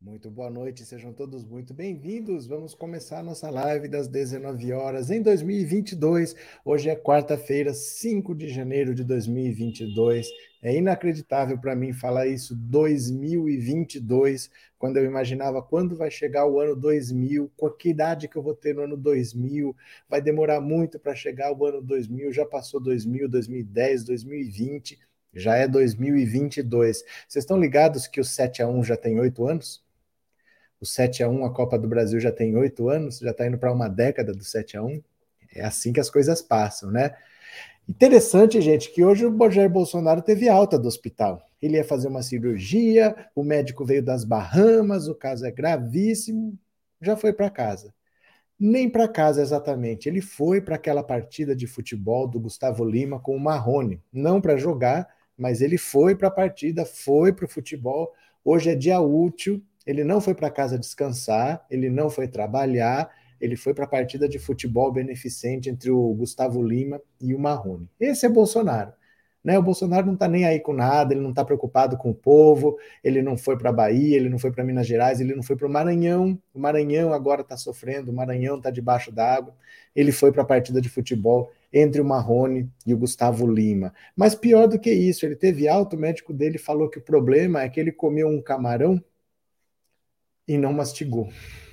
Muito boa noite, sejam todos muito bem-vindos. Vamos começar a nossa live das 19 horas em 2022. Hoje é quarta-feira, 5 de janeiro de 2022. É inacreditável para mim falar isso, 2022, quando eu imaginava quando vai chegar o ano 2000, com que idade que eu vou ter no ano 2000. Vai demorar muito para chegar o ano 2000, já passou 2000, 2010, 2020, já é 2022. Vocês estão ligados que o 7-1 já tem 8 anos? O 7-1, a Copa do Brasil já tem 8 anos, já está indo para uma década do 7-1. É assim que as coisas passam, né? Interessante, gente, que hoje o Jair Bolsonaro teve alta do hospital. Ele ia fazer uma cirurgia, o médico veio das Bahamas, o caso é gravíssimo, já foi para casa. Nem para casa exatamente, ele foi para aquela partida de futebol do Gustavo Lima com o Marrone, não para jogar, mas ele foi para a partida, foi para o futebol. Hoje é dia útil, ele não foi para casa descansar, ele não foi trabalhar, ele foi para a partida de futebol beneficente entre o Gustavo Lima e o Marrone. Esse é Bolsonaro. Né? O Bolsonaro não está nem aí com nada, ele não está preocupado com o povo, ele não foi para a Bahia, ele não foi para Minas Gerais, ele não foi para o Maranhão. O Maranhão agora está sofrendo, o Maranhão está debaixo d'água. Ele foi para a partida de futebol entre o Marrone e o Gustavo Lima. Mas pior do que isso, ele teve alta, o médico dele falou que o problema é que ele comeu um camarão e não mastigou.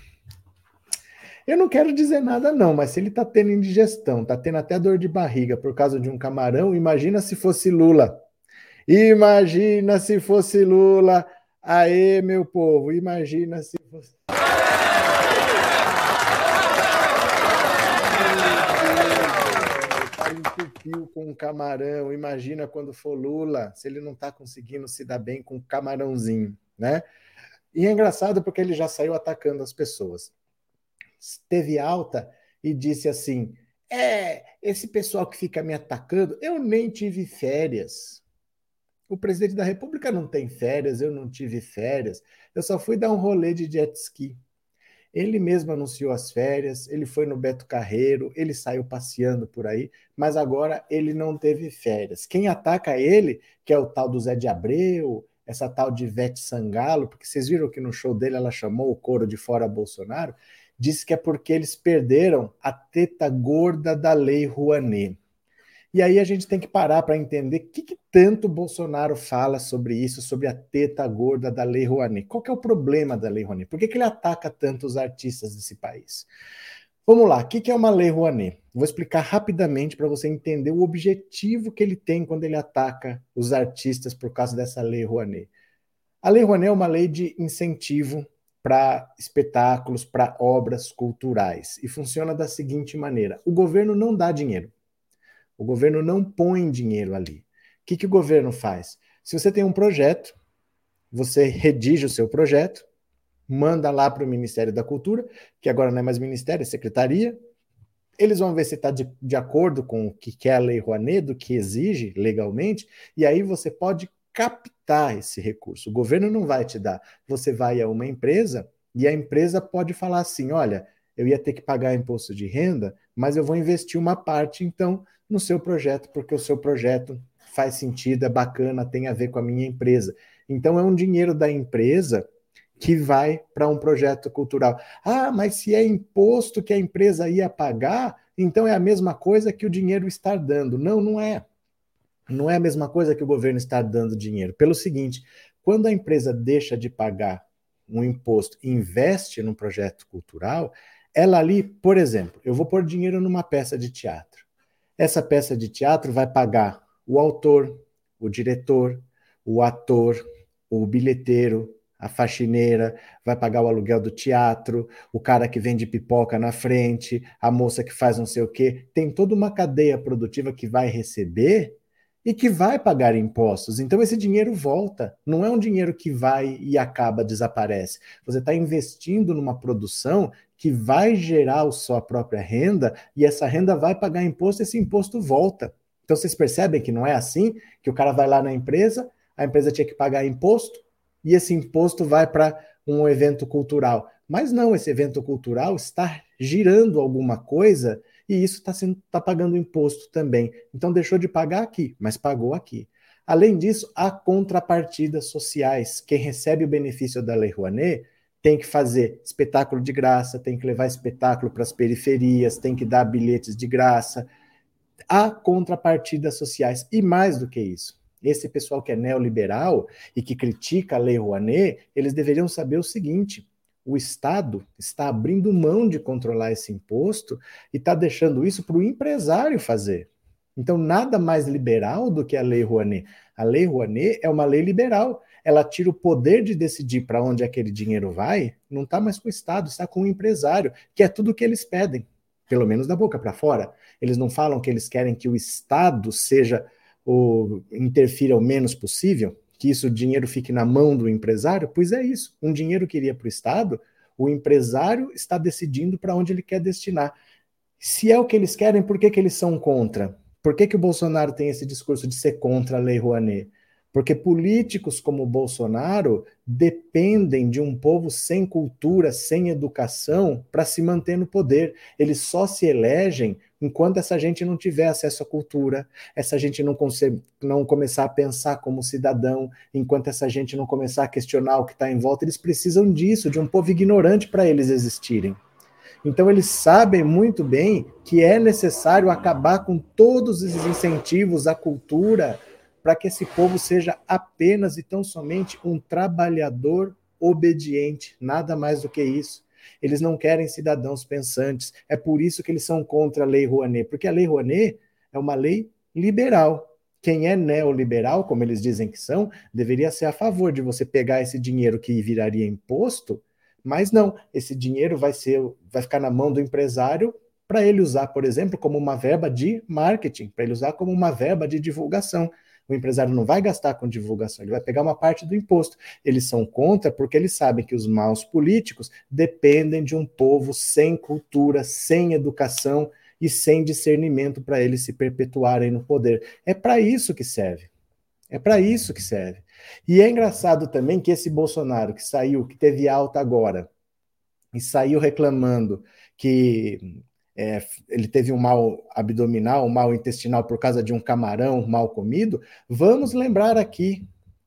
Eu não quero dizer nada, não, mas se ele está tendo indigestão, está tendo até dor de barriga por causa de um camarão, imagina se fosse Lula. Imagina se fosse Lula. Aê, meu povo, imagina se fosse. Tá entupiu com um camarão. Imagina quando for Lula, se ele não está conseguindo se dar bem com um camarãozinho, né? E é engraçado porque ele já saiu atacando as pessoas. Teve alta e disse assim: esse pessoal que fica me atacando, eu nem tive férias. O presidente da República não tem férias, eu não tive férias, eu só fui dar um rolê de jet ski. Ele mesmo anunciou as férias, ele foi no Beto Carreiro, ele saiu passeando por aí, mas agora ele não teve férias. Quem ataca ele, que é o tal do Zé de Abreu, essa tal de Ivete Sangalo, porque vocês viram que no show dele ela chamou o coro de fora Bolsonaro, disse que é porque eles perderam a teta gorda da Lei Rouanet. E aí a gente tem que parar para entender o que tanto Bolsonaro fala sobre isso, sobre a teta gorda da Lei Rouanet. Qual que é o problema da Lei Rouanet? Por que ele ataca tanto os artistas desse país? Vamos lá, o que é uma Lei Rouanet? Vou explicar rapidamente para você entender o objetivo que ele tem quando ele ataca os artistas por causa dessa Lei Rouanet. A Lei Rouanet é uma lei de incentivo para espetáculos, para obras culturais. E funciona da seguinte maneira: o governo não dá dinheiro. O governo não põe dinheiro ali. O que o governo faz? Se você tem um projeto, você redige o seu projeto, manda lá para o Ministério da Cultura, que agora não é mais ministério, é secretaria. Eles vão ver se está de acordo com o que é a Lei Rouanet, do que exige legalmente, e aí você pode captar esse recurso. O governo não vai te dar. Você vai a uma empresa e a empresa pode falar assim: olha, eu ia ter que pagar imposto de renda, mas eu vou investir uma parte, então, no seu projeto, porque o seu projeto faz sentido, é bacana, tem a ver com a minha empresa. Então, é um dinheiro da empresa que vai para um projeto cultural. Ah, mas se é imposto que a empresa ia pagar, então é a mesma coisa que o dinheiro está dando. Não, não é. Não é a mesma coisa que o governo está dando dinheiro. Pelo seguinte, quando a empresa deixa de pagar um imposto e investe num projeto cultural, ela ali, por exemplo, eu vou pôr dinheiro numa peça de teatro. Essa peça de teatro vai pagar o autor, o diretor, o ator, o bilheteiro, a faxineira, vai pagar o aluguel do teatro, o cara que vende pipoca na frente, a moça que faz não sei o quê. Tem toda uma cadeia produtiva que vai receber e que vai pagar impostos. Então esse dinheiro volta. Não é um dinheiro que vai e acaba, desaparece. Você está investindo numa produção que vai gerar a sua própria renda e essa renda vai pagar imposto, esse imposto volta. Então vocês percebem que não é assim, que o cara vai lá na empresa, a empresa tinha que pagar imposto e esse imposto vai para um evento cultural. Mas não, esse evento cultural está girando alguma coisa e isso está pagando imposto também. Então deixou de pagar aqui, mas pagou aqui. Além disso, há contrapartidas sociais. Quem recebe o benefício da Lei Rouanet tem que fazer espetáculo de graça, tem que levar espetáculo para as periferias, tem que dar bilhetes de graça. Há contrapartidas sociais. E mais do que isso, esse pessoal que é neoliberal e que critica a Lei Rouanet, eles deveriam saber o seguinte: o Estado está abrindo mão de controlar esse imposto e está deixando isso para o empresário fazer. Então, nada mais liberal do que a Lei Rouanet. A Lei Rouanet é uma lei liberal. Ela tira o poder de decidir para onde aquele dinheiro vai, não está mais com o Estado, está com o empresário, que é tudo o que eles pedem, pelo menos da boca para fora. Eles não falam que eles querem que o Estado seja interfira o menos possível, que isso o dinheiro fique na mão do empresário? Pois é isso. Um dinheiro que iria para o Estado, o empresário está decidindo para onde ele quer destinar. Se é o que eles querem, por que eles são contra? Por que o Bolsonaro tem esse discurso de ser contra a Lei Rouanet? Porque políticos como o Bolsonaro dependem de um povo sem cultura, sem educação, para se manter no poder. Eles só se elegem enquanto essa gente não tiver acesso à cultura, essa gente não começar a pensar como cidadão, enquanto essa gente não começar a questionar o que está em volta. Eles precisam disso, de um povo ignorante para eles existirem. Então, eles sabem muito bem que é necessário acabar com todos esses incentivos à cultura para que esse povo seja apenas e tão somente um trabalhador obediente, nada mais do que isso. Eles não querem cidadãos pensantes. É por isso que eles são contra a Lei Rouanet, porque a Lei Rouanet é uma lei liberal. Quem é neoliberal, como eles dizem que são, deveria ser a favor de você pegar esse dinheiro que viraria imposto, mas não, esse dinheiro vai ficar na mão do empresário para ele usar, por exemplo, como uma verba de marketing, para ele usar como uma verba de divulgação. O empresário não vai gastar com divulgação, ele vai pegar uma parte do imposto. Eles são contra porque eles sabem que os maus políticos dependem de um povo sem cultura, sem educação e sem discernimento para eles se perpetuarem no poder. É para isso que serve. É para isso que serve. E é engraçado também que esse Bolsonaro que saiu, que teve alta agora, e saiu reclamando que ele teve um mal abdominal, um mal intestinal por causa de um camarão mal comido, vamos lembrar aqui,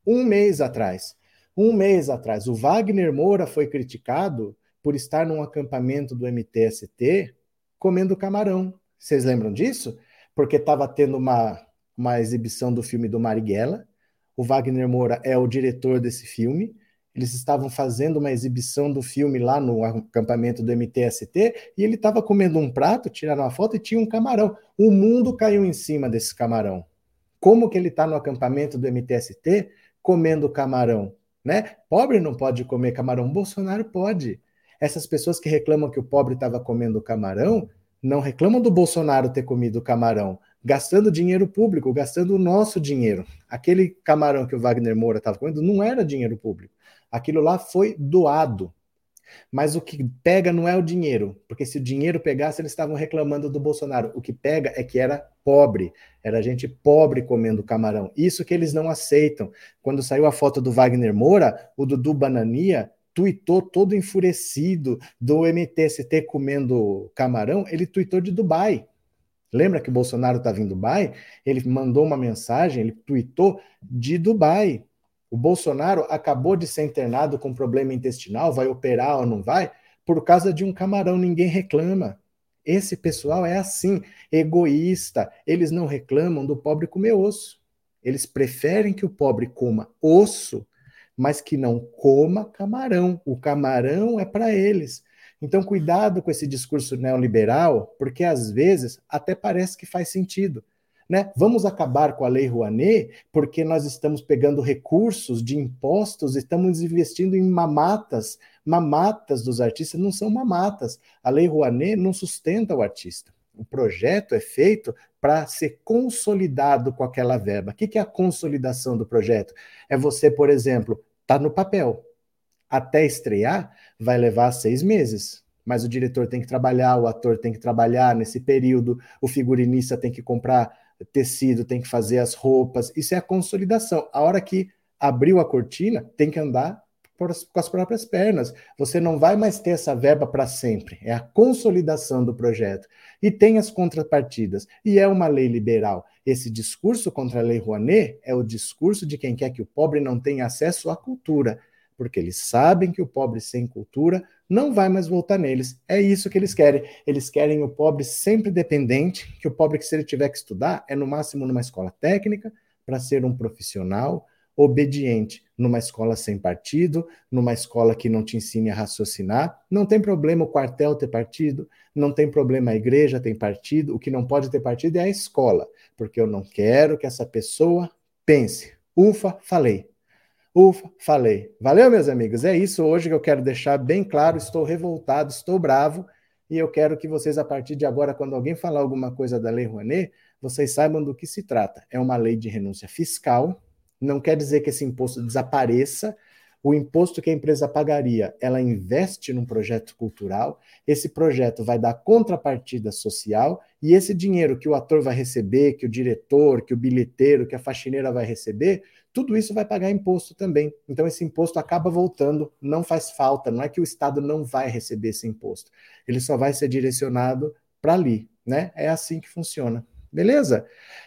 um mês atrás, o Wagner Moura foi criticado por estar num acampamento do MTST comendo camarão. Vocês lembram disso? Porque estava tendo uma exibição do filme do Marighella. O Wagner Moura é o diretor desse filme. Eles estavam fazendo uma exibição do filme lá no acampamento do MTST e ele estava comendo um prato, tiraram uma foto e tinha um camarão. O mundo caiu em cima desse camarão. Como que ele está no acampamento do MTST comendo camarão? Né? Pobre não pode comer camarão, Bolsonaro pode. Essas pessoas que reclamam que o pobre estava comendo camarão, não reclamam do Bolsonaro ter comido camarão, gastando dinheiro público, gastando o nosso dinheiro. Aquele camarão que o Wagner Moura estava comendo não era dinheiro público. Aquilo lá foi doado. Mas o que pega não é o dinheiro, porque se o dinheiro pegasse, eles estavam reclamando do Bolsonaro. O que pega é que era pobre, era gente pobre comendo camarão. Isso que eles não aceitam. Quando saiu a foto do Wagner Moura, o Dudu Banania tuitou todo enfurecido do MTST comendo camarão, ele tuitou de Dubai. Lembra que o Bolsonaro estava em Dubai? Ele mandou uma mensagem, ele tuitou de Dubai. O Bolsonaro acabou de ser internado com problema intestinal, vai operar ou não vai? Por causa de um camarão, ninguém reclama. Esse pessoal é assim, egoísta. Eles não reclamam do pobre comer osso. Eles preferem que o pobre coma osso, mas que não coma camarão. O camarão é para eles. Então, cuidado com esse discurso neoliberal, porque às vezes até parece que faz sentido. Né? Vamos acabar com a Lei Rouanet porque nós estamos pegando recursos de impostos e estamos investindo em mamatas. Mamatas dos artistas não são mamatas. A Lei Rouanet não sustenta o artista. O projeto é feito para ser consolidado com aquela verba. O que é a consolidação do projeto? É você, por exemplo, tá no papel. Até estrear, vai levar 6 meses. Mas o diretor tem que trabalhar, o ator tem que trabalhar nesse período, o figurinista tem que comprar tecido, tem que fazer as roupas. Isso é a consolidação. A hora que abriu a cortina, tem que andar com as próprias pernas. Você não vai mais ter essa verba para sempre. É a consolidação do projeto. E tem as contrapartidas. E é uma lei liberal. Esse discurso contra a Lei Rouanet é o discurso de quem quer que o pobre não tenha acesso à cultura. porque eles sabem que o pobre sem cultura não vai mais voltar neles. É isso que eles querem. Eles querem o pobre sempre dependente, que o pobre que se ele tiver que estudar é no máximo numa escola técnica para ser um profissional obediente, numa escola sem partido, numa escola que não te ensine a raciocinar. Não tem problema o quartel ter partido, não tem problema a igreja ter partido, o que não pode ter partido é a escola, porque eu não quero que essa pessoa pense. Ufa, falei. Ufa, falei. Valeu, meus amigos. É isso hoje que eu quero deixar bem claro. Estou revoltado, estou bravo e eu quero que vocês, a partir de agora, quando alguém falar alguma coisa da Lei Rouanet, vocês saibam do que se trata. É uma lei de renúncia fiscal, não quer dizer que esse imposto desapareça. O imposto que a empresa pagaria, ela investe num projeto cultural, esse projeto vai dar contrapartida social e esse dinheiro que o ator vai receber, que o diretor, que o bilheteiro, que a faxineira vai receber, tudo isso vai pagar imposto também. Então esse imposto acaba voltando, não faz falta, não é que o Estado não vai receber esse imposto, ele só vai ser direcionado para ali, né? É assim que funciona. Beleza?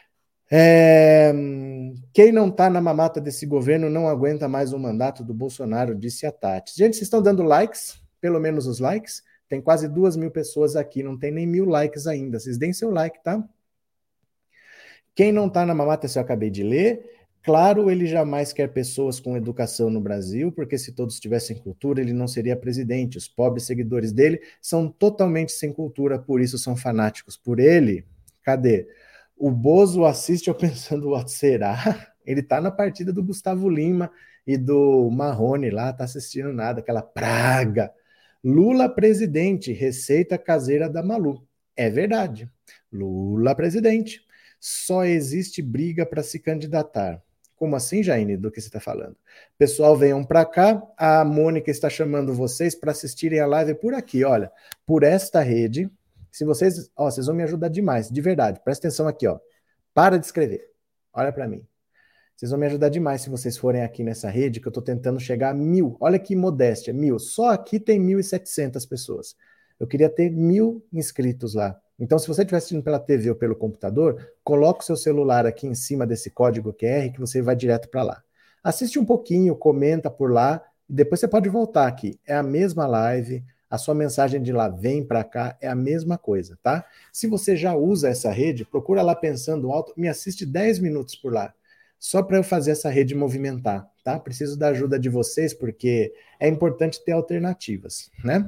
Quem não está na mamata desse governo não aguenta mais o mandato do Bolsonaro, disse a Tati. Gente, vocês estão dando likes? Pelo menos os likes? Tem quase 2.000 pessoas aqui, não tem nem 1.000 likes ainda. Vocês deem seu like, tá? Quem não está na mamata, se eu acabei de ler, claro, ele jamais quer pessoas com educação no Brasil, porque se todos tivessem cultura, ele não seria presidente. Os pobres seguidores dele são totalmente sem cultura, por isso são fanáticos por ele. Cadê? O Bozo assiste eu pensando, será? Ele tá na partida do Gustavo Lima e do Marrone lá, tá assistindo nada, aquela praga. Lula presidente, receita caseira da Malu. É verdade. Lula presidente. Só existe briga para se candidatar. Como assim, Jaine, do que você está falando? Pessoal, venham para cá. A Mônica está chamando vocês para assistirem a live por aqui, olha, por esta rede. Se vocês, ó, vocês vão me ajudar demais, de verdade. Presta atenção aqui, ó. Para de escrever. Olha para mim. Vocês vão me ajudar demais se vocês forem aqui nessa rede, que eu estou tentando chegar a 1.000. Olha que modéstia, 1.000. Só aqui tem 1.700 pessoas. Eu queria ter 1.000 inscritos lá. Então, se você estiver assistindo pela TV ou pelo computador, coloque o seu celular aqui em cima desse código QR que você vai direto para lá. Assiste um pouquinho, comenta por lá, e depois você pode voltar aqui. É a mesma live, a sua mensagem de lá vem para cá, é a mesma coisa, tá? Se você já usa essa rede, procura lá Pensando Alto, me assiste 10 minutos por lá só para eu fazer essa rede movimentar, tá? Preciso da ajuda de vocês, porque é importante ter alternativas, né?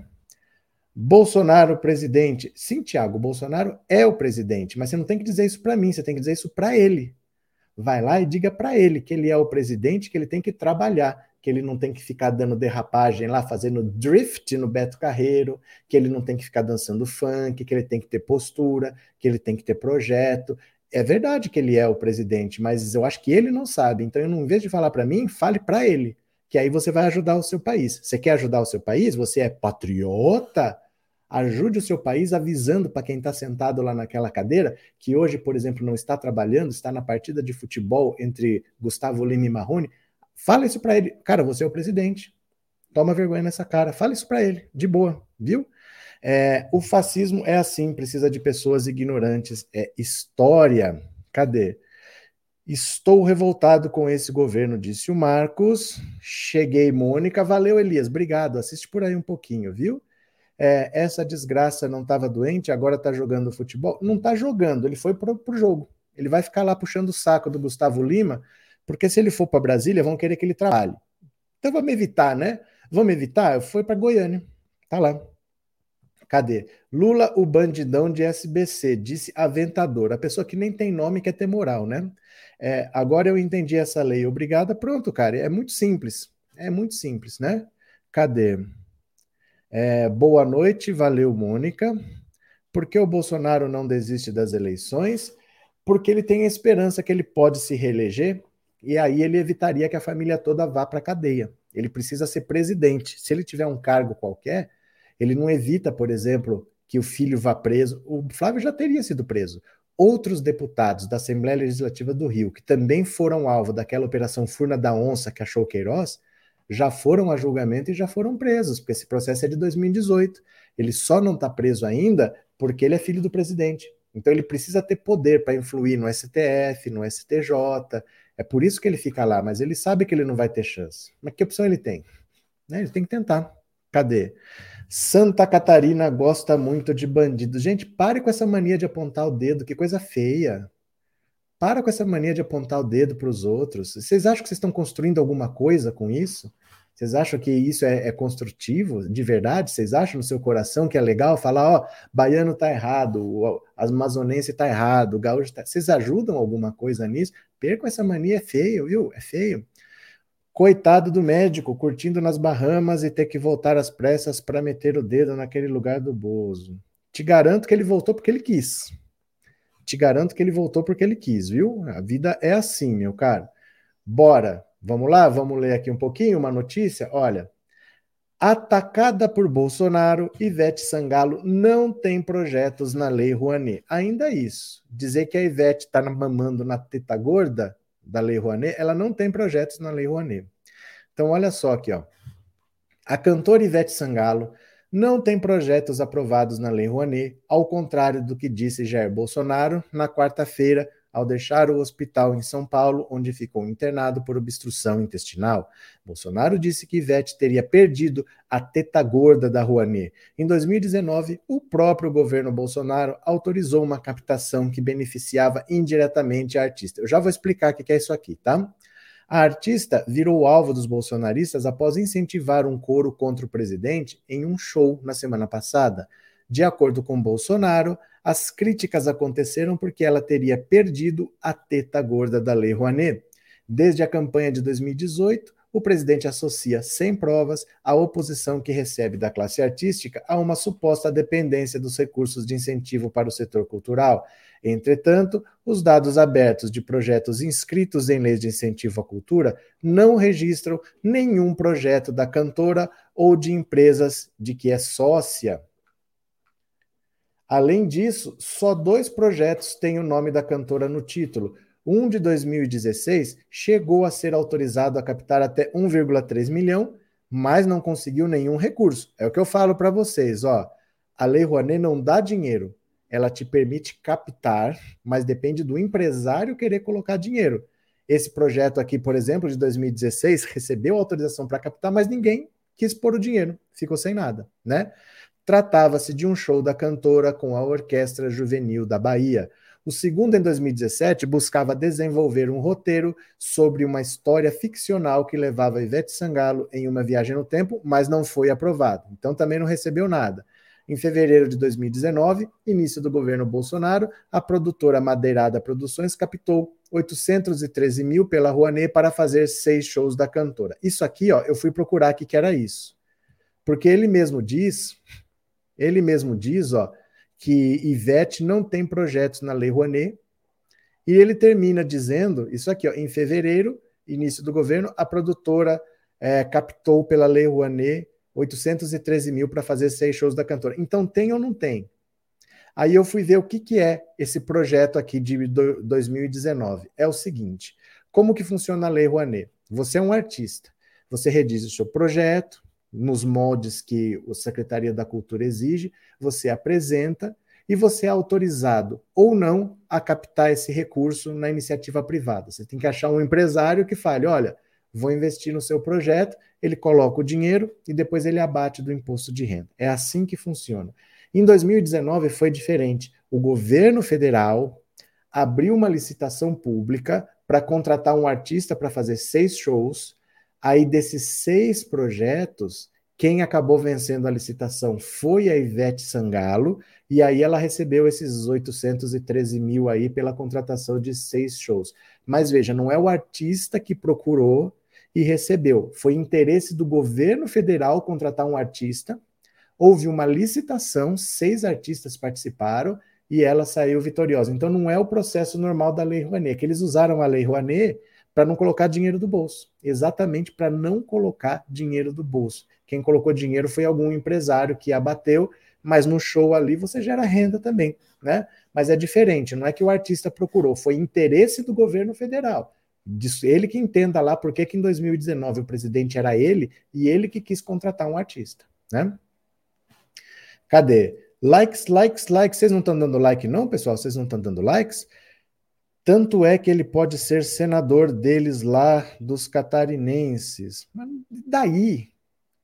Bolsonaro presidente. Sim, Tiago, Bolsonaro é o presidente, mas você não tem que dizer isso para mim, você tem que dizer isso para ele. Vai lá e diga para ele que ele é o presidente, que ele tem que trabalhar, que ele não tem que ficar dando derrapagem lá, fazendo drift no Beto Carreiro, que ele não tem que ficar dançando funk, que ele tem que ter postura, que ele tem que ter projeto. É verdade que ele é o presidente, mas eu acho que ele não sabe. Então, eu, em vez de falar para mim, fale para ele, que aí você vai ajudar o seu país. Você quer ajudar o seu país? Você é patriota? Ajude o seu país avisando para quem está sentado lá naquela cadeira, que hoje, por exemplo, não está trabalhando, está na partida de futebol entre Gustavo Lima e Marrone. Fala isso para ele. Cara, você é o presidente. Toma vergonha nessa cara. Fala isso para ele, de boa, viu? O fascismo é assim, precisa de pessoas ignorantes. É história. Cadê? Estou revoltado com esse governo, disse o Marcos. Cheguei, Mônica. Valeu, Elias. Obrigado. Assiste por aí um pouquinho, viu? Essa desgraça não estava doente, agora está jogando futebol. Não está jogando, ele foi para o jogo. Ele vai ficar lá puxando o saco do Gustavo Lima, porque se ele for para Brasília, vão querer que ele trabalhe. Então vamos evitar, né? Vamos evitar? Foi para Goiânia. Tá lá. Cadê? Lula, o bandidão de SBC, disse Aventador. A pessoa que nem tem nome quer ter moral, né? Agora eu entendi essa lei. Obrigada. Pronto, cara. É muito simples. É muito simples, né? Cadê? Boa noite, valeu, Mônica. Por que o Bolsonaro não desiste das eleições? Porque ele tem a esperança que ele pode se reeleger e aí ele evitaria que a família toda vá para a cadeia. Ele precisa ser presidente. Se ele tiver um cargo qualquer, ele não evita, por exemplo, que o filho vá preso. O Flávio já teria sido preso. Outros deputados da Assembleia Legislativa do Rio, que também foram alvo daquela operação Furna da Onça que achou Queiroz, já foram a julgamento e já foram presos, porque esse processo é de 2018. Ele só não está preso ainda porque ele é filho do presidente. Então ele precisa ter poder para influir no STF, no STJ. É por isso que ele fica lá, mas ele sabe que ele não vai ter chance. Mas que opção ele tem? né? Ele tem que tentar. Cadê? Santa Catarina gosta muito de bandido. Gente, pare com essa mania de apontar o dedo, que coisa feia. Para com essa mania de apontar o dedo para os outros. Vocês acham que vocês estão construindo alguma coisa com isso? Vocês acham que isso é construtivo de verdade? Vocês acham no seu coração que é legal falar, ó, baiano tá errado, o amazonense tá errado, o gaúcho tá... Vocês ajudam alguma coisa nisso? Percam essa mania, é feio, viu? É feio. Coitado do médico, curtindo nas Bahamas e ter que voltar às pressas para meter o dedo naquele lugar do Bozo. Te garanto que ele voltou porque ele quis. Te garanto que ele voltou porque ele quis, viu? A vida é assim, meu caro. Bora. Vamos lá? Vamos ler aqui um pouquinho uma notícia? Olha. Atacada por Bolsonaro, Ivete Sangalo não tem projetos na Lei Rouanet. Ainda isso. Dizer que a Ivete está mamando na teta gorda da Lei Rouanet, ela não tem projetos na Lei Rouanet. Então, olha só aqui, ó. A cantora Ivete Sangalo não tem projetos aprovados na Lei Rouanet, ao contrário do que disse Jair Bolsonaro na quarta-feira, ao deixar o hospital em São Paulo, onde ficou internado por obstrução intestinal. Bolsonaro disse que Ivete teria perdido a teta gorda da Rouanet. Em 2019, o próprio governo Bolsonaro autorizou uma captação que beneficiava indiretamente a artista. Eu já vou explicar o que é isso aqui, tá? A artista virou alvo dos bolsonaristas após incentivar um coro contra o presidente em um show na semana passada. De acordo com Bolsonaro, as críticas aconteceram porque ela teria perdido a teta gorda da Lei Rouanet. Desde a campanha de 2018, o presidente associa, sem provas, a oposição que recebe da classe artística a uma suposta dependência dos recursos de incentivo para o setor cultural. Entretanto, os dados abertos de projetos inscritos em leis de incentivo à cultura não registram nenhum projeto da cantora ou de empresas de que é sócia. Além disso, só 2 projetos têm o nome da cantora no título. Um de 2016 chegou a ser autorizado a captar até 1,3 milhão, mas não conseguiu nenhum recurso. É o que eu falo para vocês, ó. A Lei Rouanet não dá dinheiro. Ela te permite captar, mas depende do empresário querer colocar dinheiro. Esse projeto aqui, por exemplo, de 2016, recebeu autorização para captar, mas ninguém quis pôr o dinheiro, ficou sem nada, né? Tratava-se de um show da cantora com a Orquestra Juvenil da Bahia. O segundo, em 2017, buscava desenvolver um roteiro sobre uma história ficcional que levava Ivete Sangalo em uma viagem no tempo, mas não foi aprovado. Então também não recebeu nada. Em fevereiro de 2019, início do governo Bolsonaro, a produtora Madeirada Produções captou 813 mil pela Rouanet para fazer 6 shows da cantora. Isso aqui, ó, eu fui procurar aqui que era isso. Porque ele mesmo diz, ó, que Ivete não tem projetos na Lei Rouanet, e ele termina dizendo, isso aqui, ó, em fevereiro, início do governo, a produtora captou pela Lei Rouanet 813 mil para fazer 6 shows da cantora. Então tem ou não tem? Aí eu fui ver o que é esse projeto aqui de 2019. É o seguinte, como que funciona a Lei Rouanet? Você é um artista, você redige o seu projeto, nos moldes que a Secretaria da Cultura exige, você apresenta e você é autorizado ou não a captar esse recurso na iniciativa privada. Você tem que achar um empresário que fale, olha, vou investir no seu projeto, ele coloca o dinheiro e depois ele abate do imposto de renda. É assim que funciona. Em 2019 foi diferente. O governo federal abriu uma licitação pública para contratar um artista para fazer 6 shows. Aí, desses 6 projetos, quem acabou vencendo a licitação foi a Ivete Sangalo, e aí ela recebeu esses 813 mil aí pela contratação de 6 shows. Mas veja, não é o artista que procurou e recebeu. Foi interesse do governo federal contratar um artista, houve uma licitação, 6 artistas participaram, e ela saiu vitoriosa. Então não é o processo normal da Lei Rouanet, que eles usaram a Lei Rouanet para não colocar dinheiro do bolso. Exatamente para não colocar dinheiro do bolso. Quem colocou dinheiro foi algum empresário que abateu, mas no show ali você gera renda também, né? Mas é diferente, não é que o artista procurou, foi interesse do governo federal. Ele que entenda lá por que em 2019 o presidente era ele e ele que quis contratar um artista, né? Cadê? Likes, likes, likes. Vocês não estão dando like não, pessoal? Vocês não estão dando likes? Tanto é que ele pode ser senador deles lá, dos catarinenses. Mas daí?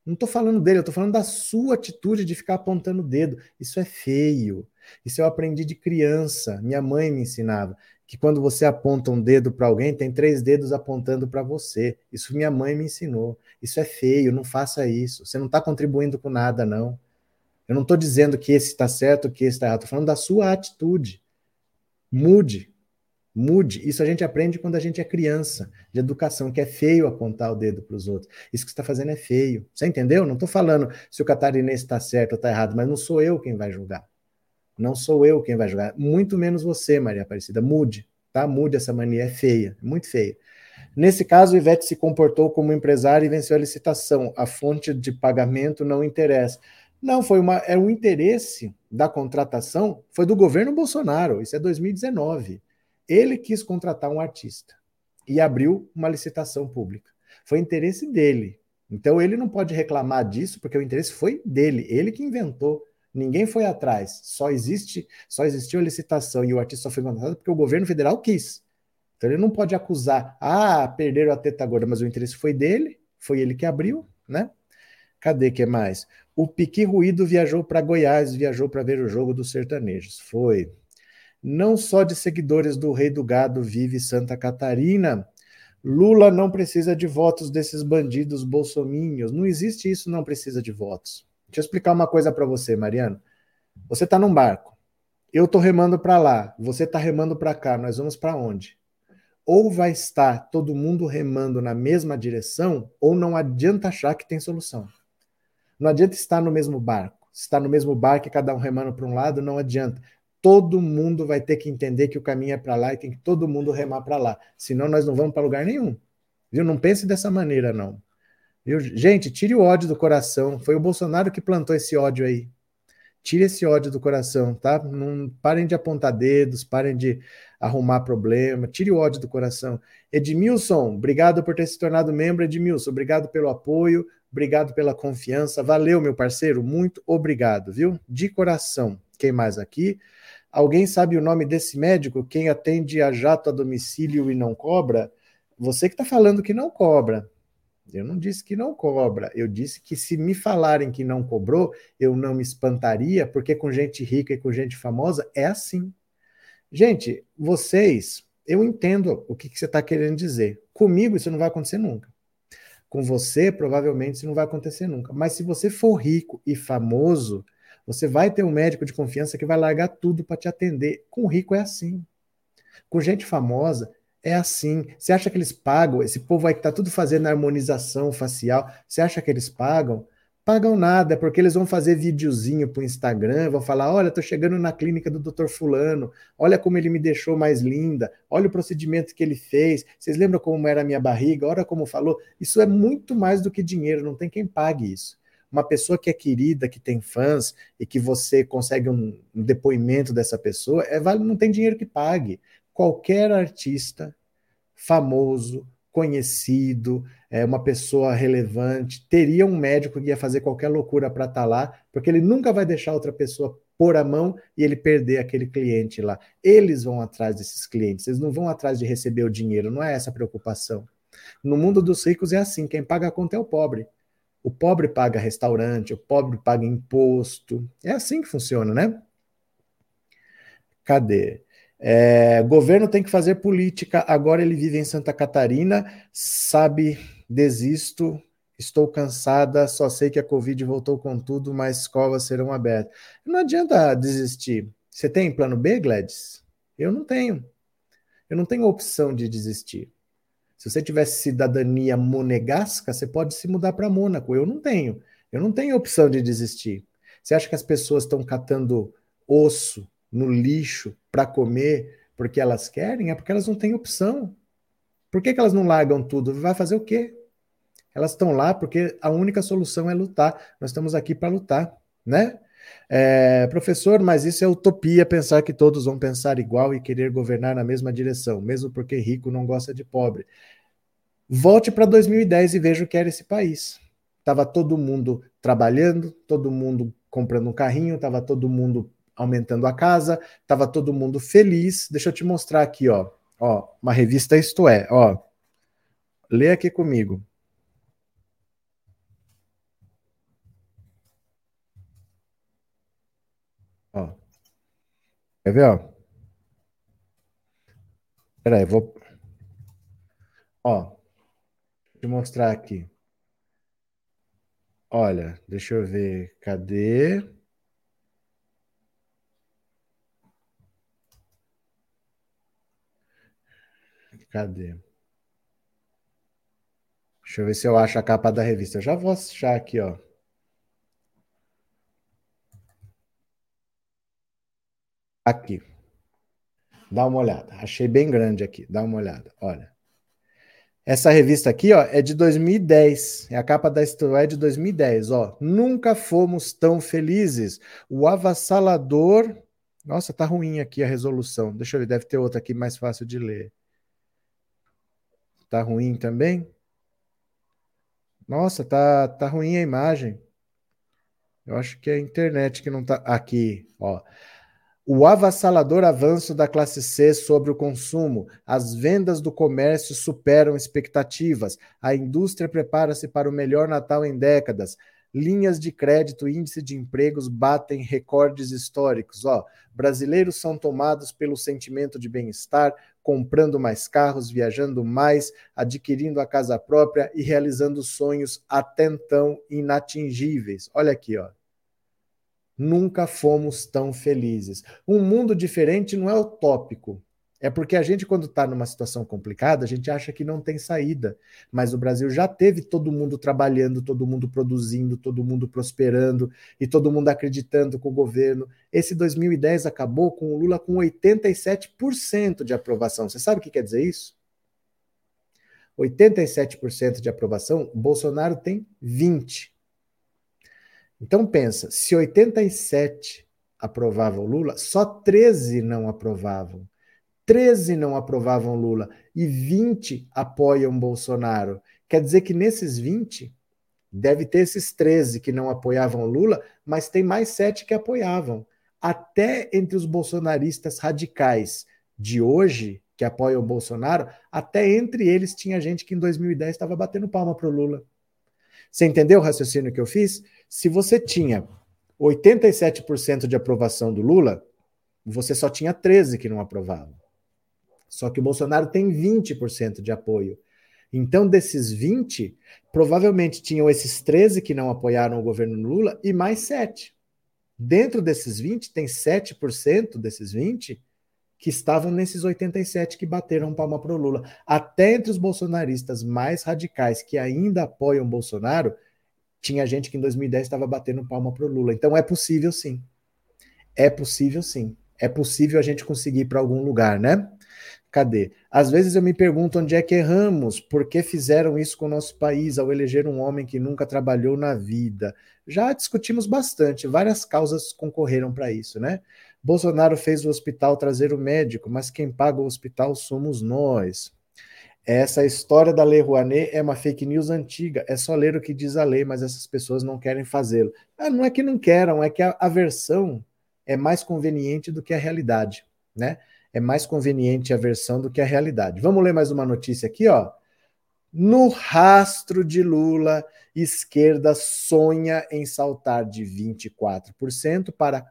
Não estou falando dele, eu estou falando da sua atitude de ficar apontando o dedo. Isso é feio. Isso eu aprendi de criança. Minha mãe me ensinava que quando você aponta um dedo para alguém, tem 3 dedos apontando para você. Isso minha mãe me ensinou. Isso é feio, não faça isso. Você não está contribuindo com nada, não. Eu não estou dizendo que esse está certo, que esse está errado. Estou falando da sua atitude. Mude. Mude. Isso a gente aprende quando a gente é criança, de educação, que é feio apontar o dedo para os outros. Isso que você está fazendo é feio. Você entendeu? Não estou falando se o catarinense está certo ou está errado, mas não sou eu quem vai julgar. Não sou eu quem vai julgar. Muito menos você, Maria Aparecida. Mude, tá? Mude essa mania. É feia, muito feia. Nesse caso, o Ivete se comportou como empresário e venceu a licitação. A fonte de pagamento não interessa. Não, é o interesse da contratação foi do governo Bolsonaro. Isso é 2019. Ele quis contratar um artista e abriu uma licitação pública. Foi interesse dele. Então ele não pode reclamar disso porque o interesse foi dele, ele que inventou. Ninguém foi atrás. Só existiu a licitação e o artista só foi contratado porque o governo federal quis. Então ele não pode acusar, perderam a teta gorda, mas o interesse foi dele, foi ele que abriu, né? Cadê que mais? O Piqui Ruído viajou para Goiás, viajou para ver o jogo dos sertanejos. Foi. Não só de seguidores do Rei do Gado vive Santa Catarina. Lula não precisa de votos desses bandidos bolsominions. Não existe isso, não precisa de votos. Deixa eu explicar uma coisa para você, Mariano. Você está num barco. Eu estou remando para lá. Você está remando para cá. Nós vamos para onde? Ou vai estar todo mundo remando na mesma direção, ou não adianta achar que tem solução. Não adianta estar no mesmo barco. Se está no mesmo barco e cada um remando para um lado, não adianta. Todo mundo vai ter que entender que o caminho é para lá e tem que todo mundo remar para lá. Senão nós não vamos para lugar nenhum. Viu? Não pense dessa maneira, não. Viu? Gente, tire o ódio do coração. Foi o Bolsonaro que plantou esse ódio aí. Tire esse ódio do coração, tá? Não parem de apontar dedos, parem de arrumar problema, tire o ódio do coração. Edmilson, obrigado por ter se tornado membro, Edmilson. Obrigado pelo apoio, obrigado pela confiança. Valeu, meu parceiro, muito obrigado, viu? De coração. Quem mais aqui? Alguém sabe o nome desse médico? Quem atende a jato a domicílio e não cobra? Você que está falando que não cobra. Eu não disse que não cobra, eu disse que se me falarem que não cobrou, eu não me espantaria, porque com gente rica e com gente famosa é assim. Gente, vocês, eu entendo o que você está querendo dizer. Comigo isso não vai acontecer nunca. Com você, provavelmente, isso não vai acontecer nunca. Mas se você for rico e famoso, você vai ter um médico de confiança que vai largar tudo para te atender. Com rico é assim. Com gente famosa, é assim. Você acha que eles pagam? Esse povo aí que tá tudo fazendo harmonização facial, você acha que eles pagam? Pagam nada, porque eles vão fazer videozinho pro Instagram, vão falar: olha, tô chegando na clínica do Dr. Fulano, olha como ele me deixou mais linda, olha o procedimento que ele fez. Vocês lembram como era a minha barriga? Olha como falou. Isso é muito mais do que dinheiro, não tem quem pague isso. Uma pessoa que é querida, que tem fãs e que você consegue um depoimento dessa pessoa, não tem dinheiro que pague. Qualquer artista famoso, conhecido, uma pessoa relevante, teria um médico que ia fazer qualquer loucura para estar lá, porque ele nunca vai deixar outra pessoa pôr a mão e ele perder aquele cliente lá. Eles vão atrás desses clientes, eles não vão atrás de receber o dinheiro, não é essa a preocupação. No mundo dos ricos é assim, quem paga a conta é o pobre. O pobre paga restaurante, o pobre paga imposto. É assim que funciona, né? Cadê? Governo tem que fazer política. Agora ele vive em Santa Catarina. Sabe, desisto. Estou cansada. Só sei que a Covid voltou com tudo, mas escolas serão abertas. Não adianta desistir. Você tem plano B, Gladys? Eu não tenho. Eu não tenho opção de desistir. Se você tivesse cidadania monegasca, você pode se mudar para Mônaco. Eu não tenho. Eu não tenho opção de desistir. Você acha que as pessoas estão catando osso no lixo para comer porque elas querem? É porque elas não têm opção. Por que elas não largam tudo? Vai fazer o quê? Elas estão lá porque a única solução é lutar. Nós estamos aqui para lutar, né? Professor, mas isso é utopia pensar que todos vão pensar igual e querer governar na mesma direção, mesmo porque rico não gosta de pobre. Volte para 2010 e veja o que era esse país. Estava todo mundo trabalhando, todo mundo comprando um carrinho, estava todo mundo aumentando a casa, estava todo mundo feliz. Deixa eu te mostrar aqui, ó. Ó, uma revista Isto É, ó. Lê aqui comigo. Quer ver, ó? Peraí, vou. Ó, vou te mostrar aqui. Olha, deixa eu ver. Cadê? Cadê? Deixa eu ver se eu acho a capa da revista. Eu já vou achar aqui, ó. Aqui. Dá uma olhada. Achei bem grande aqui. Dá uma olhada. Olha. Essa revista aqui, ó, é de 2010. É a capa da Estou é de 2010, ó. Nunca fomos tão felizes. O avassalador. Nossa, tá ruim aqui a resolução. Deixa eu ver, deve ter outra aqui mais fácil de ler. Tá ruim também? Nossa, tá ruim a imagem. Eu acho que é a internet que não tá. Aqui, ó. O avassalador avanço da classe C sobre o consumo. As vendas do comércio superam expectativas. A indústria prepara-se para o melhor Natal em décadas. Linhas de crédito e índice de empregos batem recordes históricos. Ó, brasileiros são tomados pelo sentimento de bem-estar, comprando mais carros, viajando mais, adquirindo a casa própria e realizando sonhos até então inatingíveis. Olha aqui, ó. Nunca fomos tão felizes. Um mundo diferente não é utópico. É porque a gente, quando está numa situação complicada, a gente acha que não tem saída. Mas o Brasil já teve todo mundo trabalhando, todo mundo produzindo, todo mundo prosperando e todo mundo acreditando com o governo. Esse 2010 acabou com o Lula com 87% de aprovação. Você sabe o que quer dizer isso? 87% de aprovação, Bolsonaro tem 20%. Então pensa, se 87 aprovavam Lula, só 13 não aprovavam. 13 não aprovavam Lula e 20 apoiam Bolsonaro. Quer dizer que nesses 20 deve ter esses 13 que não apoiavam Lula, mas tem mais 7 que apoiavam. Até entre os bolsonaristas radicais de hoje, que apoiam o Bolsonaro, até entre eles tinha gente que em 2010 estava batendo palma para o Lula. Você entendeu o raciocínio que eu fiz? Se você tinha 87% de aprovação do Lula, você só tinha 13 que não aprovavam. Só que o Bolsonaro tem 20% de apoio. Então, desses 20, provavelmente tinham esses 13 que não apoiaram o governo Lula e mais 7. Dentro desses 20, tem 7% desses 20 que estavam nesses 87 que bateram palma para o Lula. Até entre os bolsonaristas mais radicais que ainda apoiam Bolsonaro, tinha gente que em 2010 estava batendo palma para o Lula. Então é possível sim. É possível sim. É possível a gente conseguir ir para algum lugar, né? Cadê? Às vezes eu me pergunto onde é que erramos, por que fizeram isso com o nosso país ao eleger um homem que nunca trabalhou na vida. Já discutimos bastante, várias causas concorreram para isso, né? Bolsonaro fez o hospital trazer o médico, mas quem paga o hospital somos nós. Essa história da Lei Rouanet é uma fake news antiga. É só ler o que diz a lei, mas essas pessoas não querem fazê-lo. Ah, não é que não queiram, é que a versão é mais conveniente do que a realidade, né? É mais conveniente a versão do que a realidade. Vamos ler mais uma notícia aqui, ó. No rastro de Lula, esquerda sonha em saltar de 24% para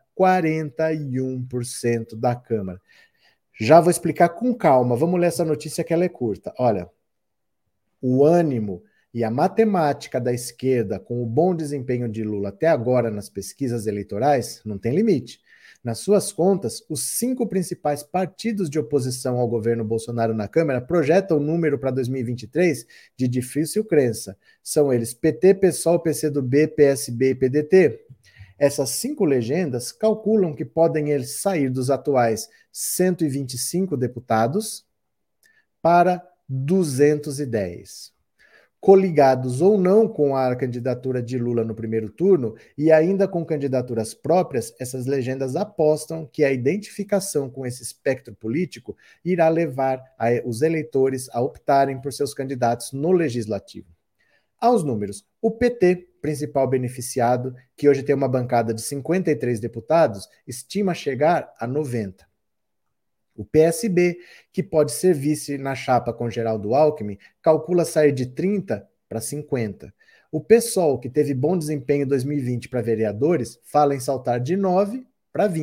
41% da Câmara. Já vou explicar com calma. Vamos ler essa notícia que ela é curta. Olha, o ânimo e a matemática da esquerda, com o bom desempenho de Lula até agora nas pesquisas eleitorais, não tem limite. Nas suas contas, os 5 principais partidos de oposição ao governo Bolsonaro na Câmara projetam o número para 2023 de difícil crença. São eles PT, PSOL, PCdoB, PSB e PDT. Essas 5 legendas calculam que podem eles sair dos atuais 125 deputados para 210. Coligados ou não com a candidatura de Lula no primeiro turno e ainda com candidaturas próprias, essas legendas apostam que a identificação com esse espectro político irá levar os eleitores a optarem por seus candidatos no legislativo. Aos números, o PT, principal beneficiado, que hoje tem uma bancada de 53 deputados, estima chegar a 90. O PSB, que pode ser vice na chapa com Geraldo Alckmin, calcula sair de 30 para 50. O PSOL, que teve bom desempenho em 2020 para vereadores, fala em saltar de 9 para 20.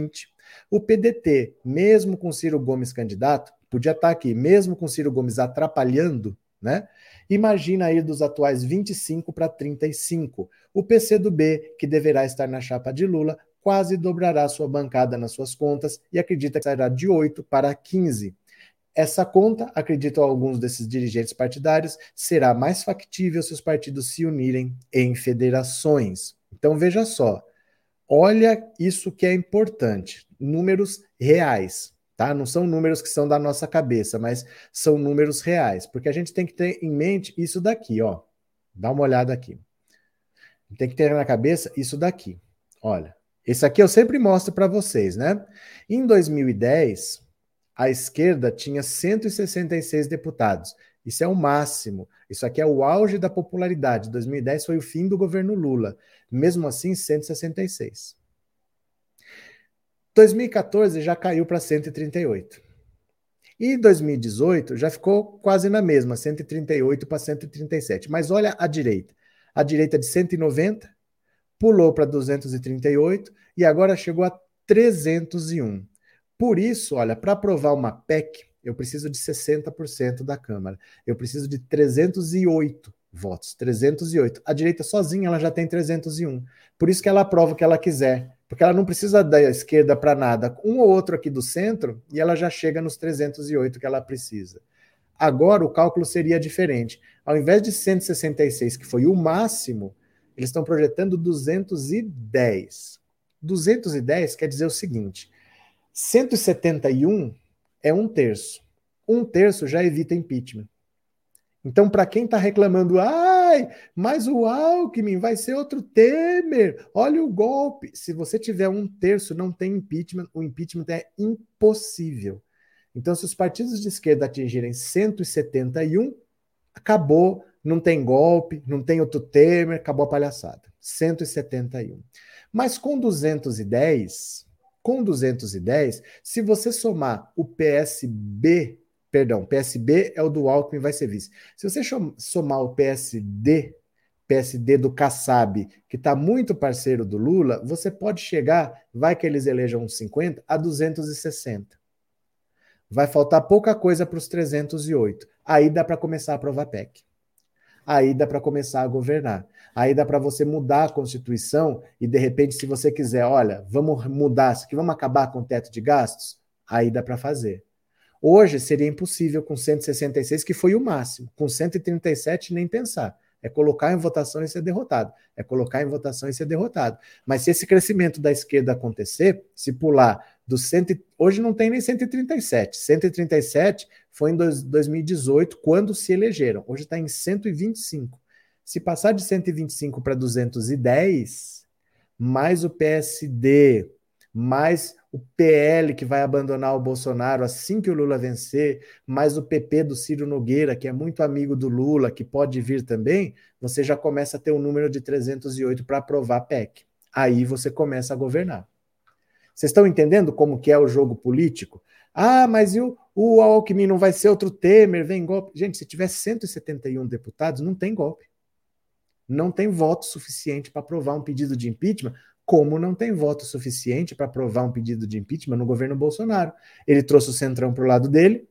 O PDT, mesmo com Ciro Gomes candidato, podia estar aqui, mesmo com Ciro Gomes atrapalhando, né? Imagina aí dos atuais 25 para 35. O PCdoB, que deverá estar na chapa de Lula, quase dobrará sua bancada nas suas contas e acredita que sairá de 8 para 15. Essa conta, acreditam alguns desses dirigentes partidários, será mais factível se os partidos se unirem em federações. Então veja só, olha isso que é importante, números reais, tá? Não são números que são da nossa cabeça, mas são números reais, porque a gente tem que ter em mente isso daqui, ó. Dá uma olhada aqui. Tem que ter na cabeça isso daqui. Olha, esse aqui eu sempre mostro para vocês, né? Em 2010, a esquerda tinha 166 deputados. Isso é o máximo. Isso aqui é o auge da popularidade. 2010 foi o fim do governo Lula. Mesmo assim, 166. 2014 já caiu para 138. E 2018 já ficou quase na mesma, 138 para 137. Mas olha a direita. A direita de 190 pulou para 238 e agora chegou a 301. Por isso, olha, para aprovar uma PEC, eu preciso de 60% da Câmara. Eu preciso de 308 votos. 308. A direita sozinha ela já tem 301. Por isso que ela aprova o que ela quiser. Porque ela não precisa da esquerda para nada. Um ou outro aqui do centro e ela já chega nos 308 que ela precisa. Agora o cálculo seria diferente. Ao invés de 166, que foi o máximo, eles estão projetando 210. 210 quer dizer o seguinte: 171 é um terço. Um terço já evita impeachment. Então, para quem está reclamando, ai, mas o Alckmin vai ser outro Temer, olha o golpe. Se você tiver um terço, não tem impeachment, o impeachment é impossível. Então, se os partidos de esquerda atingirem 171, acabou, não tem golpe, não tem outro Temer, acabou a palhaçada. 171. Mas com 210, se você somar o PSB é o do Alckmin, vai ser vice. Se você somar o PSD do Kassab, que está muito parceiro do Lula, você pode chegar, vai que eles elejam uns 50, a 260. Vai faltar pouca coisa para os 308. Aí dá para começar a aprovar PEC. Aí dá para começar a governar. Aí dá para você mudar a Constituição e, de repente, se você quiser, olha, vamos mudar isso aqui, vamos acabar com o teto de gastos? Aí dá para fazer. Hoje seria impossível com 166, que foi o máximo. Com 137, nem pensar. É colocar em votação e ser derrotado. É colocar em votação e ser derrotado. Mas se esse crescimento da esquerda acontecer, se pular do 100, hoje não tem nem 137. 137 foi em 2018, quando se elegeram. Hoje está em 125. Se passar de 125 para 210, mais o PSD, mais o PL, que vai abandonar o Bolsonaro assim que o Lula vencer, mais o PP do Ciro Nogueira, que é muito amigo do Lula, que pode vir também, você já começa a ter um número de 308 para aprovar a PEC. Aí você começa a governar. Vocês estão entendendo como que é o jogo político? Ah, mas e o Alckmin não vai ser outro Temer, vem golpe. Gente, se tiver 171 deputados, não tem golpe. Não tem voto suficiente para aprovar um pedido de impeachment, como não tem voto suficiente para aprovar um pedido de impeachment no governo Bolsonaro. Ele trouxe o Centrão para o lado dele,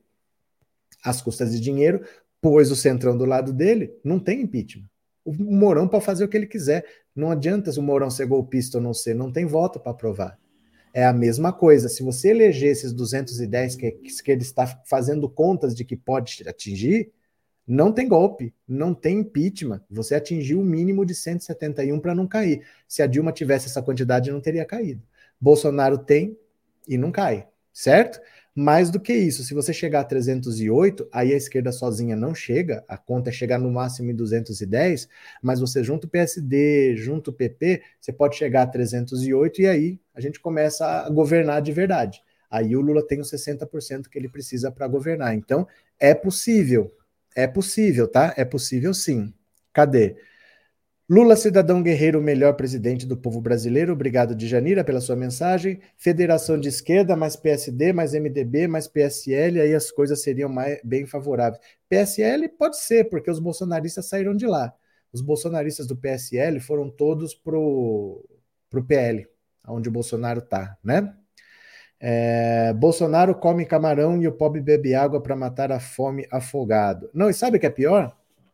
às custas de dinheiro, pôs o Centrão do lado dele, não tem impeachment. O Mourão pode fazer o que ele quiser. Não adianta se o Mourão ser golpista ou não ser, não tem voto para aprovar. É a mesma coisa. Se você eleger esses 210 que ele está fazendo contas de que pode atingir, não tem golpe, não tem impeachment. Você atingiu o mínimo de 171 para não cair. Se a Dilma tivesse essa quantidade, não teria caído. Bolsonaro tem e não cai, certo? Mais do que isso, se você chegar a 308, aí a esquerda sozinha não chega, a conta é chegar no máximo em 210, mas você junta o PSD, junta o PP, você pode chegar a 308 e aí a gente começa a governar de verdade. Aí o Lula tem os 60% que ele precisa para governar. Então, é possível. É possível, tá? É possível sim. Cadê? Lula, cidadão guerreiro, o melhor presidente do povo brasileiro. Obrigado, Djanira, pela sua mensagem. Federação de esquerda, mais PSD, mais MDB, mais PSL, aí as coisas seriam bem favoráveis. PSL pode ser, porque os bolsonaristas saíram de lá. Os bolsonaristas do PSL foram todos pro PL, onde o Bolsonaro tá, né? Bolsonaro come camarão e o pobre bebe água para matar a fome afogado. Não, e sabe o que é pior?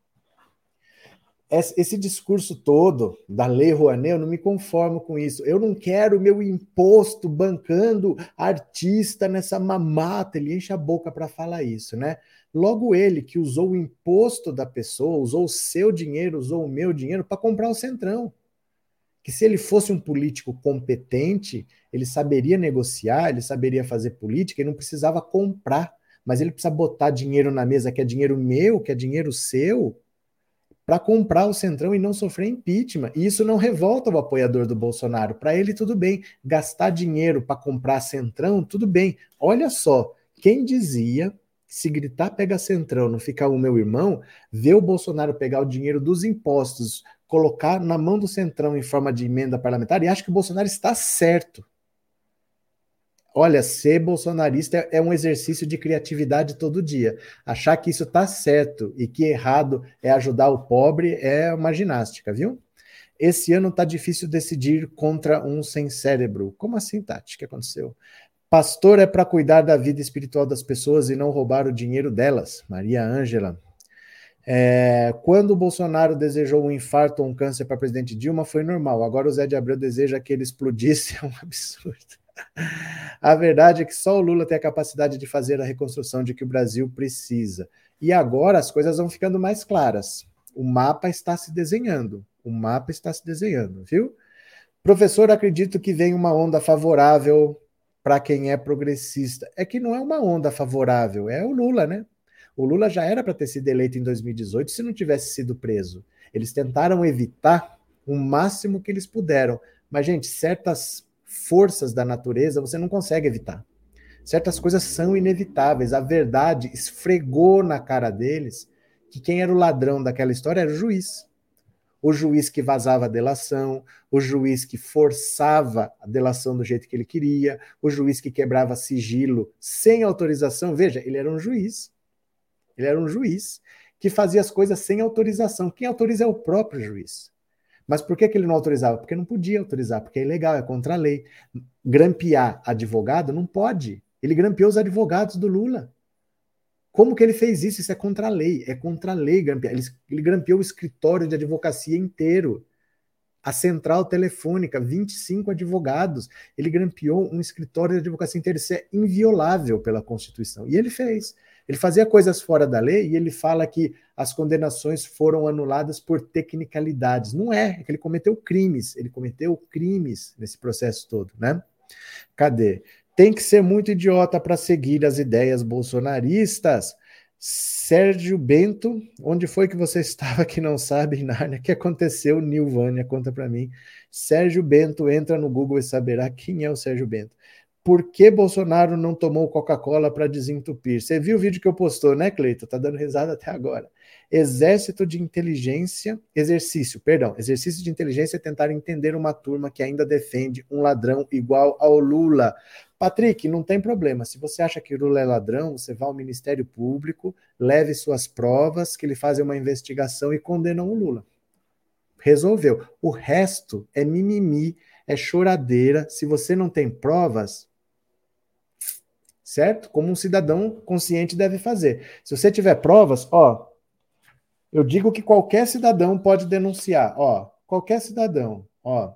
Esse discurso todo da Lei Rouanet, eu não me conformo com isso. Eu não quero meu imposto bancando artista nessa mamata. Ele enche a boca para falar isso, né? Logo ele, que usou o imposto da pessoa, usou o seu dinheiro, usou o meu dinheiro para comprar o Centrão. Que se ele fosse um político competente, ele saberia negociar, ele saberia fazer política e não precisava comprar. Mas ele precisa botar dinheiro na mesa, que é dinheiro meu, que é dinheiro seu, para comprar o Centrão e não sofrer impeachment. E isso não revolta o apoiador do Bolsonaro. Para ele, tudo bem. Gastar dinheiro para comprar Centrão, tudo bem. Olha só, quem dizia se gritar pega Centrão, não ficar o meu irmão, ver o Bolsonaro pegar o dinheiro dos impostos, colocar na mão do Centrão em forma de emenda parlamentar e acha que o Bolsonaro está certo. Olha, ser bolsonarista é um exercício de criatividade todo dia. Achar que isso está certo e que errado é ajudar o pobre é uma ginástica, viu? Esse ano está difícil decidir contra um sem cérebro. Como assim, Tati? O que aconteceu? Pastor é para cuidar da vida espiritual das pessoas e não roubar o dinheiro delas. Maria Ângela. Quando o Bolsonaro desejou um infarto ou um câncer para presidente Dilma, foi normal. Agora o Zé de Abreu deseja que ele explodisse. É um absurdo. A verdade é que só o Lula tem a capacidade de fazer a reconstrução de que o Brasil precisa. E agora as coisas vão ficando mais claras. O mapa está se desenhando. O mapa está se desenhando, viu? Professor, acredito que vem uma onda favorável para quem é progressista. É que não é uma onda favorável, é o Lula, né? O Lula já era para ter sido eleito em 2018 se não tivesse sido preso. Eles tentaram evitar o máximo que eles puderam. Mas, gente, certas forças da natureza você não consegue evitar. Certas coisas são inevitáveis. A verdade esfregou na cara deles que quem era o ladrão daquela história era o juiz. O juiz que vazava a delação, o juiz que forçava a delação do jeito que ele queria, o juiz que quebrava sigilo sem autorização. Veja, ele era um juiz. Ele era um juiz que fazia as coisas sem autorização. Quem autoriza é o próprio juiz. Mas por que ele não autorizava? Porque não podia autorizar, porque é ilegal, é contra a lei. Grampear advogado não pode. Ele grampeou os advogados do Lula. Como que ele fez isso? Isso é contra a lei. É contra a lei grampear. Ele grampeou o escritório de advocacia inteiro. A central telefônica, 25 advogados. Ele grampeou um escritório de advocacia inteiro. Isso é inviolável pela Constituição. E ele fez. Ele fazia coisas fora da lei e ele fala que as condenações foram anuladas por tecnicalidades. Não é que ele cometeu crimes. Ele cometeu crimes nesse processo todo, né? Cadê? Tem que ser muito idiota para seguir as ideias bolsonaristas. Sérgio Bento, onde foi que você estava que não sabe, Nárnia? O que aconteceu, Nilvânia? Conta para mim. Sérgio Bento, entra no Google e saberá quem é o Sérgio Bento. Por que Bolsonaro não tomou Coca-Cola para desentupir? Você viu o vídeo que eu postou, né, Cleito? Tá dando risada até agora. Exército de inteligência, exercício de inteligência é tentar entender uma turma que ainda defende um ladrão igual ao Lula. Patrick, não tem problema. Se você acha que o Lula é ladrão, você vai ao Ministério Público, leve suas provas, que ele faz uma investigação e condenam o Lula. Resolveu. O resto é mimimi, é choradeira. Se você não tem provas, certo? Como um cidadão consciente deve fazer. Se você tiver provas, ó, eu digo que qualquer cidadão pode denunciar, ó, qualquer cidadão, ó.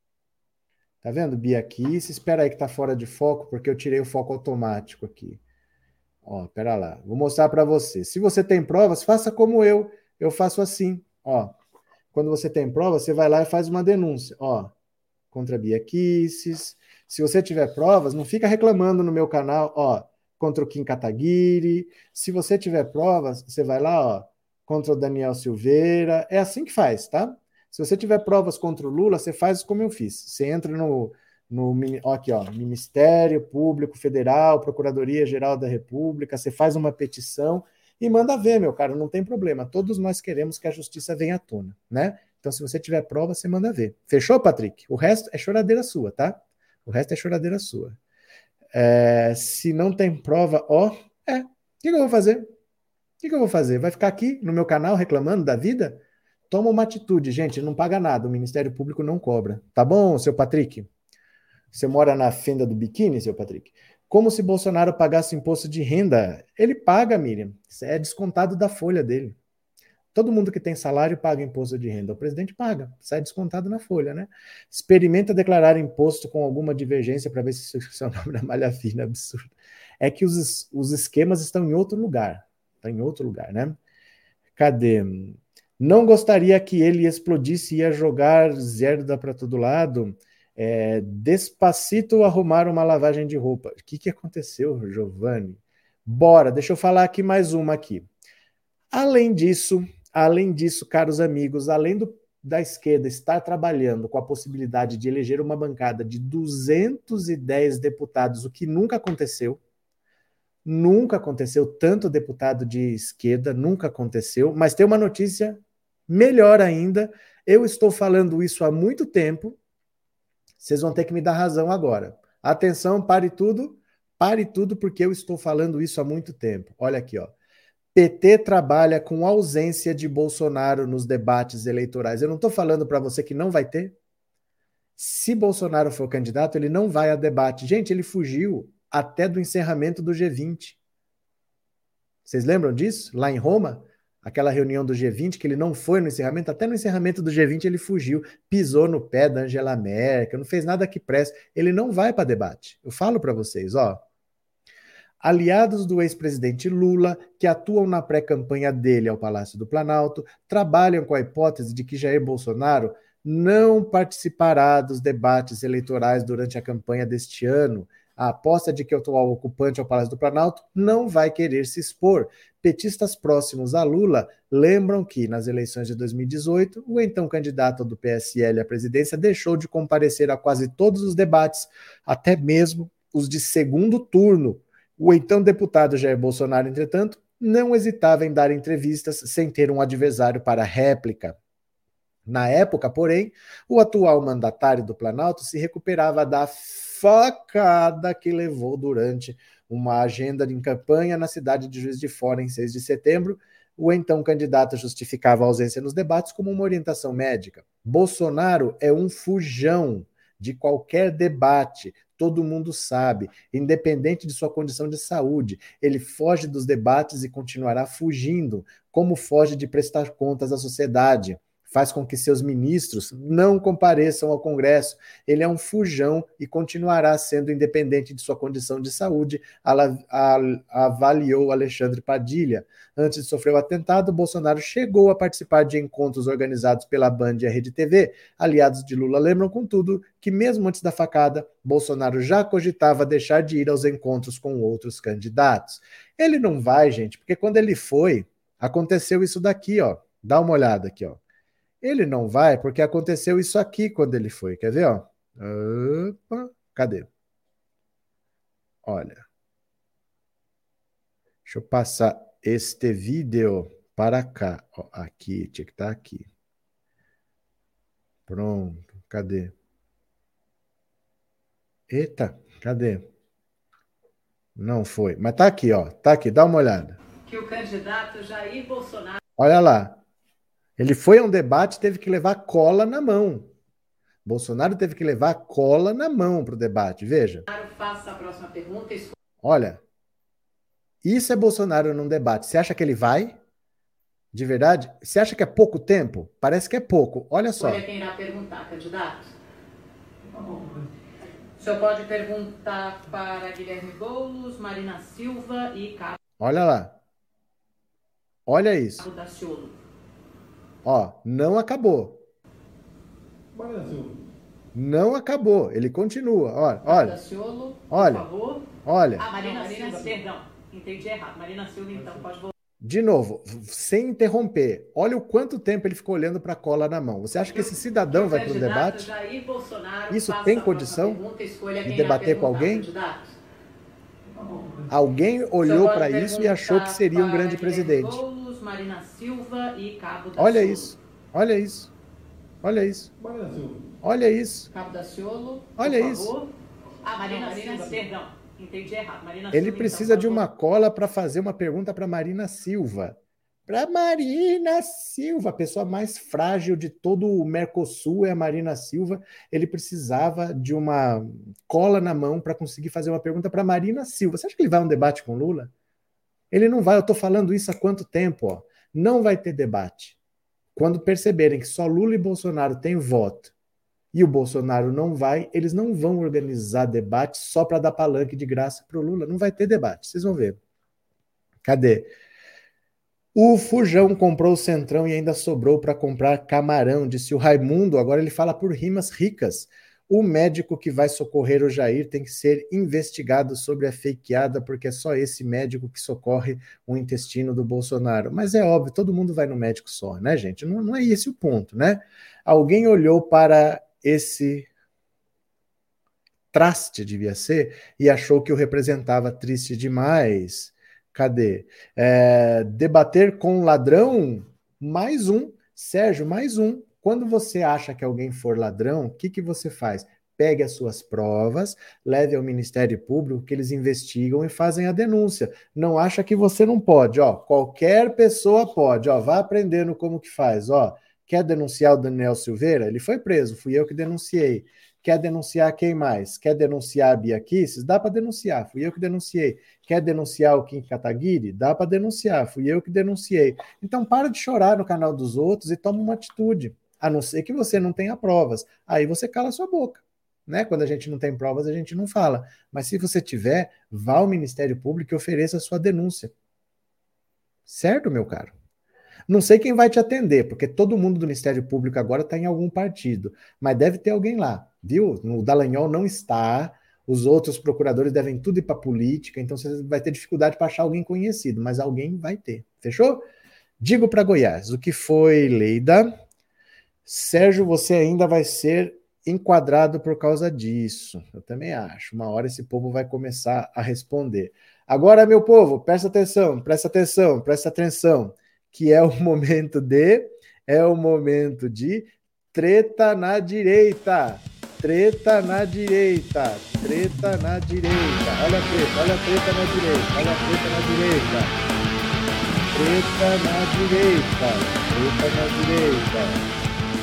Tá vendo, Bia, aqui? Se espera aí que tá fora de foco, porque eu tirei o foco automático aqui. Ó, pera lá. Vou mostrar para você. Se você tem provas, faça como eu. Eu faço assim, ó. Quando você tem prova, você vai lá e faz uma denúncia, ó, contra a Bia Kicis. Se você tiver provas, não fica reclamando no meu canal, ó, contra o Kim Kataguiri. Se você tiver provas, você vai lá, ó, contra o Daniel Silveira. É assim que faz, tá? Se você tiver provas contra o Lula, você faz como eu fiz. Você entra ó, aqui, ó, Ministério Público Federal, Procuradoria-Geral da República, você faz uma petição e manda ver, meu cara, não tem problema. Todos nós queremos que a justiça venha à tona, né? Então, se você tiver prova, você manda ver. Fechou, Patrick? O resto é choradeira sua, tá? O resto é choradeira sua. Se não tem prova, ó, o que eu vou fazer? O que eu vou fazer? Vai ficar aqui no meu canal reclamando da vida? Toma uma atitude, gente, não paga nada, o Ministério Público não cobra. Tá bom, seu Patrick? Você mora na fenda do biquíni, seu Patrick? Como se Bolsonaro pagasse imposto de renda. Ele paga, Miriam. Isso é descontado da folha dele. Todo mundo que tem salário paga imposto de renda. O presidente paga, sai descontado na folha, né? Experimenta declarar imposto com alguma divergência para ver se seu nome na malha fina. Absurdo. É que os esquemas estão em outro lugar. Está em outro lugar, né? Cadê? Não gostaria que ele explodisse e ia jogar Zerda para todo lado. Despacito arrumar uma lavagem de roupa. O que aconteceu, Giovanni? Bora, deixa eu falar aqui mais uma aqui. Além disso, caros amigos, além da esquerda estar trabalhando com a possibilidade de eleger uma bancada de 210 deputados, o que nunca aconteceu, tanto deputado de esquerda, nunca aconteceu, mas tem uma notícia melhor ainda, eu estou falando isso há muito tempo, vocês vão ter que me dar razão agora. Atenção, pare tudo, porque eu estou falando isso há muito tempo. Olha aqui, ó. PT trabalha com ausência de Bolsonaro nos debates eleitorais. Eu não estou falando para você que não vai ter. Se Bolsonaro for candidato, ele não vai a debate. Gente, ele fugiu até do encerramento do G20. Vocês lembram disso? Lá em Roma, aquela reunião do G20, que ele não foi no encerramento, até no encerramento do G20 ele fugiu, pisou no pé da Angela Merkel, não fez nada que preste. Ele não vai para debate. Eu falo para vocês, ó. Aliados do ex-presidente Lula, que atuam na pré-campanha dele ao Palácio do Planalto, trabalham com a hipótese de que Jair Bolsonaro não participará dos debates eleitorais durante a campanha deste ano. A aposta de que o atual ocupante ao Palácio do Planalto não vai querer se expor. Petistas próximos a Lula lembram que, nas eleições de 2018, o então candidato do PSL à presidência deixou de comparecer a quase todos os debates, até mesmo os de segundo turno. O então deputado Jair Bolsonaro, entretanto, não hesitava em dar entrevistas sem ter um adversário para réplica. Na época, porém, o atual mandatário do Planalto se recuperava da facada que levou durante uma agenda de campanha na cidade de Juiz de Fora, em 6 de setembro. O então candidato justificava a ausência nos debates como uma orientação médica. Bolsonaro é um fujão de qualquer debate, todo mundo sabe, independente de sua condição de saúde. Ele foge dos debates e continuará fugindo, como foge de prestar contas à sociedade. Faz com que seus ministros não compareçam ao Congresso. Ele é um fujão e continuará sendo independente de sua condição de saúde, avaliou Alexandre Padilha. Antes de sofrer o atentado, Bolsonaro chegou a participar de encontros organizados pela Band e a Rede TV. Aliados de Lula lembram, contudo, que mesmo antes da facada, Bolsonaro já cogitava deixar de ir aos encontros com outros candidatos. Ele não vai, gente, porque quando ele foi, aconteceu isso daqui, ó. Dá uma olhada aqui, ó. Ele não vai porque aconteceu isso aqui quando ele foi. Quer ver, ó? Opa, cadê? Olha. Deixa eu passar este vídeo para cá. Ó, aqui, tinha que estar aqui. Pronto, cadê? Eita, cadê? Não foi. Mas tá aqui, ó. Tá aqui, dá uma olhada. Que o candidato Jair Bolsonaro... Olha lá. Ele foi a um debate e teve que levar cola na mão. Bolsonaro teve que levar cola na mão para o debate, veja. Faça a próxima pergunta. Olha, isso é Bolsonaro num debate. Você acha que ele vai? De verdade? Você acha que é pouco tempo? Parece que é pouco. Olha só. Olha quem irá perguntar, candidato. O senhor pode perguntar para Guilherme Boulos, Marina Silva e Cabo... Olha lá. Olha isso. Daciolo. Ó, não acabou. Não acabou. Ele continua. Olha, olha. Daciolo, olha. Por favor. Olha. Marina Silva, perdão. Entendi errado. Marina Silva, então, pode voltar. De novo, sem interromper. Olha o quanto tempo ele ficou olhando para a cola na mão. Você acha que esse cidadão vai para o debate? Isso tem condição de debater com alguém? Alguém olhou para isso e achou que seria um grande presidente. Marina Silva e Cabo Daciolo. Olha isso, olha isso, olha isso, olha isso. Cabo Daciolo, olha isso. Marina Silva, perdão, entendi errado. Marina Ele Silva, precisa então, de uma cola para fazer uma pergunta para Marina Silva. Para Marina Silva, a pessoa mais frágil de todo o Mercosul é a Marina Silva. Ele precisava de uma cola na mão para conseguir fazer uma pergunta para Marina Silva. Você acha que ele vai a um debate com Lula? Ele não vai, eu estou falando isso há quanto tempo? Ó. Não vai ter debate. Quando perceberem que só Lula e Bolsonaro têm voto e o Bolsonaro não vai, eles não vão organizar debate só para dar palanque de graça para o Lula. Não vai ter debate, vocês vão ver. Cadê? O Fujão comprou o Centrão e ainda sobrou para comprar camarão, disse o Raimundo. Agora ele fala por rimas ricas. O médico que vai socorrer o Jair tem que ser investigado sobre a fakeada, porque é só esse médico que socorre o intestino do Bolsonaro. Mas é óbvio, todo mundo vai no médico só, né, gente? Não, não é esse o ponto, né? Alguém olhou para esse traste, devia ser, e achou que o representava triste demais. Cadê? Debater com ladrão? Mais um. Sérgio, mais um. Quando você acha que alguém for ladrão, o que você faz? Pegue as suas provas, leve ao Ministério Público, que eles investigam e fazem a denúncia. Não acha que você não pode, ó. Qualquer pessoa pode, ó. Vá aprendendo como que faz, ó. Quer denunciar o Daniel Silveira? Ele foi preso, fui eu que denunciei. Quer denunciar quem mais? Quer denunciar a Bia Kicis? Dá para denunciar, fui eu que denunciei. Quer denunciar o Kim Kataguiri? Dá para denunciar, fui eu que denunciei. Então para de chorar no canal dos outros e toma uma atitude, a não ser que você não tenha provas. Aí você cala sua boca. Né? Quando a gente não tem provas, a gente não fala. Mas se você tiver, vá ao Ministério Público e ofereça a sua denúncia. Certo, meu caro? Não sei quem vai te atender, porque todo mundo do Ministério Público agora está em algum partido, mas deve ter alguém lá, viu? O Dallagnol não está, os outros procuradores devem tudo ir para política, então você vai ter dificuldade para achar alguém conhecido, mas alguém vai ter, fechou? Digo para Goiás, o que foi, Leida? Sérgio, você ainda vai ser enquadrado por causa disso. Eu também acho. Uma hora esse povo vai começar a responder. Agora, meu povo, presta atenção, presta atenção, presta atenção, que é o momento de treta na direita. Treta na direita, treta na direita. Olha a treta na direita, olha a treta na direita. Treta na direita, treta na direita.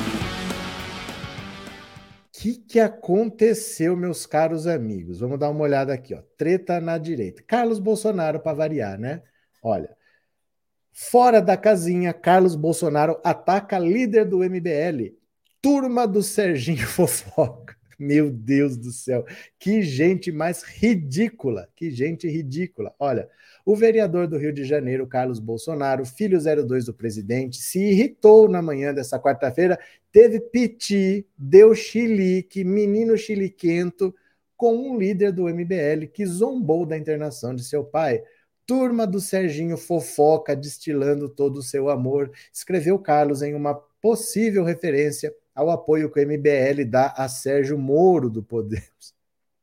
Que aconteceu, meus caros amigos? Vamos dar uma olhada aqui, ó. Treta na direita. Carlos Bolsonaro, para variar, né? Olha, fora da casinha, Carlos Bolsonaro ataca líder do MBL. Turma do Serginho Fofoca. Meu Deus do céu, que gente mais ridícula, que gente ridícula. Olha, o vereador do Rio de Janeiro, Carlos Bolsonaro, filho 02 do presidente, se irritou na manhã dessa quarta-feira, teve piti, deu chilique, menino chiliquento, com um líder do MBL que zombou da internação de seu pai. Turma do Serginho Fofoca, destilando todo o seu amor, escreveu Carlos em uma possível referência ao apoio que o MBL dá a Sérgio Moro do Podemos.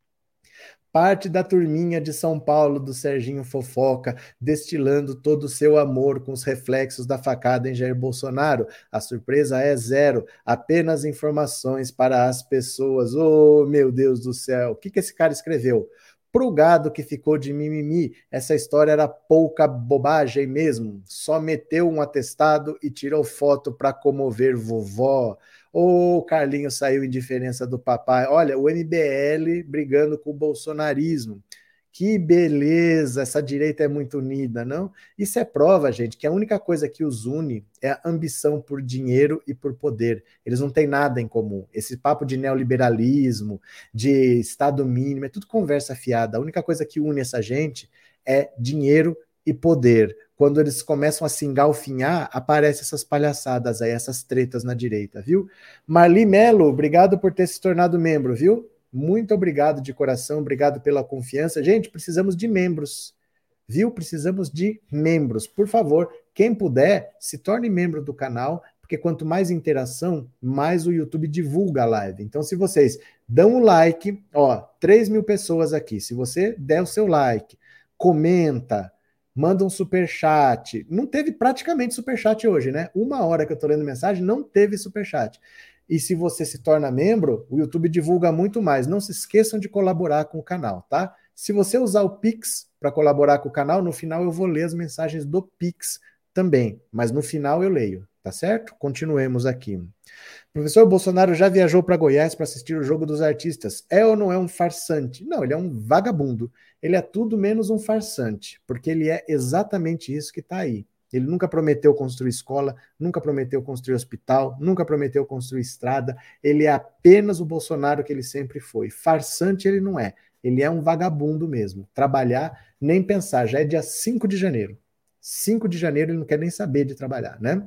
Parte da turminha de São Paulo do Serginho Fofoca, destilando todo o seu amor com os reflexos da facada em Jair Bolsonaro. A surpresa é zero, apenas informações para as pessoas. Oh, meu Deus do céu, o que esse cara escreveu? Pro gado que ficou de mimimi, essa história era pouca bobagem mesmo. Só meteu um atestado e tirou foto para comover vovó. O Carlinho saiu em diferença do papai. Olha, o MBL brigando com o bolsonarismo. Que beleza, essa direita é muito unida, não? Isso é prova, gente, que a única coisa que os une é a ambição por dinheiro e por poder. Eles não têm nada em comum. Esse papo de neoliberalismo, de Estado mínimo, é tudo conversa fiada. A única coisa que une essa gente é dinheiro e poder. Quando eles começam a se engalfinhar, aparecem essas palhaçadas aí, essas tretas na direita, viu? Marli Melo, obrigado por ter se tornado membro, viu? Muito obrigado de coração, obrigado pela confiança. Gente, precisamos de membros, viu? Precisamos de membros. Por favor, quem puder, se torne membro do canal, porque quanto mais interação, mais o YouTube divulga a live. Então, se vocês dão o like, ó, 3.000 pessoas aqui, se você der o seu like, comenta, manda um superchat. Não teve praticamente superchat hoje, né? 1 hora que eu tô lendo mensagem, não teve superchat. E se você se torna membro, o YouTube divulga muito mais. Não se esqueçam de colaborar com o canal, tá? Se você usar o Pix para colaborar com o canal, no final eu vou ler as mensagens do Pix também, mas no final eu leio, tá certo? Continuemos aqui. Professor Bolsonaro já viajou para Goiás para assistir o Jogo dos Artistas. É ou não é um farsante? Não, ele é um vagabundo. Ele é tudo menos um farsante, porque ele é exatamente isso que está aí. Ele nunca prometeu construir escola, nunca prometeu construir hospital, nunca prometeu construir estrada. Ele é apenas o Bolsonaro que ele sempre foi. Farsante ele não é. Ele é um vagabundo mesmo. Trabalhar, nem pensar. Já é dia 5 de janeiro. 5 de janeiro ele não quer nem saber de trabalhar, né?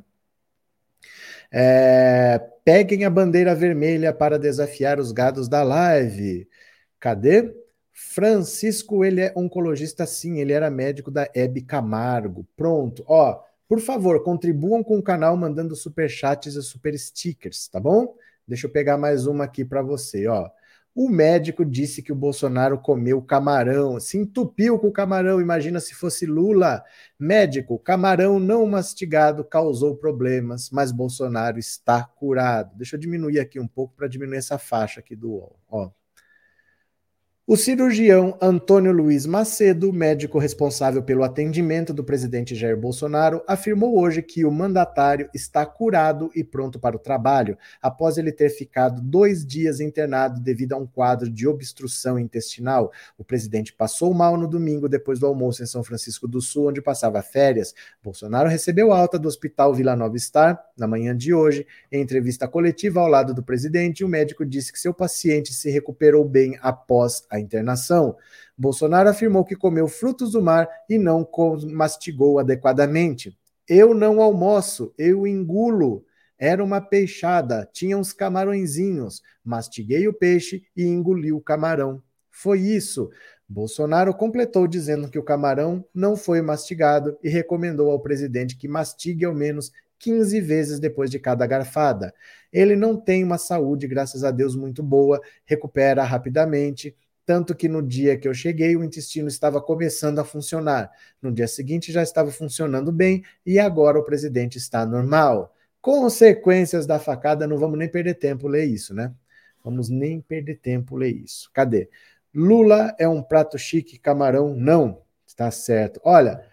Peguem a bandeira vermelha para desafiar os gados da live. Cadê? Francisco, ele é oncologista, sim, ele era médico da Hebe Camargo. Pronto, ó, por favor, contribuam com o canal mandando superchats e super stickers, tá bom? Deixa eu pegar mais uma aqui para você, ó. O médico disse que o Bolsonaro comeu camarão, se entupiu com o camarão, imagina se fosse Lula. Médico, camarão não mastigado causou problemas, mas Bolsonaro está curado. Deixa eu diminuir aqui um pouco para diminuir essa faixa aqui do UOL, ó. O cirurgião Antônio Luiz Macedo, médico responsável pelo atendimento do presidente Jair Bolsonaro, afirmou hoje que o mandatário está curado e pronto para o trabalho, após ele ter ficado 2 dias internado devido a um quadro de obstrução intestinal. O presidente passou mal no domingo depois do almoço em São Francisco do Sul, onde passava férias. Bolsonaro recebeu alta do Hospital Vila Nova Star na manhã de hoje. Em entrevista coletiva ao lado do presidente, o médico disse que seu paciente se recuperou bem após a internação. Bolsonaro afirmou que comeu frutos do mar e não mastigou adequadamente. Eu não almoço, eu engulo. Era uma peixada, tinha uns camarõezinhos. Mastiguei o peixe e engoli o camarão. Foi isso. Bolsonaro completou dizendo que o camarão não foi mastigado e recomendou ao presidente que mastigue ao menos 15 vezes depois de cada garfada. Ele não tem uma saúde, graças a Deus, muito boa, recupera rapidamente, tanto que no dia que eu cheguei, o intestino estava começando a funcionar. No dia seguinte já estava funcionando bem e agora o presidente está normal. Consequências da facada, não vamos nem perder tempo ler isso, né? Vamos nem perder tempo ler isso. Cadê? Lula é um prato chique, camarão não. Está certo. Olha,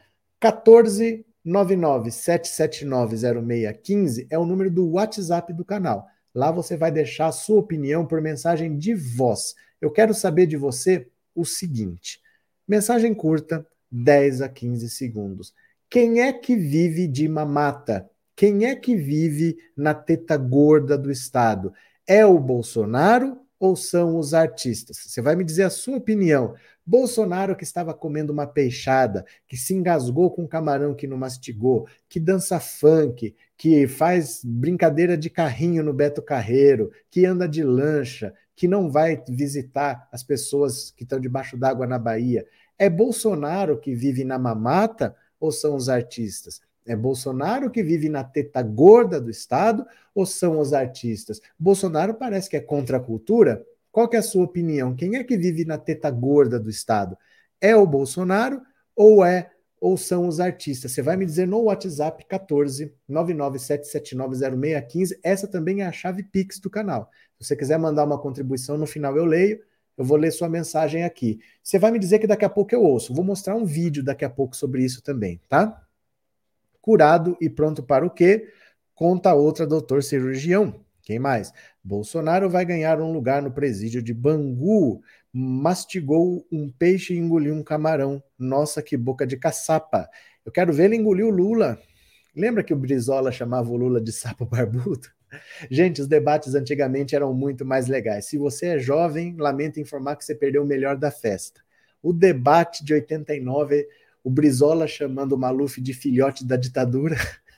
14997790615 é o número do WhatsApp do canal. Lá você vai deixar a sua opinião por mensagem de voz. Eu quero saber de você o seguinte: mensagem curta, 10 a 15 segundos. Quem é que vive de mamata? Quem é que vive na teta gorda do Estado? É o Bolsonaro ou são os artistas? Você vai me dizer a sua opinião. Bolsonaro que estava comendo uma peixada, que se engasgou com um camarão que não mastigou, que dança funk, que faz brincadeira de carrinho no Beto Carreiro, que anda de lancha, que não vai visitar as pessoas que estão debaixo d'água na Bahia. É Bolsonaro que vive na mamata ou são os artistas? É Bolsonaro que vive na teta gorda do Estado ou são os artistas? Bolsonaro parece que é contra a cultura. Qual que é a sua opinião? Quem é que vive na teta gorda do Estado? É o Bolsonaro ou são os artistas? Você vai me dizer no WhatsApp 14 997790615. Essa também é a chave Pix do canal. Se você quiser mandar uma contribuição, no final eu leio. Eu vou ler sua mensagem aqui. Você vai me dizer que daqui a pouco eu ouço. Vou mostrar um vídeo daqui a pouco sobre isso também, tá? Curado e pronto para o quê? Conta outra, doutor cirurgião. Quem mais? Bolsonaro vai ganhar um lugar no presídio de Bangu. Mastigou um peixe e engoliu um camarão. Nossa, que boca de caçapa. Eu quero ver ele engolir o Lula. Lembra que o Brizola chamava o Lula de sapo barbudo? Gente, os debates antigamente eram muito mais legais. Se você é jovem, lamento informar que você perdeu o melhor da festa. O debate de 89, o Brizola chamando o Maluf de filhote da ditadura.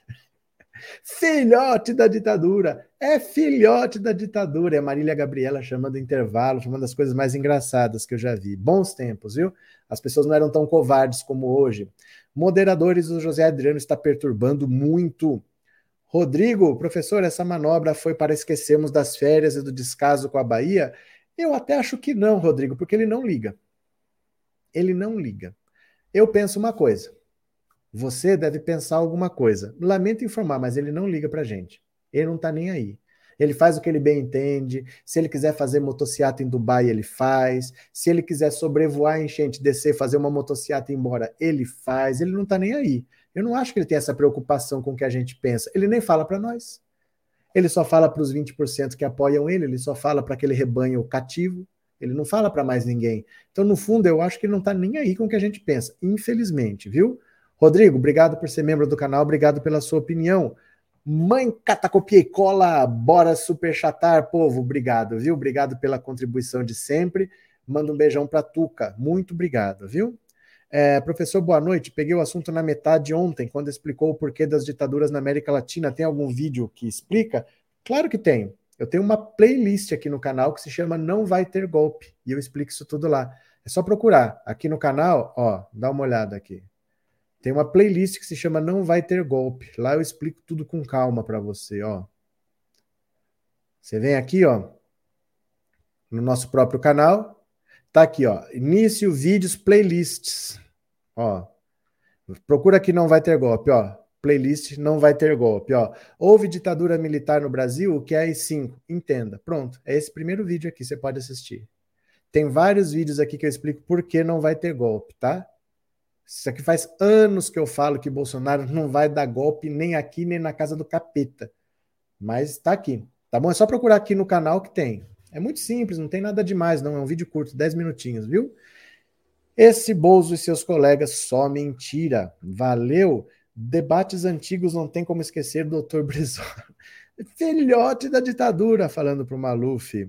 Filhote da ditadura! É filhote da ditadura! E a Marília Gabriela chamando intervalo, foi uma das coisas mais engraçadas que eu já vi. Bons tempos, viu? As pessoas não eram tão covardes como hoje. Moderadores, o José Adriano está perturbando muito. Rodrigo, professor, essa manobra foi para esquecermos das férias e do descaso com a Bahia? Eu até acho que não, Rodrigo, porque ele não liga. Ele não liga. Eu penso uma coisa. Você deve pensar alguma coisa. Lamento informar, mas ele não liga pra gente. Ele não tá nem aí. Ele faz o que ele bem entende. Se ele quiser fazer motociata em Dubai, ele faz. Se ele quiser sobrevoar a enchente, descer, fazer uma motociata e ir embora, ele faz. Ele não tá nem aí. Eu não acho que ele tem essa preocupação com o que a gente pensa. Ele nem fala para nós. Ele só fala para os 20% que apoiam ele só fala para aquele rebanho cativo, ele não fala para mais ninguém. Então, no fundo, eu acho que ele não está nem aí com o que a gente pensa, infelizmente, viu? Rodrigo, obrigado por ser membro do canal, obrigado pela sua opinião. Mãe Catacopia e Cola, bora superchatar, povo, obrigado, viu? Obrigado pela contribuição de sempre. Manda um beijão para Tuca, muito obrigado, viu? Professor, boa noite. Peguei o assunto na metade ontem, quando explicou o porquê das ditaduras na América Latina. Tem algum vídeo que explica? Claro que tenho. Eu tenho uma playlist aqui no canal que se chama Não Vai Ter Golpe. E eu explico isso tudo lá. É só procurar. Aqui no canal, ó, dá uma olhada aqui. Tem uma playlist que se chama Não Vai Ter Golpe. Lá eu explico tudo com calma para você, ó. Você vem aqui, ó, no nosso próprio canal. Tá aqui, ó. Início, vídeos, playlists. Ó. Procura aqui Não Vai Ter Golpe, ó. Playlist Não Vai Ter Golpe, ó. Houve ditadura militar no Brasil, o que é AI-5? Entenda. Pronto. É esse primeiro vídeo aqui, você pode assistir. Tem vários vídeos aqui que eu explico por que não vai ter golpe, tá? Isso aqui faz anos que eu falo que Bolsonaro não vai dar golpe nem aqui, nem na casa do capeta. Mas tá aqui, tá bom? É só procurar aqui no canal que tem. É muito simples, não tem nada demais, não. É um vídeo curto, 10 minutinhos, viu? Esse Bozo e seus colegas, só mentira. Valeu. Debates antigos não tem como esquecer do Dr. Brizola. Filhote da ditadura, falando para o Maluf.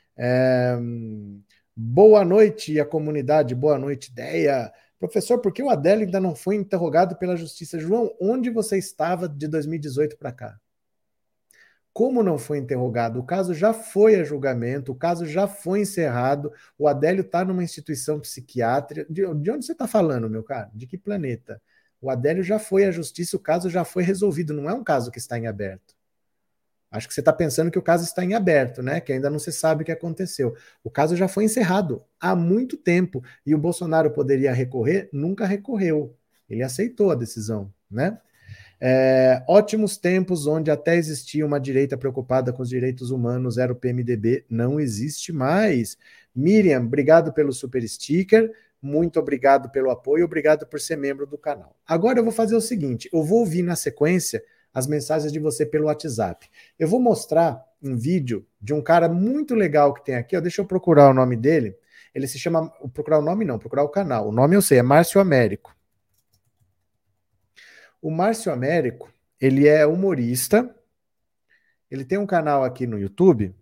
Boa noite, a comunidade. Boa noite, ideia. Professor, por que o Adélio ainda não foi interrogado pela justiça? João, onde você estava de 2018 para cá? Como não foi interrogado? O caso já foi a julgamento, o caso já foi encerrado, o Adélio está numa instituição psiquiátrica. De onde você está falando, meu caro? De que planeta? O Adélio já foi à justiça, o caso já foi resolvido, não é um caso que está em aberto. Acho que você está pensando que o caso está em aberto, né? Que ainda não se sabe o que aconteceu. O caso já foi encerrado há muito tempo e o Bolsonaro poderia recorrer, nunca recorreu. Ele aceitou a decisão, né? Ótimos tempos onde até existia uma direita preocupada com os direitos humanos, era o PMDB, não existe mais. Miriam, obrigado pelo super sticker, muito obrigado pelo apoio, obrigado por ser membro do canal. Agora eu vou fazer o seguinte, eu vou ouvir na sequência as mensagens de você pelo WhatsApp. Eu vou mostrar um vídeo de um cara muito legal que tem aqui, ó, deixa eu procurar o nome dele, ele se chama, procurar o nome não, procurar o canal, o nome eu sei, é Márcio Américo. O Márcio Américo, ele é humorista, ele tem um canal aqui no YouTube,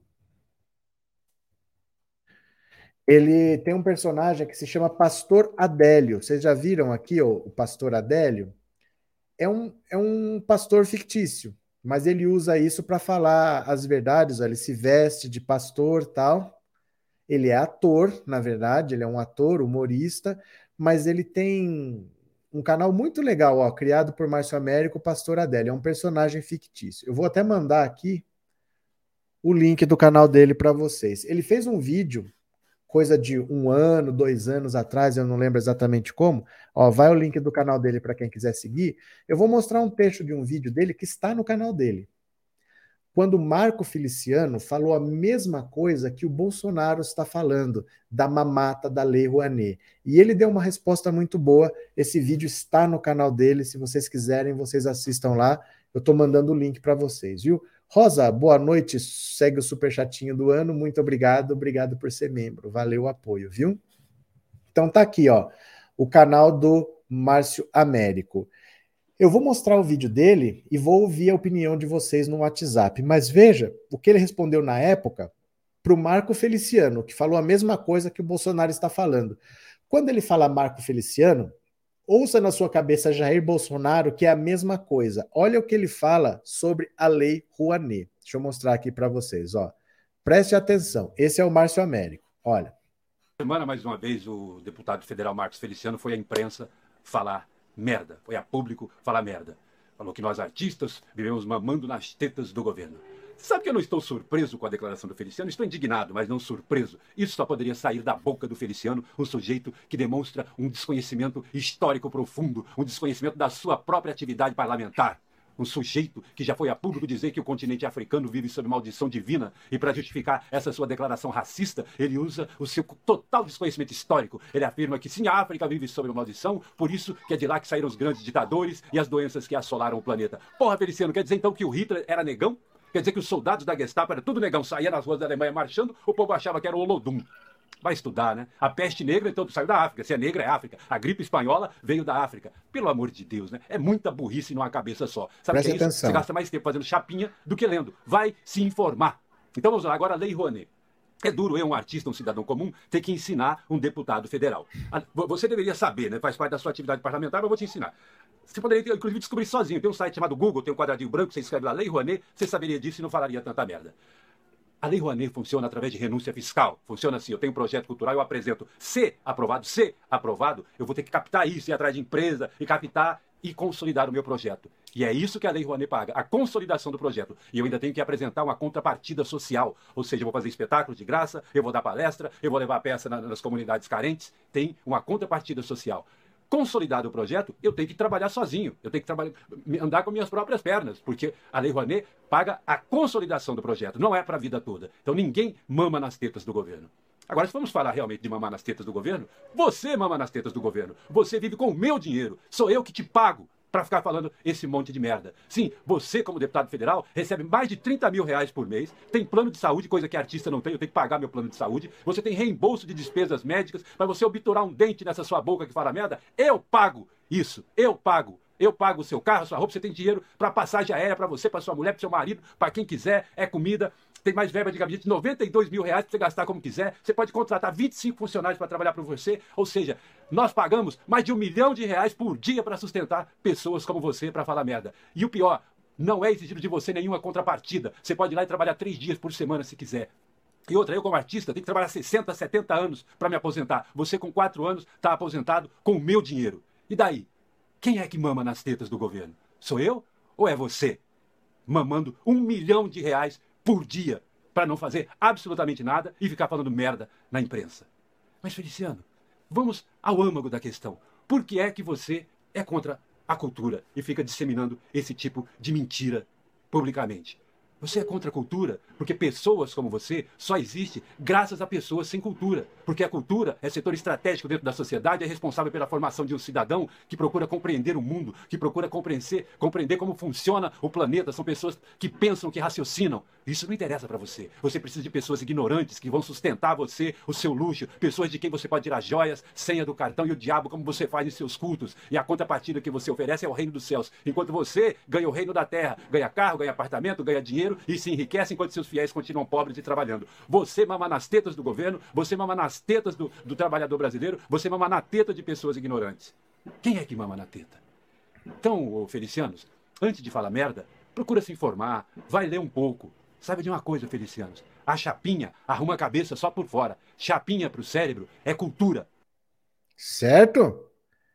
ele tem um personagem que se chama Pastor Adélio. Vocês já viram aqui o Pastor Adélio? É um pastor fictício, mas ele usa isso para falar as verdades, ele se veste de pastor tal. Ele é ator, na verdade, ele é um ator, humorista, mas ele tem um canal muito legal, ó, criado por Márcio Américo, o Pastor Adélio. É um personagem fictício. Eu vou até mandar aqui o link do canal dele para vocês. Ele fez um vídeo, coisa de 1 ano, 2 anos atrás, eu não lembro exatamente como. Ó, vai o link do canal dele para quem quiser seguir. Eu vou mostrar um trecho de um vídeo dele que está no canal dele. Quando Marco Feliciano falou a mesma coisa que o Bolsonaro está falando, da mamata da Lei Rouanet. E ele deu uma resposta muito boa. Esse vídeo está no canal dele. Se vocês quiserem, vocês assistam lá. Eu estou mandando o link para vocês, viu? Rosa, boa noite. Segue o superchatinho do ano. Muito obrigado. Obrigado por ser membro. Valeu o apoio, viu? Então tá aqui, ó, o canal do Márcio Américo. Eu vou mostrar o vídeo dele e vou ouvir a opinião de vocês no WhatsApp. Mas veja o que ele respondeu na época para o Marco Feliciano, que falou a mesma coisa que o Bolsonaro está falando. Quando ele fala Marco Feliciano, ouça na sua cabeça Jair Bolsonaro, que é a mesma coisa. Olha o que ele fala sobre a Lei Rouanet. Deixa eu mostrar aqui para vocês. Ó. Preste atenção. Esse é o Márcio Américo. Olha. Semana, mais uma vez, o deputado federal Marcos Feliciano foi à imprensa falar merda, foi a público falar merda. Falou que nós artistas vivemos mamando nas tetas do governo. Sabe que eu não estou surpreso com a declaração do Feliciano? Estou indignado, mas não surpreso. Isso só poderia sair da boca do Feliciano, um sujeito que demonstra um desconhecimento histórico profundo, um desconhecimento da sua própria atividade parlamentar. Um sujeito que já foi a público dizer que o continente africano vive sob maldição divina e para justificar essa sua declaração racista, ele usa o seu total desconhecimento histórico. Ele afirma que sim, a África vive sob maldição, por isso que é de lá que saíram os grandes ditadores e as doenças que assolaram o planeta. Porra, Feliciano, quer dizer então que o Hitler era negão? Quer dizer que os soldados da Gestapo era tudo negão, saía nas ruas da Alemanha marchando, o povo achava que era o Olodum. Vai estudar, né? A peste negra, então, saiu da África. Se é negra, é África. A gripe espanhola veio da África. Pelo amor de Deus, né? É muita burrice numa cabeça só. Sabe o que é isso? Atenção. Você gasta mais tempo fazendo chapinha do que lendo. Vai se informar. Então vamos lá, agora a Lei Rouanet. É duro eu, um artista, um cidadão comum, ter que ensinar um deputado federal. Você deveria saber, né? Faz parte da sua atividade parlamentar, mas eu vou te ensinar. Você poderia, inclusive, descobrir sozinho. Tem um site chamado Google, tem um quadradinho branco, você escreve lá Lei Rouanet, você saberia disso e não falaria tanta merda. A Lei Rouanet funciona através de renúncia fiscal. Funciona assim, eu tenho um projeto cultural, eu apresento. Se aprovado, eu vou ter que captar isso, ir atrás de empresa e captar e consolidar o meu projeto. E é isso que a Lei Rouanet paga, a consolidação do projeto. E eu ainda tenho que apresentar uma contrapartida social. Ou seja, eu vou fazer espetáculo de graça, eu vou dar palestra, eu vou levar peça nas comunidades carentes. Tem uma contrapartida social. Consolidado o projeto, eu tenho que trabalhar sozinho, eu tenho que andar com minhas próprias pernas, porque a Lei Rouanet paga a consolidação do projeto, não é para a vida toda. Então ninguém mama nas tetas do governo. Agora, se vamos falar realmente de mamar nas tetas do governo, você mama nas tetas do governo. Você vive com o meu dinheiro, sou eu que te pago para ficar falando esse monte de merda. Sim, você, como deputado federal, recebe mais de 30 mil reais por mês, tem plano de saúde, coisa que artista não tem, eu tenho que pagar meu plano de saúde, você tem reembolso de despesas médicas, para você obturar um dente nessa sua boca que fala merda, eu pago isso, eu pago. Eu pago o seu carro, a sua roupa, você tem dinheiro para passagem aérea para você, para sua mulher, para seu marido, para quem quiser, é comida, tem mais verba de gabinete, 92 mil reais para você gastar como quiser, você pode contratar 25 funcionários para trabalhar para você, ou seja, nós pagamos mais de R$1 milhão por dia para sustentar pessoas como você para falar merda. E o pior, não é exigido de você nenhuma contrapartida, você pode ir lá e trabalhar 3 dias por semana se quiser. E outra, eu como artista tenho que trabalhar 60, 70 anos para me aposentar. Você com 4 anos está aposentado com o meu dinheiro. E daí? Quem é que mama nas tetas do governo? Sou eu ou é você? Mamando R$1 milhão por dia para não fazer absolutamente nada e ficar falando merda na imprensa. Mas, Feliciano, vamos ao âmago da questão. Por que é que você é contra a cultura e fica disseminando esse tipo de mentira publicamente? Você é contra a cultura porque pessoas como você só existem graças a pessoas sem cultura. Porque a cultura é setor estratégico dentro da sociedade, é responsável pela formação de um cidadão que procura compreender o mundo, que procura compreender como funciona o planeta. São pessoas que pensam, que raciocinam. Isso não interessa para você. Você precisa de pessoas ignorantes que vão sustentar você, o seu luxo, pessoas de quem você pode tirar joias, senha do cartão e o diabo como você faz em seus cultos. E a contrapartida que você oferece é o reino dos céus. Enquanto você ganha o reino da terra, ganha carro, ganha apartamento, ganha dinheiro e se enriquece enquanto seus fiéis continuam pobres e trabalhando. Você mama nas tetas do governo, você mama nas tetas do trabalhador brasileiro, você mama na teta de pessoas ignorantes. Quem é que mama na teta? Então, Felicianos, antes de falar merda, procura se informar, vai ler um pouco. Sabe de uma coisa, Felicianos? A chapinha arruma a cabeça só por fora. Chapinha pro cérebro é cultura. Certo?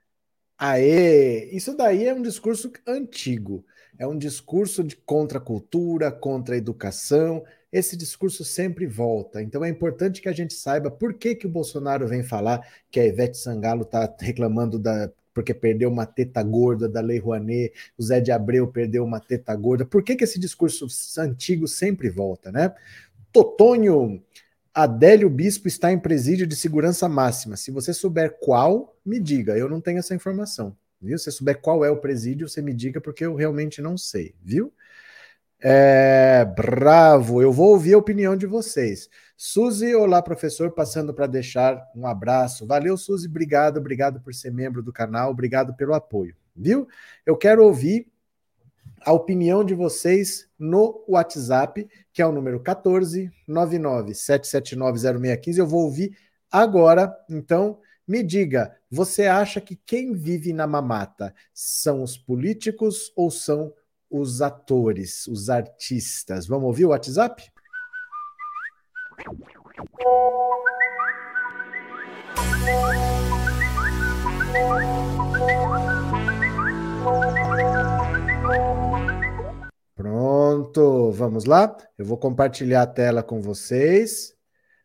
Aê! Isso daí é um discurso antigo. É um discurso de contra a cultura, contra a educação. Esse discurso sempre volta. Então é importante que a gente saiba por que o Bolsonaro vem falar que a Ivete Sangalo está reclamando porque perdeu uma teta gorda da Lei Rouanet, o Zé de Abreu perdeu uma teta gorda. Por que esse discurso antigo sempre volta, né? Totônio Adélio Bispo está em presídio de segurança máxima. Se você souber qual, me diga. Eu não tenho essa informação. Viu? Se você souber qual é o presídio, você me diga, porque eu realmente não sei, viu? Bravo, eu vou ouvir a opinião de vocês. Suzy, olá, professor, passando para deixar um abraço. Valeu, Suzy, obrigado por ser membro do canal, obrigado pelo apoio, viu? Eu quero ouvir a opinião de vocês no WhatsApp, que é o número 14 99 779 0615. Eu vou ouvir agora, então me diga, você acha que quem vive na mamata são os políticos ou são os atores, os artistas? Vamos ouvir o WhatsApp? Pronto, vamos lá? Eu vou compartilhar a tela com vocês.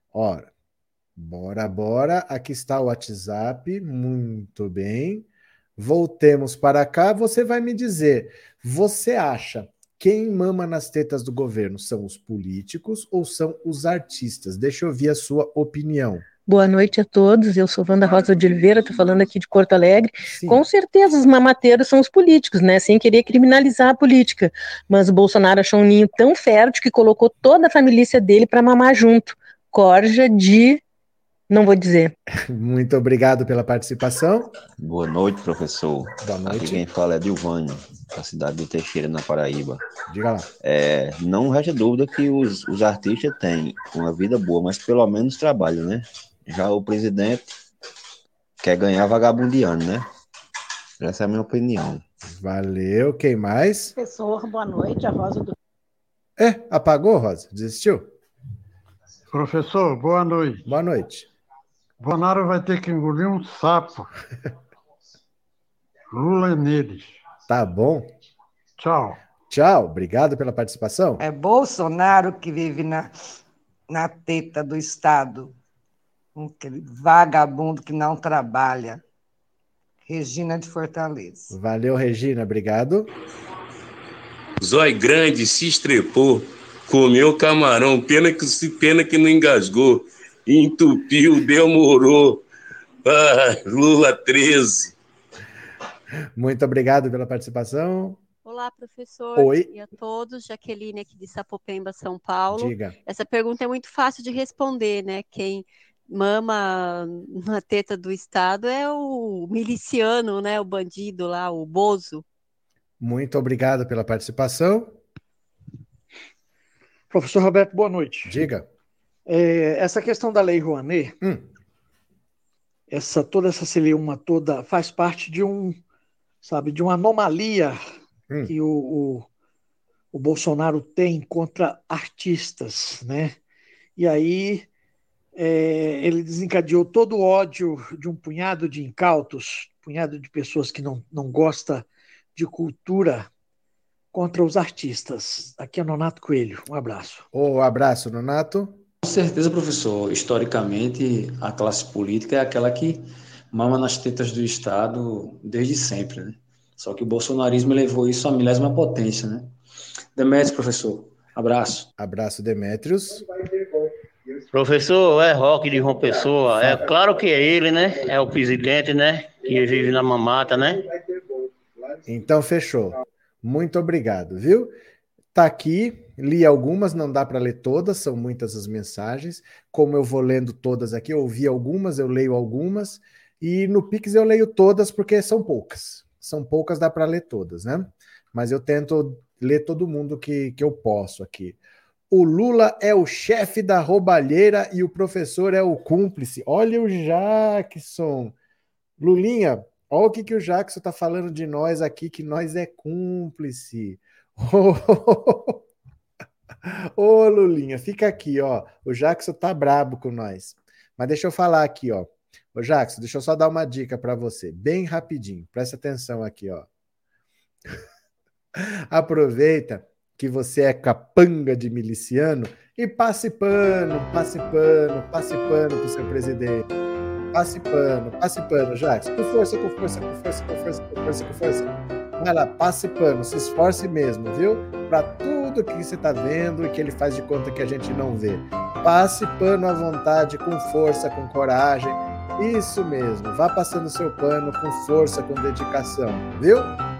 Ora, bora. Aqui está o WhatsApp, muito bem. Voltemos para cá, você vai me dizer, você acha quem mama nas tetas do governo são os políticos ou são os artistas? Deixa eu ouvir a sua opinião. Boa noite a todos, eu sou Wanda Rosa de Oliveira, estou falando aqui de Porto Alegre. Sim. Com certeza os mamateiros são os políticos, né, sem querer criminalizar a política, mas o Bolsonaro achou um ninho tão fértil que colocou toda a família dele para mamar junto. Corja de... não vou dizer. Muito obrigado pela participação. Boa noite, professor. Boa noite. Aqui quem fala é Dilvânio, da cidade de Teixeira, na Paraíba. Diga lá. Não resta dúvida que os artistas têm uma vida boa, mas pelo menos trabalham, né? Já o presidente quer ganhar vagabundiano, né? Essa é a minha opinião. Valeu. Quem mais? Professor, boa noite. A Rosa do... Apagou, Rosa? Desistiu? Professor, boa noite. Boa noite. Bolsonaro vai ter que engolir um sapo. Lula é neles. Tá bom. Tchau. Tchau. Obrigado pela participação. É Bolsonaro que vive na teta do Estado. Aquele vagabundo que não trabalha. Regina de Fortaleza. Valeu, Regina. Obrigado. Zói grande, se estrepou, comeu camarão, pena que não engasgou, entupiu, demorou. Lula 13. Muito obrigado pela participação. Olá, professor. Oi. E a todos. Jaqueline aqui de Sapopemba, São Paulo. Diga. Essa pergunta é muito fácil de responder, né? Quem mama na teta do Estado é o miliciano, né? O bandido lá, o Bozo. Muito obrigado pela participação. Professor Roberto, boa noite. Diga. Essa questão da Lei Rouanet, toda essa celeuma toda faz parte de de uma anomalia que o Bolsonaro tem contra artistas, né? E aí ele desencadeou todo o ódio de um punhado de incautos, punhado de pessoas que não gostam de cultura contra os artistas. Aqui é Nonato Coelho. Um abraço. Um abraço, Nonato. Com certeza, professor. Historicamente, a classe política é aquela que mama nas tetas do Estado desde sempre, né? Só que o bolsonarismo levou isso à milésima potência, né? Demétrios, professor. Abraço. Abraço, Demétrios. Professor, é Roque de João Pessoa. É claro que é ele, né? É o presidente, né? Que vive na mamata, né? Então, fechou. Muito obrigado, viu? Tá aqui, li algumas, não dá para ler todas, são muitas as mensagens. Como eu vou lendo todas aqui, eu ouvi algumas, eu leio algumas, e no Pix eu leio todas porque são poucas. São poucas, dá para ler todas, né? Mas eu tento ler todo mundo que eu posso aqui. O Lula é o chefe da roubalheira e o professor é o cúmplice. Olha o Jackson. Lulinha, olha o que o Jackson tá falando de nós aqui, que nós é cúmplice. Ô, Lulinha, fica aqui, ó. O Jackson tá brabo com nós. Mas deixa eu falar aqui, ó. Ô, Jackson, deixa eu só dar uma dica para você, bem rapidinho. Presta atenção aqui, ó. Aproveita que você é capanga de miliciano e passe pano pro seu presidente. Passe pano, Jackson. Com força. Vai lá, passe pano, se esforce mesmo, viu? Para tudo que você tá vendo e que ele faz de conta que a gente não vê. Passe pano à vontade, com força, com coragem. Isso mesmo, vá passando seu pano com força, com dedicação, viu?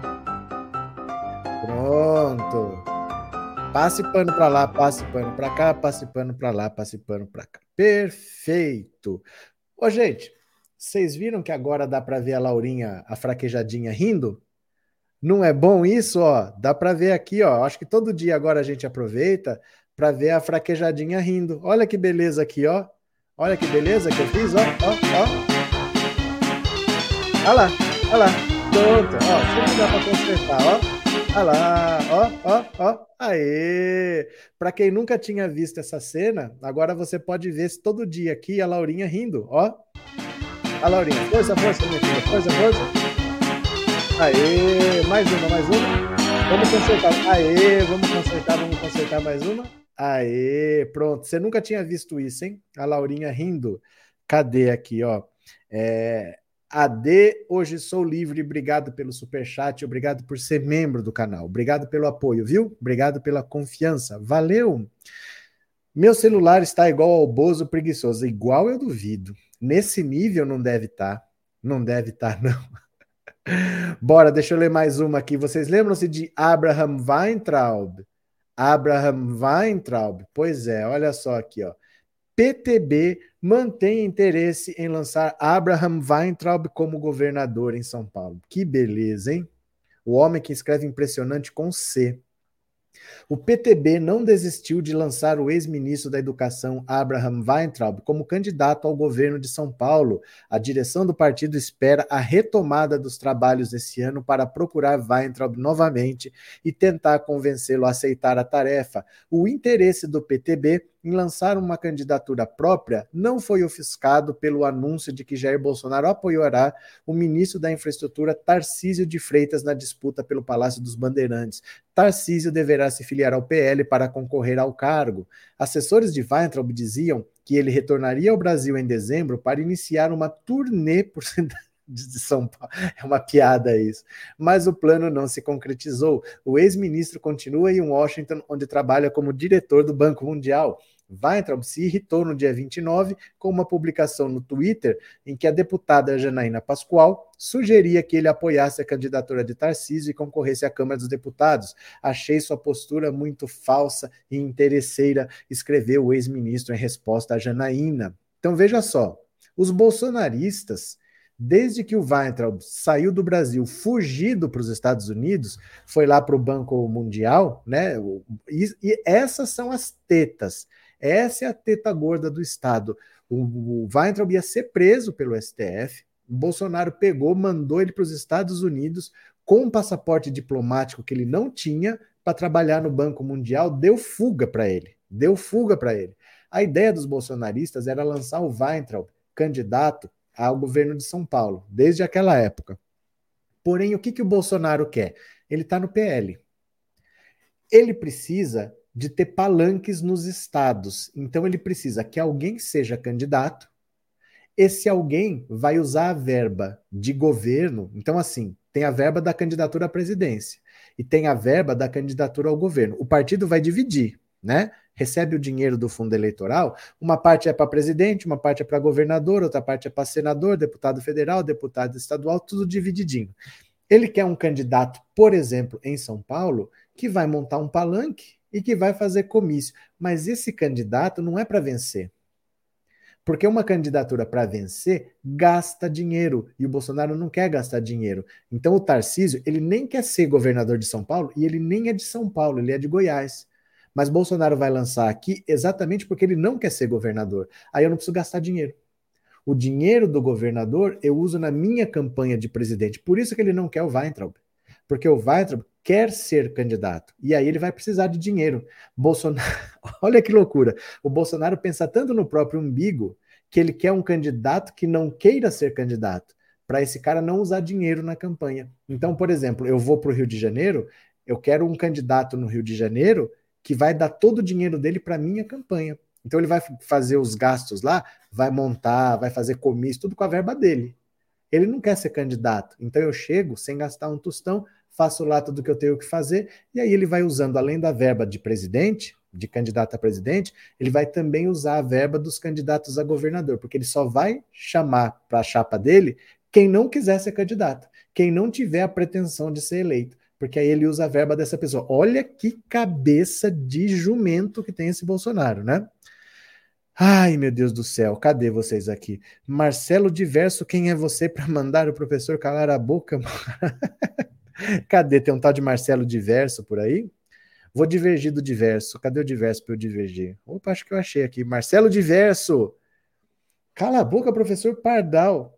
Pronto. Passe pano para lá, passe pano para cá, passe pano para lá, passe pano para cá. Perfeito. Ô, gente, vocês viram que agora dá para ver a Laurinha, a fraquejadinha, rindo? Não é bom isso, ó? Dá para ver aqui, ó. Acho que todo dia agora a gente aproveita para ver a fraquejadinha rindo. Olha que beleza aqui, ó. Olha que beleza que eu fiz, ó. Olha lá. Pronto, ó. Sempre dá para consertar, ó. Olha lá, ó. Aê! Para quem nunca tinha visto essa cena, agora você pode ver todo dia aqui a Laurinha rindo, ó. A Laurinha, força, minha filha, força. Aê, mais uma. Vamos consertar. Aê, vamos consertar mais uma. Aê, pronto. Você nunca tinha visto isso, hein? A Laurinha rindo. Cadê aqui, ó? AD, hoje sou livre, obrigado pelo superchat, obrigado por ser membro do canal, obrigado pelo apoio, viu? Obrigado pela confiança, valeu! Meu celular está igual ao Bozo preguiçoso, igual eu duvido, nesse nível não deve estar, não. Bora, deixa eu ler mais uma aqui, vocês lembram-se de Abraham Weintraub? Abraham Weintraub, pois é, olha só aqui, ó. PTB mantém interesse em lançar Abraham Weintraub como governador em São Paulo. Que beleza, hein? O homem que escreve impressionante com C. O PTB não desistiu de lançar o ex-ministro da Educação Abraham Weintraub como candidato ao governo de São Paulo. A direção do partido espera a retomada dos trabalhos esse ano para procurar Weintraub novamente e tentar convencê-lo a aceitar a tarefa. O interesse do PTB em lançar uma candidatura própria não foi ofuscado pelo anúncio de que Jair Bolsonaro apoiará o ministro da Infraestrutura Tarcísio de Freitas na disputa pelo Palácio dos Bandeirantes. Tarcísio deverá se filiar ao PL para concorrer ao cargo. Assessores de Weintraub diziam que ele retornaria ao Brasil em dezembro para iniciar uma turnê por cidade de São Paulo. É uma piada isso. Mas o plano não se concretizou. O ex-ministro continua em Washington, onde trabalha como diretor do Banco Mundial. Weintraub se irritou no dia 29 com uma publicação no Twitter em que a deputada Janaína Pascoal sugeria que ele apoiasse a candidatura de Tarcísio e concorresse à Câmara dos Deputados. Achei sua postura muito falsa e interesseira, escreveu o ex-ministro em resposta a Janaína. Então veja só, os bolsonaristas, desde que o Weintraub saiu do Brasil, fugido para os Estados Unidos, foi lá para o Banco Mundial, né? E essas são as tetas. Essa é a teta gorda do Estado. O Weintraub ia ser preso pelo STF, o Bolsonaro pegou, mandou ele para os Estados Unidos com um passaporte diplomático que ele não tinha para trabalhar no Banco Mundial, deu fuga para ele. A ideia dos bolsonaristas era lançar o Weintraub candidato ao governo de São Paulo, desde aquela época. Porém, o que o Bolsonaro quer? Ele está no PL. Ele precisa de ter palanques nos estados. Então ele precisa que alguém seja candidato. Esse alguém vai usar a verba de governo. Então, assim, tem a verba da candidatura à presidência e tem a verba da candidatura ao governo. O partido vai dividir, né? Recebe o dinheiro do fundo eleitoral, uma parte é para presidente, uma parte é para governador, outra parte é para senador, deputado federal, deputado estadual, tudo divididinho. Ele quer um candidato, por exemplo, em São Paulo, que vai montar um palanque e que vai fazer comício. Mas esse candidato não é para vencer. Porque uma candidatura para vencer gasta dinheiro. E o Bolsonaro não quer gastar dinheiro. Então o Tarcísio, ele nem quer ser governador de São Paulo e ele nem é de São Paulo, ele é de Goiás. Mas Bolsonaro vai lançar aqui exatamente porque ele não quer ser governador. Aí eu não preciso gastar dinheiro. O dinheiro do governador eu uso na minha campanha de presidente. Por isso que ele não quer o Weintraub. Porque o Weintraub quer ser candidato. E aí ele vai precisar de dinheiro. Bolsonaro, olha que loucura. O Bolsonaro pensa tanto no próprio umbigo que ele quer um candidato que não queira ser candidato, para esse cara não usar dinheiro na campanha. Então, por exemplo, eu vou para o Rio de Janeiro, eu quero um candidato no Rio de Janeiro que vai dar todo o dinheiro dele para minha campanha. Então ele vai fazer os gastos lá, vai montar, vai fazer comício, tudo com a verba dele. Ele não quer ser candidato. Então eu chego sem gastar um tostão, faço lá tudo que eu tenho que fazer, e aí ele vai usando, além da verba de presidente, de candidato a presidente, ele vai também usar a verba dos candidatos a governador, porque ele só vai chamar para a chapa dele quem não quiser ser candidato, quem não tiver a pretensão de ser eleito, porque aí ele usa a verba dessa pessoa. Olha que cabeça de jumento que tem esse Bolsonaro, né? Ai, meu Deus do céu, cadê vocês aqui? Marcelo Diverso, quem é você para mandar o professor calar a boca? Cadê? Tem um tal de Marcelo Diverso por aí? Vou divergir do Diverso. Cadê o Diverso para eu divergir? Opa, acho que eu achei aqui. Marcelo Diverso! Cala a boca, professor Pardal.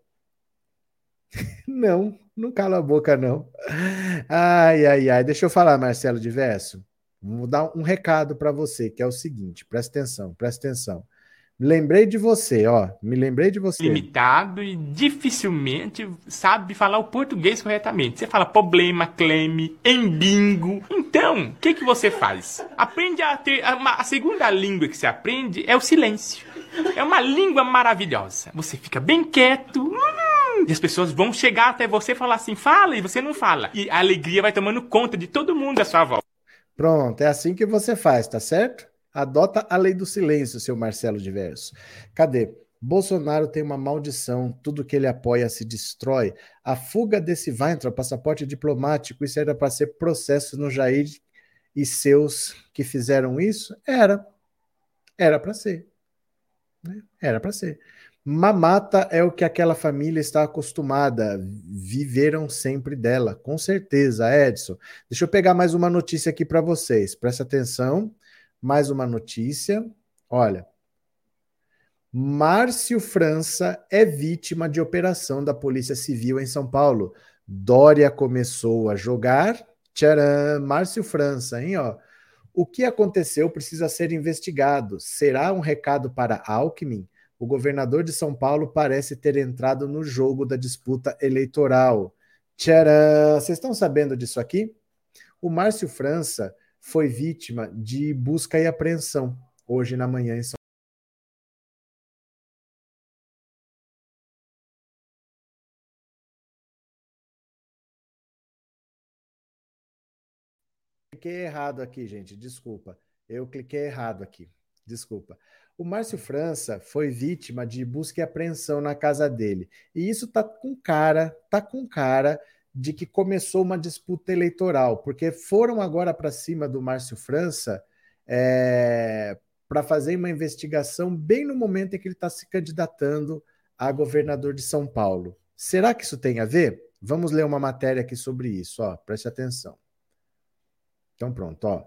Não cala a boca, não. Ai. Deixa eu falar, Marcelo Diverso. Vou dar um recado para você, que é o seguinte. Presta atenção. Me lembrei de você. Limitado e dificilmente sabe falar o português corretamente. Você fala problema, cleme, embingo. Então, o que você faz? Aprende a ter... A segunda língua que você aprende é o silêncio. É uma língua maravilhosa. Você fica bem quieto, E as pessoas vão chegar até você e falar assim, fala, e você não fala. E a alegria vai tomando conta de todo mundo à sua volta. Pronto, é assim que você faz, tá certo? Adota a lei do silêncio, seu Marcelo Diverso. Cadê? Bolsonaro tem uma maldição, tudo que ele apoia se destrói. A fuga desse Weintraub, passaporte diplomático, isso era para ser processo no Jair e seus que fizeram isso? Era para ser. Né? Era para ser. Mamata é o que aquela família está acostumada, viveram sempre dela, com certeza, Edson. Deixa eu pegar mais uma notícia aqui para vocês, presta atenção, mais uma notícia, olha. Márcio França é vítima de operação da Polícia Civil em São Paulo. Dória começou a jogar, tcharam, Márcio França, hein, ó. O que aconteceu precisa ser investigado. Será um recado para Alckmin? O governador de São Paulo parece ter entrado no jogo da disputa eleitoral. Tcharam! Vocês estão sabendo disso aqui? O Márcio França foi vítima de busca e apreensão hoje na manhã em São Paulo. Cliquei errado aqui, gente, desculpa. Eu cliquei errado aqui, desculpa. O Márcio França foi vítima de busca e apreensão na casa dele. E isso tá com cara de que começou uma disputa eleitoral, porque foram agora para cima do Márcio França para fazer uma investigação bem no momento em que ele está se candidatando a governador de São Paulo. Será que isso tem a ver? Vamos ler uma matéria aqui sobre isso, ó, preste atenção. Então pronto, ó.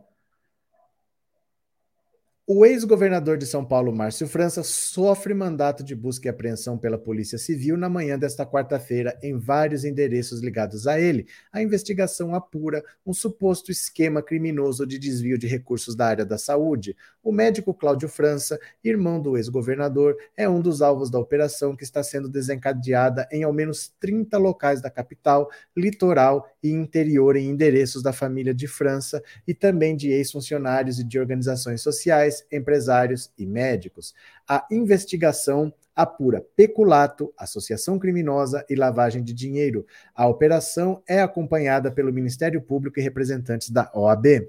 O ex-governador de São Paulo, Márcio França, sofre mandato de busca e apreensão pela Polícia Civil na manhã desta quarta-feira em vários endereços ligados a ele. A investigação apura um suposto esquema criminoso de desvio de recursos da área da saúde. O médico Cláudio França, irmão do ex-governador, é um dos alvos da operação que está sendo desencadeada em ao menos 30 locais da capital, litoral e interior em endereços da família de França e também de ex-funcionários e de organizações sociais, empresários e médicos. A investigação apura peculato, associação criminosa e lavagem de dinheiro. A operação é acompanhada pelo Ministério Público e representantes da OAB.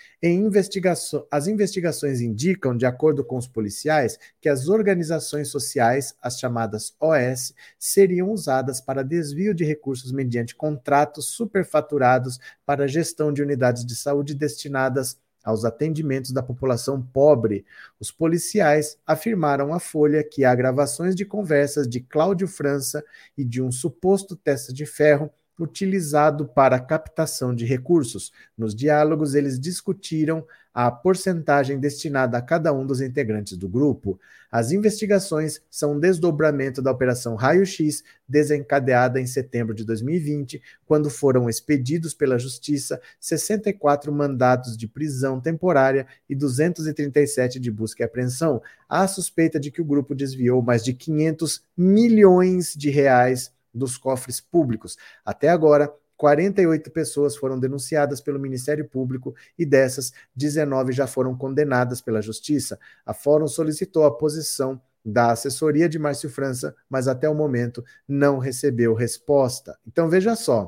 As investigações indicam, de acordo com os policiais, que as organizações sociais, as chamadas OS, seriam usadas para desvio de recursos mediante contratos superfaturados para a gestão de unidades de saúde destinadas aos atendimentos da população pobre. Os policiais afirmaram à Folha que há gravações de conversas de Cláudio França e de um suposto testa de ferro utilizado para captação de recursos. Nos diálogos, eles discutiram a porcentagem destinada a cada um dos integrantes do grupo. As investigações são um desdobramento da Operação Raio X, desencadeada em setembro de 2020, quando foram expedidos pela Justiça 64 mandatos de prisão temporária e 237 de busca e apreensão. Há suspeita de que o grupo desviou mais de 500 milhões de reais dos cofres públicos. Até agora, 48 pessoas foram denunciadas pelo Ministério Público e dessas, 19 já foram condenadas pela Justiça. A Fórum solicitou a posição da assessoria de Márcio França, mas até o momento não recebeu resposta. Então veja só,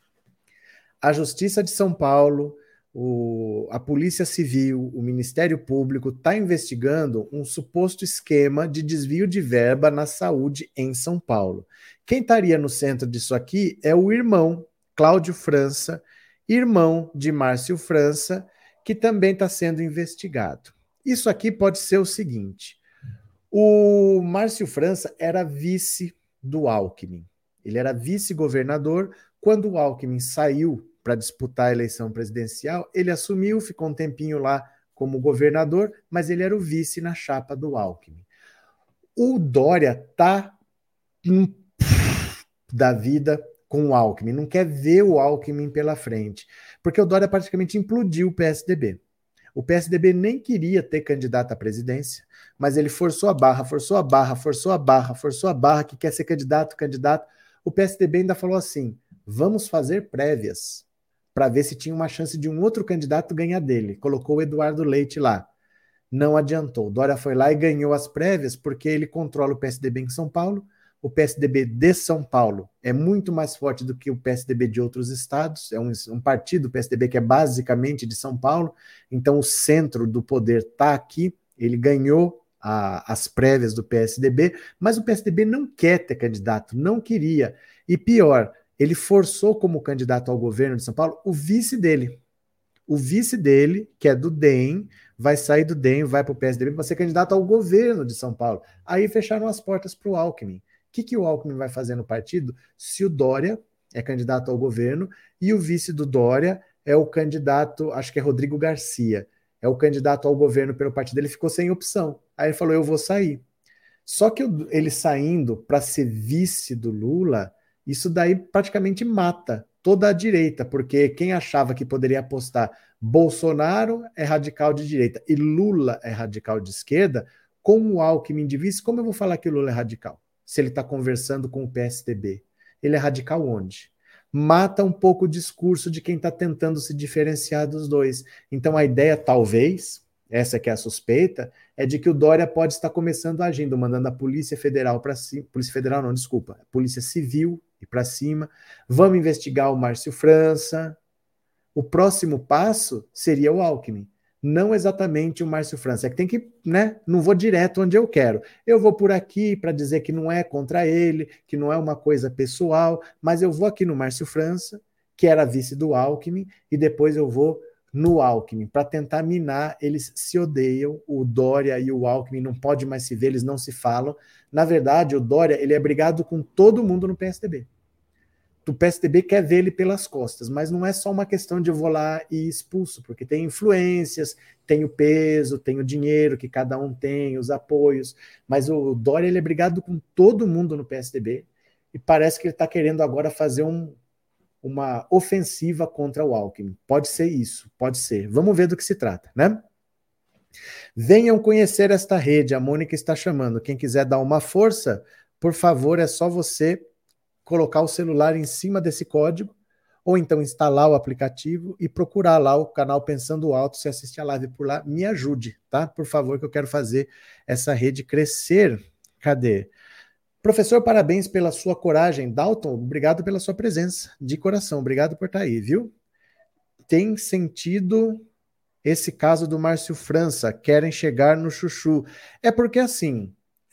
a Justiça de São Paulo, a Polícia Civil, o Ministério Público está investigando um suposto esquema de desvio de verba na saúde em São Paulo. Quem estaria no centro disso aqui é o irmão Cláudio França, irmão de Márcio França, que também está sendo investigado. Isso aqui pode ser o seguinte: o Márcio França era vice do Alckmin. Ele era vice-governador. Quando o Alckmin saiu para disputar a eleição presidencial, ele assumiu, ficou um tempinho lá como governador, mas ele era o vice na chapa do Alckmin. O Dória está da vida com o Alckmin, não quer ver o Alckmin pela frente, porque o Dória praticamente implodiu o PSDB. O PSDB nem queria ter candidato à presidência, mas ele forçou a barra, que quer ser candidato. O PSDB ainda falou assim: vamos fazer prévias para ver se tinha uma chance de um outro candidato ganhar dele. Colocou o Eduardo Leite lá. Não adiantou. O Dória foi lá e ganhou as prévias porque ele controla o PSDB em São Paulo. o PSDB de São Paulo é muito mais forte do que o PSDB de outros estados, é um partido, o PSDB, que é basicamente de São Paulo, então o centro do poder está aqui, ele ganhou as prévias do PSDB, mas o PSDB não quer ter candidato, não queria, e pior, ele forçou como candidato ao governo de São Paulo o vice dele. O vice dele, que é do DEM, vai sair do DEM, vai para o PSDB para ser candidato ao governo de São Paulo. Aí fecharam as portas para o Alckmin. O que o Alckmin vai fazer no partido se o Dória é candidato ao governo e o vice do Dória é o candidato, acho que é Rodrigo Garcia, é o candidato ao governo pelo partido, ele ficou sem opção. Aí ele falou, eu vou sair. Só que ele saindo para ser vice do Lula, isso daí praticamente mata toda a direita, porque quem achava que poderia apostar Bolsonaro é radical de direita e Lula é radical de esquerda, com o Alckmin de vice, como eu vou falar que o Lula é radical? Se ele está conversando com o PSDB. Ele é radical onde? Mata um pouco o discurso de quem está tentando se diferenciar dos dois. Então a ideia, talvez, essa que é a suspeita, é de que o Dória pode estar começando agindo, mandando a Polícia Federal para cima, Polícia Federal não, desculpa, Polícia Civil ir para cima, vamos investigar o Márcio França. O próximo passo seria o Alckmin, não exatamente o Márcio França. É que tem que, né? Não vou direto onde eu quero. Eu vou por aqui para dizer que não é contra ele, que não é uma coisa pessoal, mas eu vou aqui no Márcio França, que era vice do Alckmin, e depois eu vou no Alckmin, para tentar minar. Eles se odeiam, o Dória e o Alckmin não podem mais se ver, eles não se falam. Na verdade, o Dória, ele é brigado com todo mundo no PSDB. O PSDB quer ver ele pelas costas, mas não é só uma questão de eu vou lá e expulso, porque tem influências, tem o peso, tem o dinheiro que cada um tem, os apoios, mas o Dória, ele é brigado com todo mundo no PSDB e parece que ele está querendo agora fazer uma ofensiva contra o Alckmin. Pode ser isso, pode ser. Vamos ver do que se trata, né? Venham conhecer esta rede, a Mônica está chamando. Quem quiser dar uma força, por favor, é só você colocar o celular em cima desse código, ou então instalar o aplicativo e procurar lá o canal Pensando Alto, se assistir a live por lá, me ajude, tá? Por favor, que eu quero fazer essa rede crescer. Cadê? Professor, parabéns pela sua coragem. Dalton, obrigado pela sua presença, de coração, obrigado por estar aí, viu? Tem sentido esse caso do Márcio França, querem chegar no chuchu. É porque assim,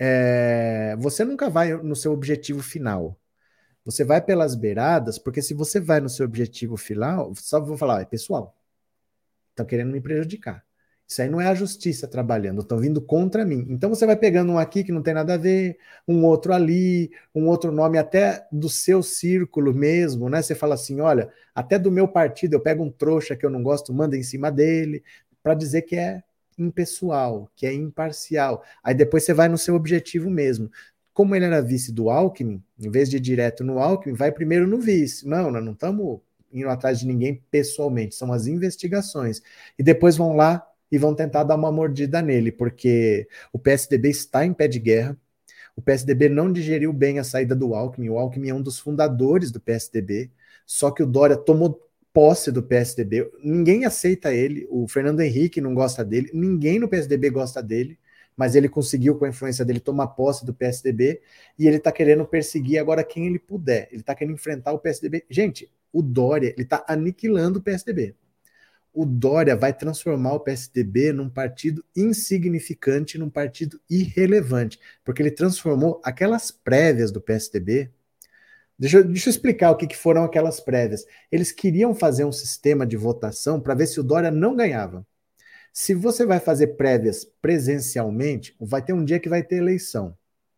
você nunca vai no seu objetivo final. Você vai pelas beiradas, porque se você vai no seu objetivo final, só vou falar, é pessoal. Estão querendo me prejudicar. Isso aí não é a justiça trabalhando, estão vindo contra mim. Então você vai pegando um aqui que não tem nada a ver, um outro ali, um outro nome até do seu círculo mesmo, né? Você fala assim, olha, até do meu partido eu pego um trouxa que eu não gosto, mando em cima dele, para dizer que é impessoal, que é imparcial. Aí depois você vai no seu objetivo mesmo. Como ele era vice do Alckmin, em vez de ir direto no Alckmin, vai primeiro no vice. Não, nós não estamos indo atrás de ninguém pessoalmente, são as investigações. E depois vão lá e vão tentar dar uma mordida nele, porque o PSDB está em pé de guerra, o PSDB não digeriu bem a saída do Alckmin, o Alckmin é um dos fundadores do PSDB, só que o Dória tomou posse do PSDB, ninguém aceita ele, o Fernando Henrique não gosta dele, ninguém no PSDB gosta dele, mas ele conseguiu, com a influência dele, tomar posse do PSDB, e ele está querendo perseguir agora quem ele puder. Ele está querendo enfrentar o PSDB. Gente, o Dória, ele está aniquilando o PSDB. O Dória vai transformar o PSDB num partido insignificante, num partido irrelevante, porque ele transformou aquelas prévias do PSDB. Deixa eu explicar o que foram aquelas prévias. Eles queriam fazer um sistema de votação para ver se o Dória não ganhava. Se você vai fazer prévias presencialmente, vai ter um dia que vai ter eleição.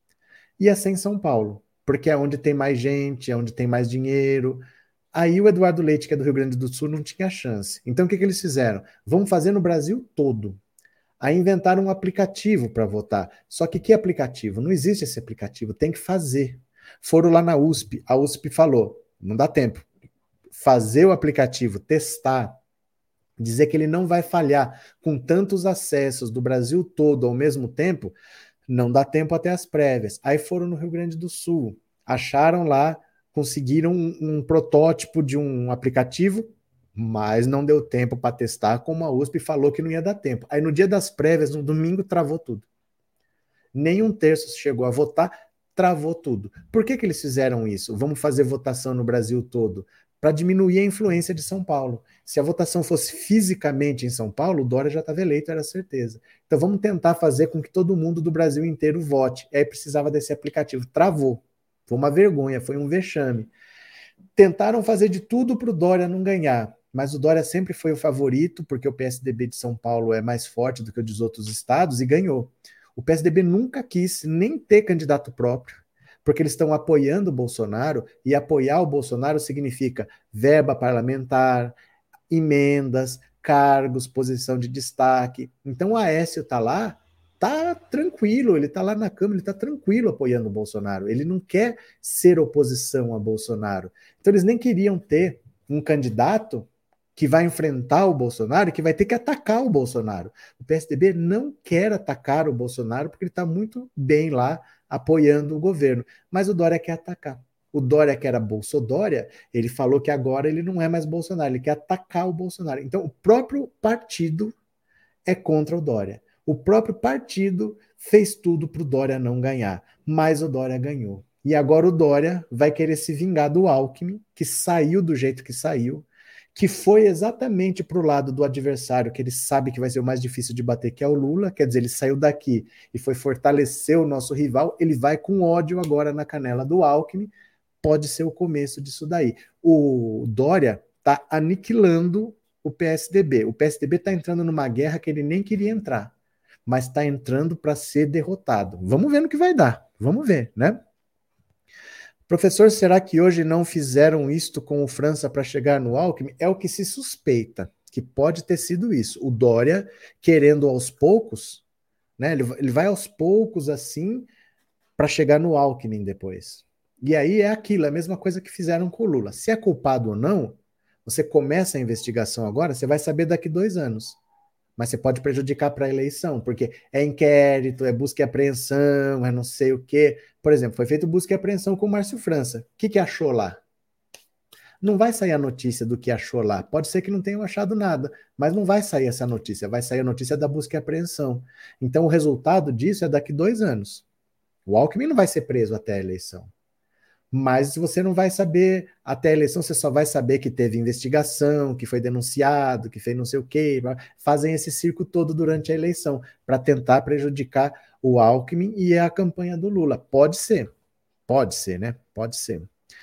Ia ser em São Paulo, porque é onde tem mais gente, é onde tem mais dinheiro. Aí o Eduardo Leite, que é do Rio Grande do Sul, não tinha chance. Então o que eles fizeram? Vamos fazer no Brasil todo. Aí inventaram um aplicativo para votar. Só que aplicativo? Não existe esse aplicativo, tem que fazer. Foram lá na USP, a USP falou, não dá tempo. Fazer o aplicativo, testar, dizer que ele não vai falhar com tantos acessos do Brasil todo ao mesmo tempo, não dá tempo até as prévias. Aí foram no Rio Grande do Sul, acharam lá, conseguiram um protótipo de um aplicativo, mas não deu tempo para testar, como a USP falou que não ia dar tempo. Aí no dia das prévias, no domingo, travou tudo. Nem um terço chegou a votar, travou tudo. Por que eles fizeram isso? Vamos fazer votação no Brasil todo para diminuir a influência de São Paulo. Se a votação fosse fisicamente em São Paulo, o Dória já estava eleito, era certeza. Então vamos tentar fazer com que todo mundo do Brasil inteiro vote. Aí precisava desse aplicativo. Travou. Foi uma vergonha, foi um vexame. Tentaram fazer de tudo para o Dória não ganhar, mas o Dória sempre foi o favorito, porque o PSDB de São Paulo é mais forte do que o dos outros estados, e ganhou. O PSDB nunca quis nem ter candidato próprio, porque eles estão apoiando o Bolsonaro, e apoiar o Bolsonaro significa verba parlamentar, emendas, cargos, posição de destaque. Então o Aécio está lá, está tranquilo, ele está lá na Câmara, ele está tranquilo apoiando o Bolsonaro, ele não quer ser oposição a Bolsonaro. Então eles nem queriam ter um candidato que vai enfrentar o Bolsonaro e que vai ter que atacar o Bolsonaro. O PSDB não quer atacar o Bolsonaro porque ele está muito bem lá apoiando o governo, mas o Dória quer atacar. O Dória, que era Bolsodória, ele falou que agora ele não é mais Bolsonaro, ele quer atacar o Bolsonaro. Então o próprio partido é contra o Dória. O próprio partido fez tudo para o Dória não ganhar, mas o Dória ganhou. E agora o Dória vai querer se vingar do Alckmin, que saiu do jeito que saiu, que foi exatamente para o lado do adversário, que ele sabe que vai ser o mais difícil de bater, que é o Lula. Quer dizer, ele saiu daqui e foi fortalecer o nosso rival, ele vai com ódio agora na canela do Alckmin. Pode ser o começo disso daí. O Dória está aniquilando o PSDB. O PSDB está entrando numa guerra que ele nem queria entrar, mas está entrando para ser derrotado. Vamos ver no que vai dar. Vamos ver, né? Professor, será que hoje não fizeram isto com o França para chegar no Alckmin? É o que se suspeita, que pode ter sido isso. O Dória querendo aos poucos, né? Ele vai aos poucos assim para chegar no Alckmin depois. E aí é aquilo, é a mesma coisa que fizeram com o Lula. Se é culpado ou não, você começa a investigação agora, você vai saber daqui 2 anos. Mas você pode prejudicar para a eleição, porque é inquérito, é busca e apreensão, é não sei o quê. Por exemplo, foi feito busca e apreensão com o Márcio França. O que achou lá? Não vai sair a notícia do que achou lá. Pode ser que não tenham achado nada, mas não vai sair essa notícia. Vai sair a notícia da busca e apreensão. Então o resultado disso é daqui 2 anos. O Alckmin não vai ser preso até a eleição. Mas você não vai saber, até a eleição você só vai saber que teve investigação, que foi denunciado, que fez não sei o quê. Fazem esse circo todo durante a eleição para tentar prejudicar o Alckmin e a campanha do Lula. Pode ser, né? Pode ser.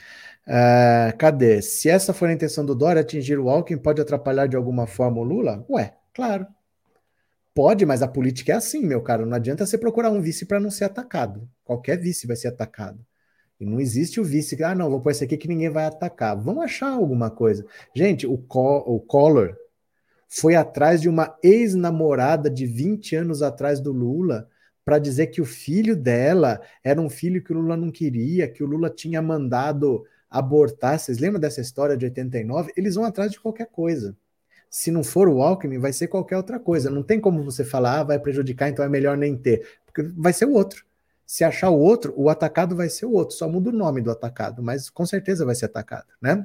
Cadê? Se essa for a intenção do Dória, atingir o Alckmin, pode atrapalhar de alguma forma o Lula? Ué, claro. Pode, mas a política é assim, meu caro. Não adianta você procurar um vice para não ser atacado. Qualquer vice vai ser atacado. E não existe o vice, não, vou pôr esse aqui que ninguém vai atacar. Vamos achar alguma coisa. Gente, o Collor foi atrás de uma ex-namorada de 20 anos atrás do Lula para dizer que o filho dela era um filho que o Lula não queria, que o Lula tinha mandado abortar. Vocês lembram dessa história de 89? Eles vão atrás de qualquer coisa. Se não for o Alckmin, vai ser qualquer outra coisa. Não tem como você falar, vai prejudicar, então é melhor nem ter. Porque vai ser o outro. Se achar o outro, o atacado vai ser o outro. Só muda o nome do atacado, mas com certeza vai ser atacado, né?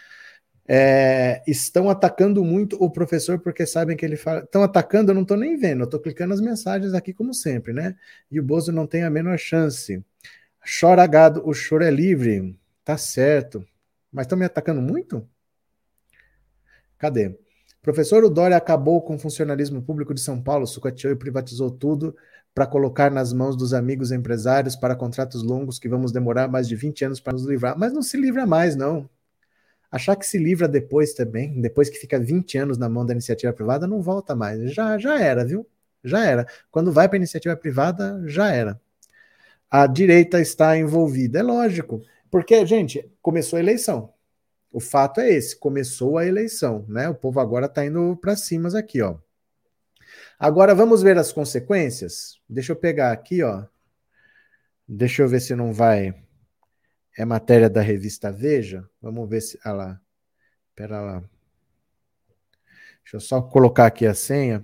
Estão atacando muito o professor porque sabem que ele fala. Estão atacando, eu não estou nem vendo, eu estou clicando as mensagens aqui como sempre, né? E o Bozo não tem a menor chance. Chora gado, o choro é livre. Tá certo. Mas estão me atacando muito? Cadê? Professor, o Dória acabou com o funcionalismo público de São Paulo, sucateou e privatizou tudo para colocar nas mãos dos amigos empresários para contratos longos que vamos demorar mais de 20 anos para nos livrar. Mas não se livra mais, não. Achar que se livra depois também, depois que fica 20 anos na mão da iniciativa privada, não volta mais. Já era, viu? Já era. Quando vai para a iniciativa privada, já era. A direita está envolvida. É lógico. Porque, gente, começou a eleição. O fato é esse, começou a eleição, né? O povo agora está indo para cima aqui, ó. Agora vamos ver as consequências. Deixa eu pegar aqui, ó. Deixa eu ver se não vai. É matéria da revista Veja. Vamos ver se. Ah lá. Pera lá. Deixa eu só colocar aqui a senha.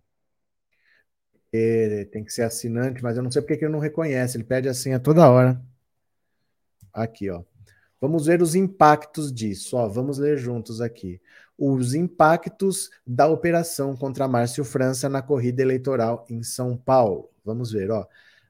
Tem que ser assinante, mas eu não sei porque que ele não reconhece. Ele pede a senha toda hora. Aqui, ó. Vamos ver os impactos disso. Ó, vamos ler juntos aqui. Os impactos da operação contra Márcio França na corrida eleitoral em São Paulo. Vamos ver, ó.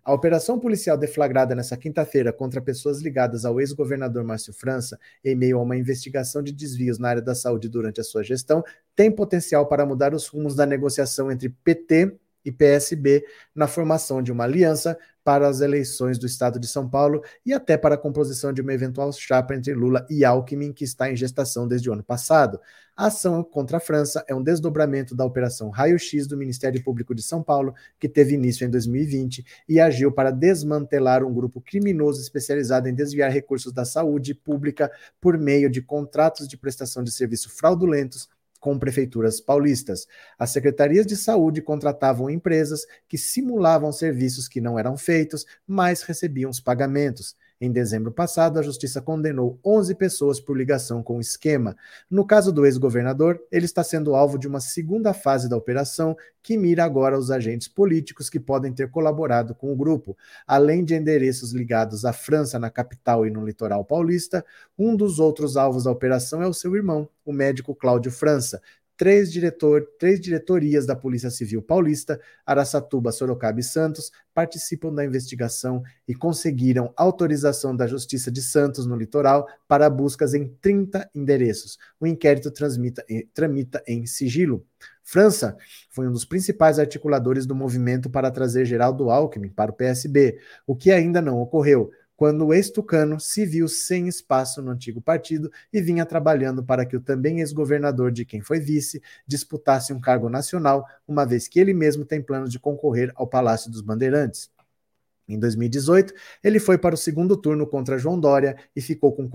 A operação policial deflagrada nesta quinta-feira contra pessoas ligadas ao ex-governador Márcio França, em meio a uma investigação de desvios na área da saúde durante a sua gestão, tem potencial para mudar os rumos da negociação entre PT e PSB na formação de uma aliança para as eleições do estado de São Paulo e até para a composição de uma eventual chapa entre Lula e Alckmin, que está em gestação desde o ano passado. A ação contra a França é um desdobramento da Operação Raio-X do Ministério Público de São Paulo, que teve início em 2020 e agiu para desmantelar um grupo criminoso especializado em desviar recursos da saúde pública por meio de contratos de prestação de serviço fraudulentos com prefeituras paulistas. As secretarias de saúde contratavam empresas que simulavam serviços que não eram feitos, mas recebiam os pagamentos. Em dezembro passado, a Justiça condenou 11 pessoas por ligação com o esquema. No caso do ex-governador, ele está sendo alvo de uma segunda fase da operação, que mira agora os agentes políticos que podem ter colaborado com o grupo. Além de endereços ligados à França na capital e no litoral paulista, um dos outros alvos da operação é o seu irmão, o médico Cláudio França. Três diretorias da Polícia Civil Paulista, Araçatuba, Sorocaba e Santos, participam da investigação e conseguiram autorização da Justiça de Santos, no litoral, para buscas em 30 endereços. O inquérito tramita em sigilo. França foi um dos principais articuladores do movimento para trazer Geraldo Alckmin para o PSB, o que ainda não ocorreu, quando o ex-tucano se viu sem espaço no antigo partido e vinha trabalhando para que o também ex-governador de quem foi vice disputasse um cargo nacional, uma vez que ele mesmo tem planos de concorrer ao Palácio dos Bandeirantes. Em 2018, ele foi para o segundo turno contra João Dória e ficou com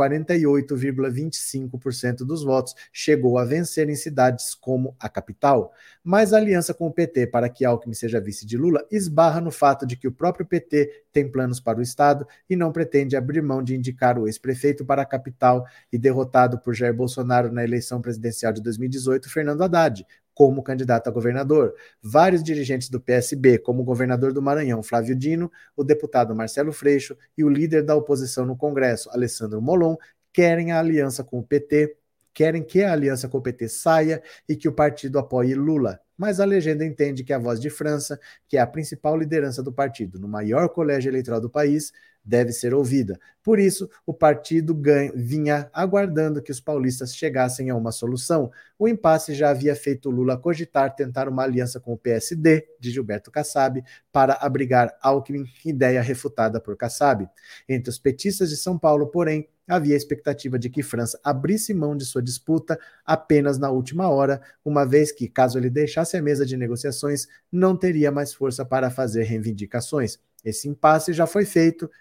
48,25% dos votos, chegou a vencer em cidades como a capital. Mas a aliança com o PT para que Alckmin seja vice de Lula esbarra no fato de que o próprio PT tem planos para o estado e não pretende abrir mão de indicar o ex-prefeito para a capital e derrotado por Jair Bolsonaro na eleição presidencial de 2018, Fernando Haddad, como candidato a governador. Vários dirigentes do PSB, como o governador do Maranhão, Flávio Dino, o deputado Marcelo Freixo e o líder da oposição no Congresso, Alessandro Molon, querem que a aliança com o PT saia e que o partido apoie Lula. Mas a legenda entende que a Voz de França, que é a principal liderança do partido no maior colégio eleitoral do país, deve ser ouvida. Por isso, o partido vinha aguardando que os paulistas chegassem a uma solução. O impasse já havia feito Lula cogitar tentar uma aliança com o PSD, de Gilberto Kassab, para abrigar Alckmin, ideia refutada por Kassab. Entre os petistas de São Paulo, porém, havia a expectativa de que França abrisse mão de sua disputa apenas na última hora, uma vez que, caso ele deixasse a mesa de negociações, não teria mais força para fazer reivindicações. Esse impasse já foi feito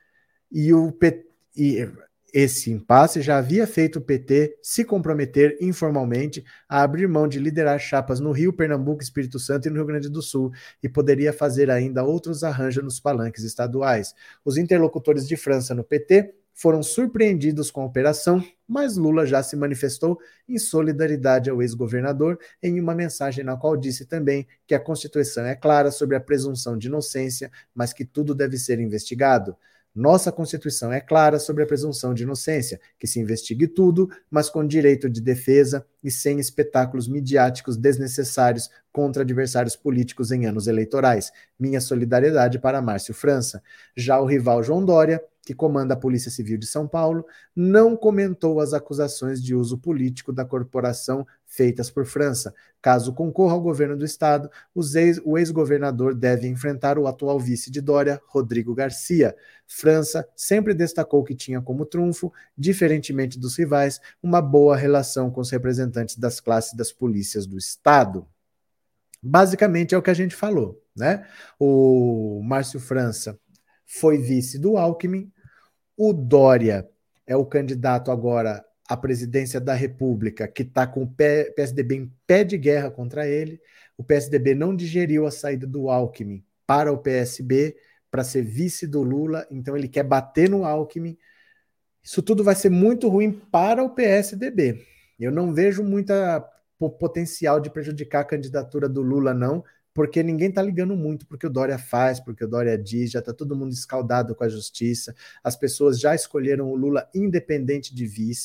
esse impasse já havia feito o PT se comprometer informalmente a abrir mão de liderar chapas no Rio, Pernambuco, Espírito Santo e no Rio Grande do Sul, e poderia fazer ainda outros arranjos nos palanques estaduais. Os interlocutores de França no PT foram surpreendidos com a operação, mas Lula já se manifestou em solidariedade ao ex-governador em uma mensagem na qual disse também que a Constituição é clara sobre a presunção de inocência, mas que tudo deve ser investigado. Nossa Constituição é clara sobre a presunção de inocência, que se investigue tudo, mas com direito de defesa e sem espetáculos midiáticos desnecessários contra adversários políticos em anos eleitorais. Minha solidariedade para Márcio França. Já o rival João Dória, que comanda a Polícia Civil de São Paulo, não comentou as acusações de uso político da corporação feitas por França. Caso concorra ao governo do estado, o ex-governador deve enfrentar o atual vice de Dória, Rodrigo Garcia. França sempre destacou que tinha como trunfo, diferentemente dos rivais, uma boa relação com os representantes das classes das polícias do estado. Basicamente é o que a gente falou, né? O Márcio França foi vice do Alckmin. O Dória é o candidato agora à presidência da República, que está com o PSDB em pé de guerra contra ele. O PSDB não digeriu a saída do Alckmin para o PSB, para ser vice do Lula, então ele quer bater no Alckmin. Isso tudo vai ser muito ruim para o PSDB. Eu não vejo muita potencial de prejudicar a candidatura do Lula, não, porque ninguém está ligando muito porque o Dória faz, porque o Dória diz, já está todo mundo escaldado com a justiça, as pessoas já escolheram o Lula independente de vice,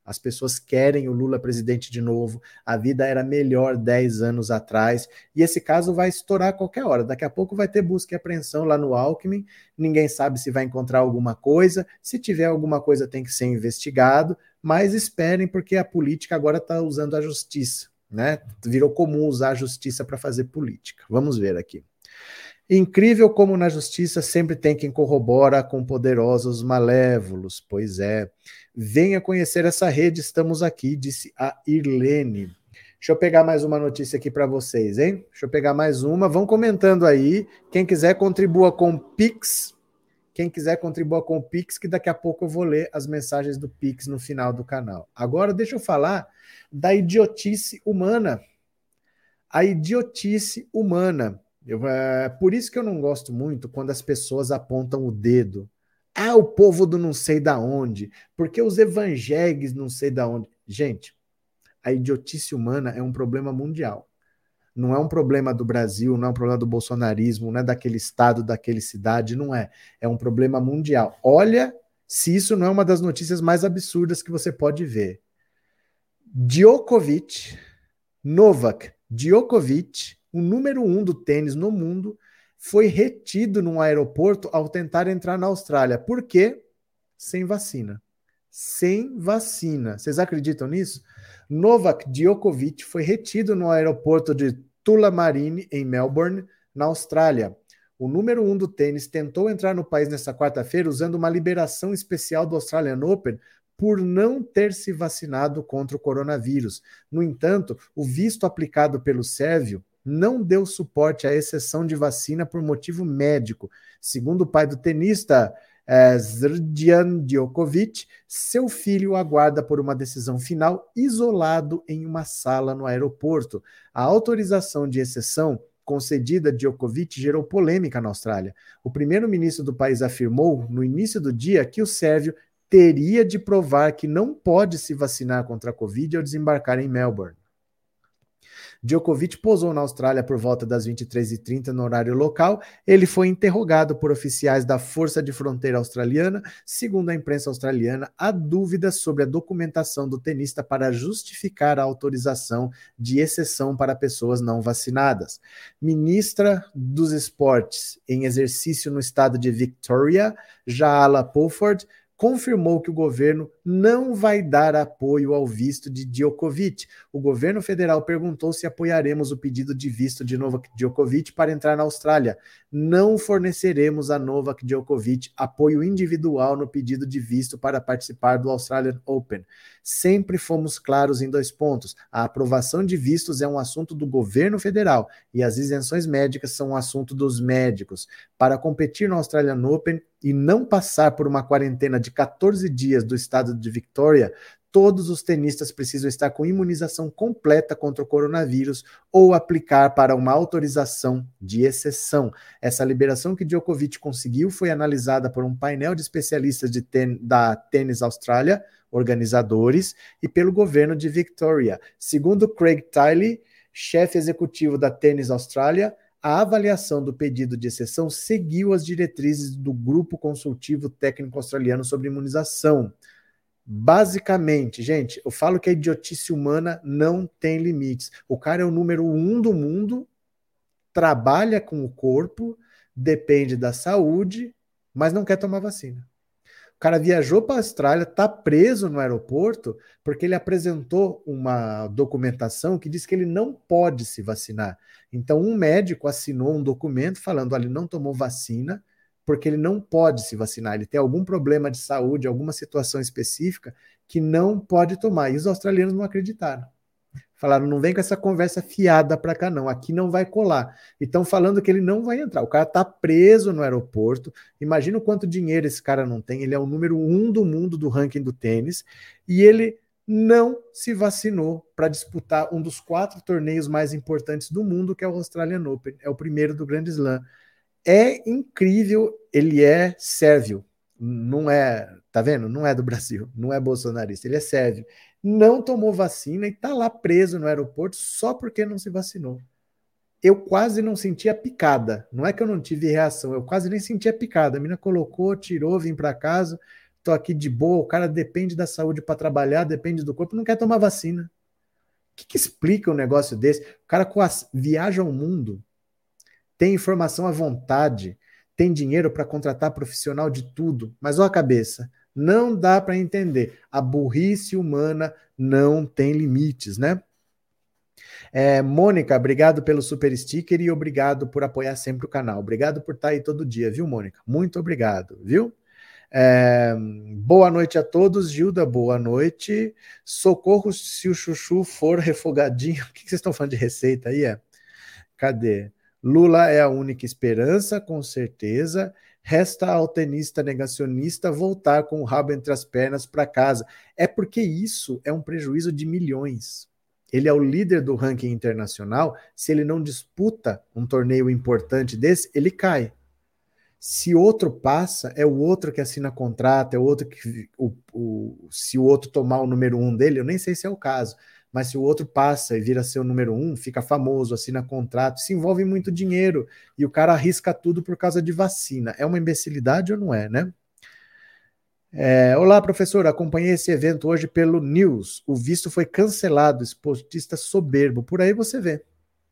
As pessoas querem o Lula presidente de novo, a vida era melhor 10 anos atrás, e esse caso vai estourar a qualquer hora. Daqui a pouco vai ter busca e apreensão lá no Alckmin, ninguém sabe se vai encontrar alguma coisa, se tiver alguma coisa tem que ser investigado, mas esperem, porque a política agora está usando a justiça, né? Virou comum usar a justiça para fazer política. Vamos ver aqui. Incrível como na justiça sempre tem quem corrobora com poderosos malévolos. Pois é. Venha conhecer essa rede, estamos aqui, disse a Irlene. Deixa eu pegar mais uma notícia aqui para vocês, hein? Deixa eu pegar mais uma. Vão comentando aí. Quem quiser, contribua com o Pix. Quem quiser, contribua com o Pix, que daqui a pouco eu vou ler as mensagens do Pix no final do canal. Agora, deixa eu falar da idiotice humana. A idiotice humana. Por isso que eu não gosto muito quando as pessoas apontam o dedo. Ah, o povo do não sei da onde, porque os evangélicos não sei da onde. Gente, a idiotice humana é um problema mundial. Não é um problema do Brasil, não é um problema do bolsonarismo, não é daquele estado, daquele cidade, não é. É um problema mundial. Olha se isso não é uma das notícias mais absurdas que você pode ver. Novak Djokovic, o número 1 do tênis no mundo, foi retido num aeroporto ao tentar entrar na Austrália. Por quê? Sem vacina. Sem vacina. Vocês acreditam nisso? Novak Djokovic foi retido no aeroporto de Tullamarine, em Melbourne, na Austrália. O número 1 do tênis tentou entrar no país nesta quarta-feira usando uma liberação especial do Australian Open por não ter se vacinado contra o coronavírus. No entanto, o visto aplicado pelo sérvio não deu suporte à exceção de vacina por motivo médico. Segundo o pai do tenista, Srđan Djokovic, seu filho aguarda por uma decisão final isolado em uma sala no aeroporto. A autorização de exceção concedida a Djokovic gerou polêmica na Austrália. O primeiro-ministro do país afirmou, no início do dia, que o sérvio teria de provar que não pode se vacinar contra a Covid ao desembarcar em Melbourne. Djokovic pousou na Austrália por volta das 23h30 no horário local. Ele foi interrogado por oficiais da Força de Fronteira Australiana. Segundo a imprensa australiana, há dúvidas sobre a documentação do tenista para justificar a autorização de exceção para pessoas não vacinadas. Ministra dos Esportes em exercício no estado de Victoria, Jaala Pulford, confirmou que o governo não vai dar apoio ao visto de Djokovic. O governo federal perguntou se apoiaremos o pedido de visto de Novak Djokovic para entrar na Austrália. Não forneceremos a Novak Djokovic apoio individual no pedido de visto para participar do Australian Open. Sempre fomos claros em 2 pontos. A aprovação de vistos é um assunto do governo federal e as isenções médicas são um assunto dos médicos. Para competir no Australian Open e não passar por uma quarentena de 14 dias do estado de Victoria, todos os tenistas precisam estar com imunização completa contra o coronavírus ou aplicar para uma autorização de exceção. Essa liberação que Djokovic conseguiu foi analisada por um painel de especialistas da Tennis Austrália, organizadores, e pelo governo de Victoria. Segundo Craig Tiley, chefe executivo da Tennis Austrália, a avaliação do pedido de exceção seguiu as diretrizes do Grupo Consultivo Técnico Australiano sobre Imunização. Basicamente, gente, eu falo que a idiotice humana não tem limites. O cara é o número 1 do mundo, trabalha com o corpo, depende da saúde, mas não quer tomar vacina. O cara viajou para a Austrália, está preso no aeroporto, porque ele apresentou uma documentação que diz que ele não pode se vacinar. Então, um médico assinou um documento falando, olha, ele não tomou vacina, porque ele não pode se vacinar, ele tem algum problema de saúde, alguma situação específica que não pode tomar. E os australianos não acreditaram. Falaram, não vem com essa conversa fiada para cá não, aqui não vai colar. E estão falando que ele não vai entrar. O cara está preso no aeroporto, imagina o quanto dinheiro esse cara não tem, ele é o número 1 do mundo do ranking do tênis, e ele não se vacinou para disputar um dos 4 torneios mais importantes do mundo, que é o Australian Open, é o primeiro do Grand Slam. É incrível, ele é sérvio, não é, tá vendo? Não é do Brasil, não é bolsonarista, ele é sérvio. Não tomou vacina e tá lá preso no aeroporto só porque não se vacinou. Eu quase não senti a picada, não é que eu não tive reação, eu quase nem senti a picada. A mina colocou, tirou, vim para casa, tô aqui de boa, o cara depende da saúde para trabalhar, depende do corpo, não quer tomar vacina. O que explica um negócio desse? O cara viaja ao mundo, tem informação à vontade, tem dinheiro para contratar profissional de tudo, mas olha a cabeça, não dá para entender. A burrice humana não tem limites, né? Mônica, obrigado pelo super sticker e obrigado por apoiar sempre o canal. Obrigado por estar aí todo dia, viu, Mônica? Muito obrigado, viu? Boa noite a todos. Gilda, boa noite. Socorro se o chuchu for refogadinho. O que vocês estão falando de receita aí? Cadê? Lula é a única esperança, com certeza. Resta ao tenista negacionista voltar com o rabo entre as pernas para casa. É porque isso é um prejuízo de milhões. Ele é o líder do ranking internacional. Se ele não disputa um torneio importante desse, ele cai. Se outro passa, é o outro que assina contrato, é o outro que... se o outro tomar o número 1 dele, eu nem sei se é o caso, mas se o outro passa e vira ser o número 1, fica famoso, assina contrato, se envolve muito dinheiro, e o cara arrisca tudo por causa de vacina. É uma imbecilidade ou não é, né? Olá, professor, acompanhei esse evento hoje pelo News. O visto foi cancelado, esportista soberbo. Por aí você vê.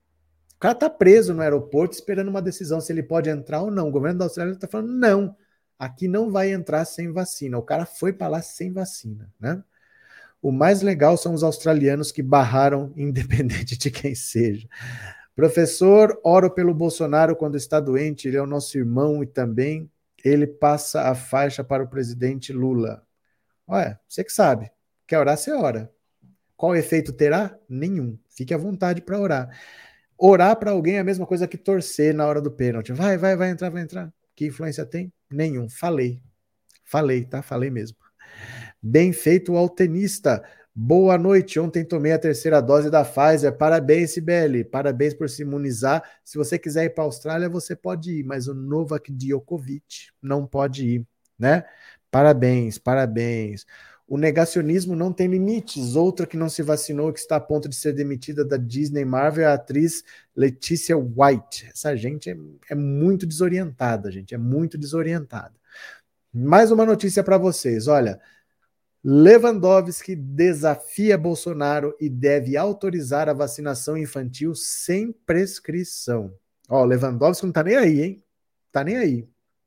O cara tá preso no aeroporto esperando uma decisão se ele pode entrar ou não. O governo da Austrália está falando, não, aqui não vai entrar sem vacina. O cara foi para lá sem vacina, né? O mais legal são os australianos que barraram, independente de quem seja. Professor, oro pelo Bolsonaro quando está doente, ele é o nosso irmão e também ele passa a faixa para o presidente Lula. Olha, você que sabe. Quer orar, você ora. Qual efeito terá? Nenhum. Fique à vontade para orar. Orar para alguém é a mesma coisa que torcer na hora do pênalti. Vai entrar, vai entrar. Que influência tem? Nenhum. Falei, tá? Falei mesmo. Bem feito ao tenista. Boa noite. Ontem tomei a 3ª dose da Pfizer. Parabéns, Sibeli. Parabéns por se imunizar. Se você quiser ir para a Austrália, você pode ir, mas o Novak Djokovic não pode ir, né? Parabéns, parabéns. O negacionismo não tem limites. Outra que não se vacinou, que está a ponto de ser demitida da Disney Marvel, é a atriz Leticia White. Essa gente é muito desorientada, gente. É muito desorientada. Mais uma notícia para vocês. Olha, Lewandowski desafia Bolsonaro e deve autorizar a vacinação infantil sem prescrição. Ó, Lewandowski não tá nem aí, hein? Tá nem aí.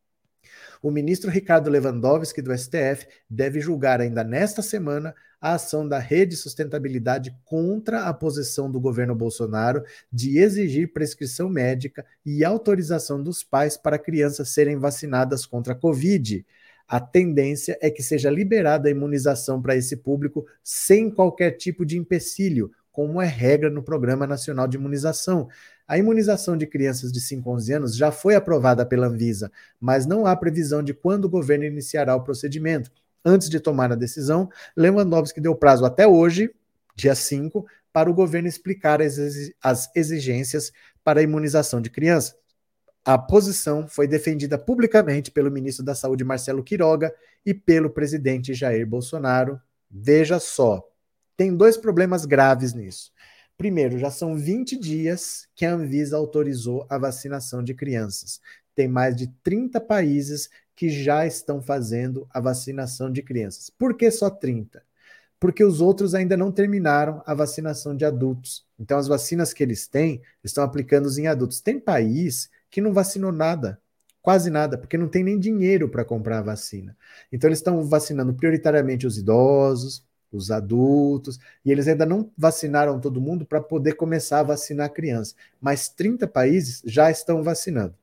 O ministro Ricardo Lewandowski, do STF, deve julgar ainda nesta semana a ação da Rede Sustentabilidade contra a posição do governo Bolsonaro de exigir prescrição médica e autorização dos pais para crianças serem vacinadas contra a Covid. A tendência é que seja liberada a imunização para esse público sem qualquer tipo de empecilho, como é regra no Programa Nacional de Imunização. A imunização de crianças de 5 a 11 anos já foi aprovada pela Anvisa, mas não há previsão de quando o governo iniciará o procedimento. Antes de tomar a decisão, Lewandowski deu prazo até hoje, dia 5, para o governo explicar as exigências para a imunização de crianças. A posição foi defendida publicamente pelo ministro da Saúde, Marcelo Queiroga, e pelo presidente Jair Bolsonaro. Veja só, tem 2 problemas graves nisso. Primeiro, já são 20 dias que a Anvisa autorizou a vacinação de crianças. Tem mais de 30 países que já estão fazendo a vacinação de crianças. Por que só 30? Porque os outros ainda não terminaram a vacinação de adultos. Então, as vacinas que eles têm, estão aplicando em adultos. Tem país que não vacinou nada, quase nada, porque não tem nem dinheiro para comprar a vacina. Então, eles estão vacinando prioritariamente os idosos, os adultos, e eles ainda não vacinaram todo mundo para poder começar a vacinar a criança. Mas 30 países já estão vacinando.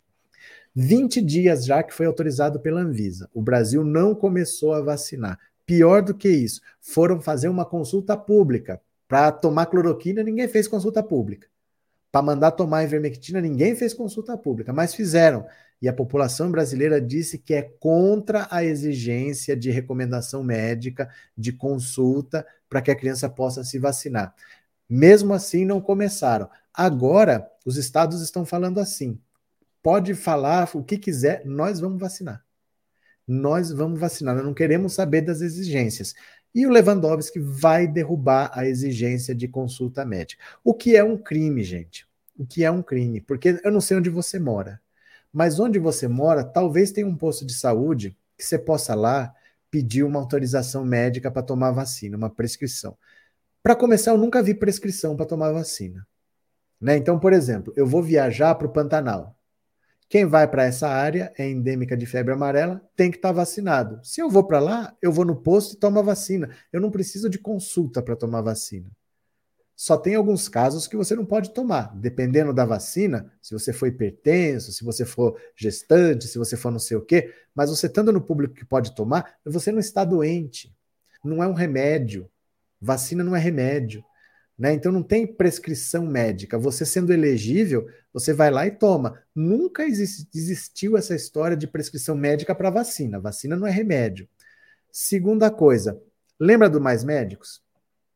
20 dias já que foi autorizado pela Anvisa. O Brasil não começou a vacinar. Pior do que isso, foram fazer uma consulta pública. Para tomar cloroquina, ninguém fez consulta pública. Para mandar tomar ivermectina, ninguém fez consulta pública, mas fizeram. E a população brasileira disse que é contra a exigência de recomendação médica, de consulta, para que a criança possa se vacinar. Mesmo assim, não começaram. Agora, os estados estão falando assim, pode falar o que quiser, nós vamos vacinar. Nós vamos vacinar, nós não queremos saber das exigências. E o Lewandowski vai derrubar a exigência de consulta médica. O que é um crime, gente? O que é um crime? Porque eu não sei onde você mora, mas onde você mora, talvez tenha um posto de saúde que você possa lá pedir uma autorização médica para tomar vacina, uma prescrição. Para começar, eu nunca vi prescrição para tomar vacina. Né? Então, por exemplo, eu vou viajar para o Pantanal. Quem vai para essa área é endêmica de febre amarela, tem que estar vacinado. Se eu vou para lá, eu vou no posto e tomo a vacina. Eu não preciso de consulta para tomar vacina. Só tem alguns casos que você não pode tomar. Dependendo da vacina, se você for hipertenso, se você for gestante, se você for não sei o quê, mas você estando no público que pode tomar, você não está doente. Não é um remédio. Vacina não é remédio. Né? Então não tem prescrição médica. Você sendo elegível, você vai lá e toma. Nunca existiu essa história de prescrição médica para vacina. Vacina não é remédio. Segunda coisa, lembra do Mais Médicos?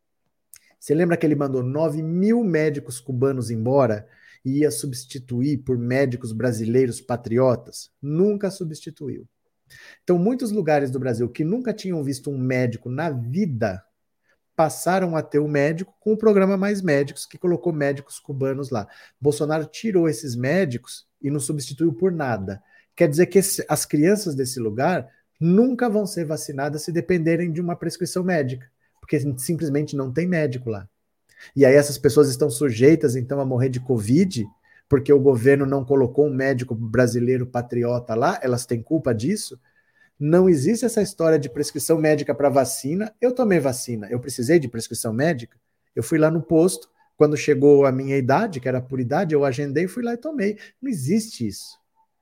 Você lembra que ele mandou 9.000 médicos cubanos embora e ia substituir por médicos brasileiros patriotas? Nunca substituiu. Então, muitos lugares do Brasil que nunca tinham visto um médico na vida passaram a ter o médico com o programa Mais Médicos, que colocou médicos cubanos lá. Bolsonaro tirou esses médicos e não substituiu por nada. Quer dizer que as crianças desse lugar nunca vão ser vacinadas se dependerem de uma prescrição médica, porque simplesmente não tem médico lá. E aí essas pessoas estão sujeitas, então, a morrer de Covid, porque o governo não colocou um médico brasileiro patriota lá, elas têm culpa disso? Não existe essa história de prescrição médica para vacina. Eu tomei vacina, eu precisei de prescrição médica. Eu fui lá no posto, quando chegou a minha idade, que era por idade, eu agendei, fui lá e tomei. Não existe isso.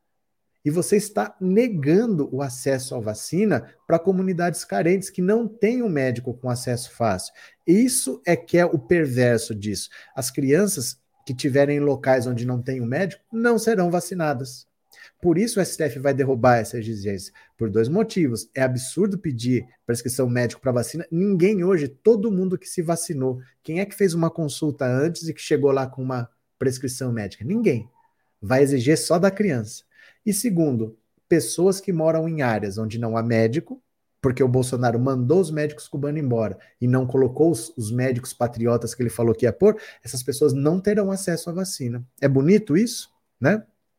E você está negando o acesso à vacina para comunidades carentes que não têm um médico com acesso fácil. Isso é que é o perverso disso. As crianças que tiverem em locais onde não tem um médico não serão vacinadas. Por isso o STF vai derrubar essa exigência, por 2 motivos. É absurdo pedir prescrição médica para vacina. Ninguém hoje, todo mundo que se vacinou, quem é que fez uma consulta antes e que chegou lá com uma prescrição médica? Ninguém. Vai exigir só da criança. E segundo, pessoas que moram em áreas onde não há médico, porque o Bolsonaro mandou os médicos cubanos embora e não colocou os médicos patriotas que ele falou que ia pôr, essas pessoas não terão acesso à vacina. É bonito isso, né?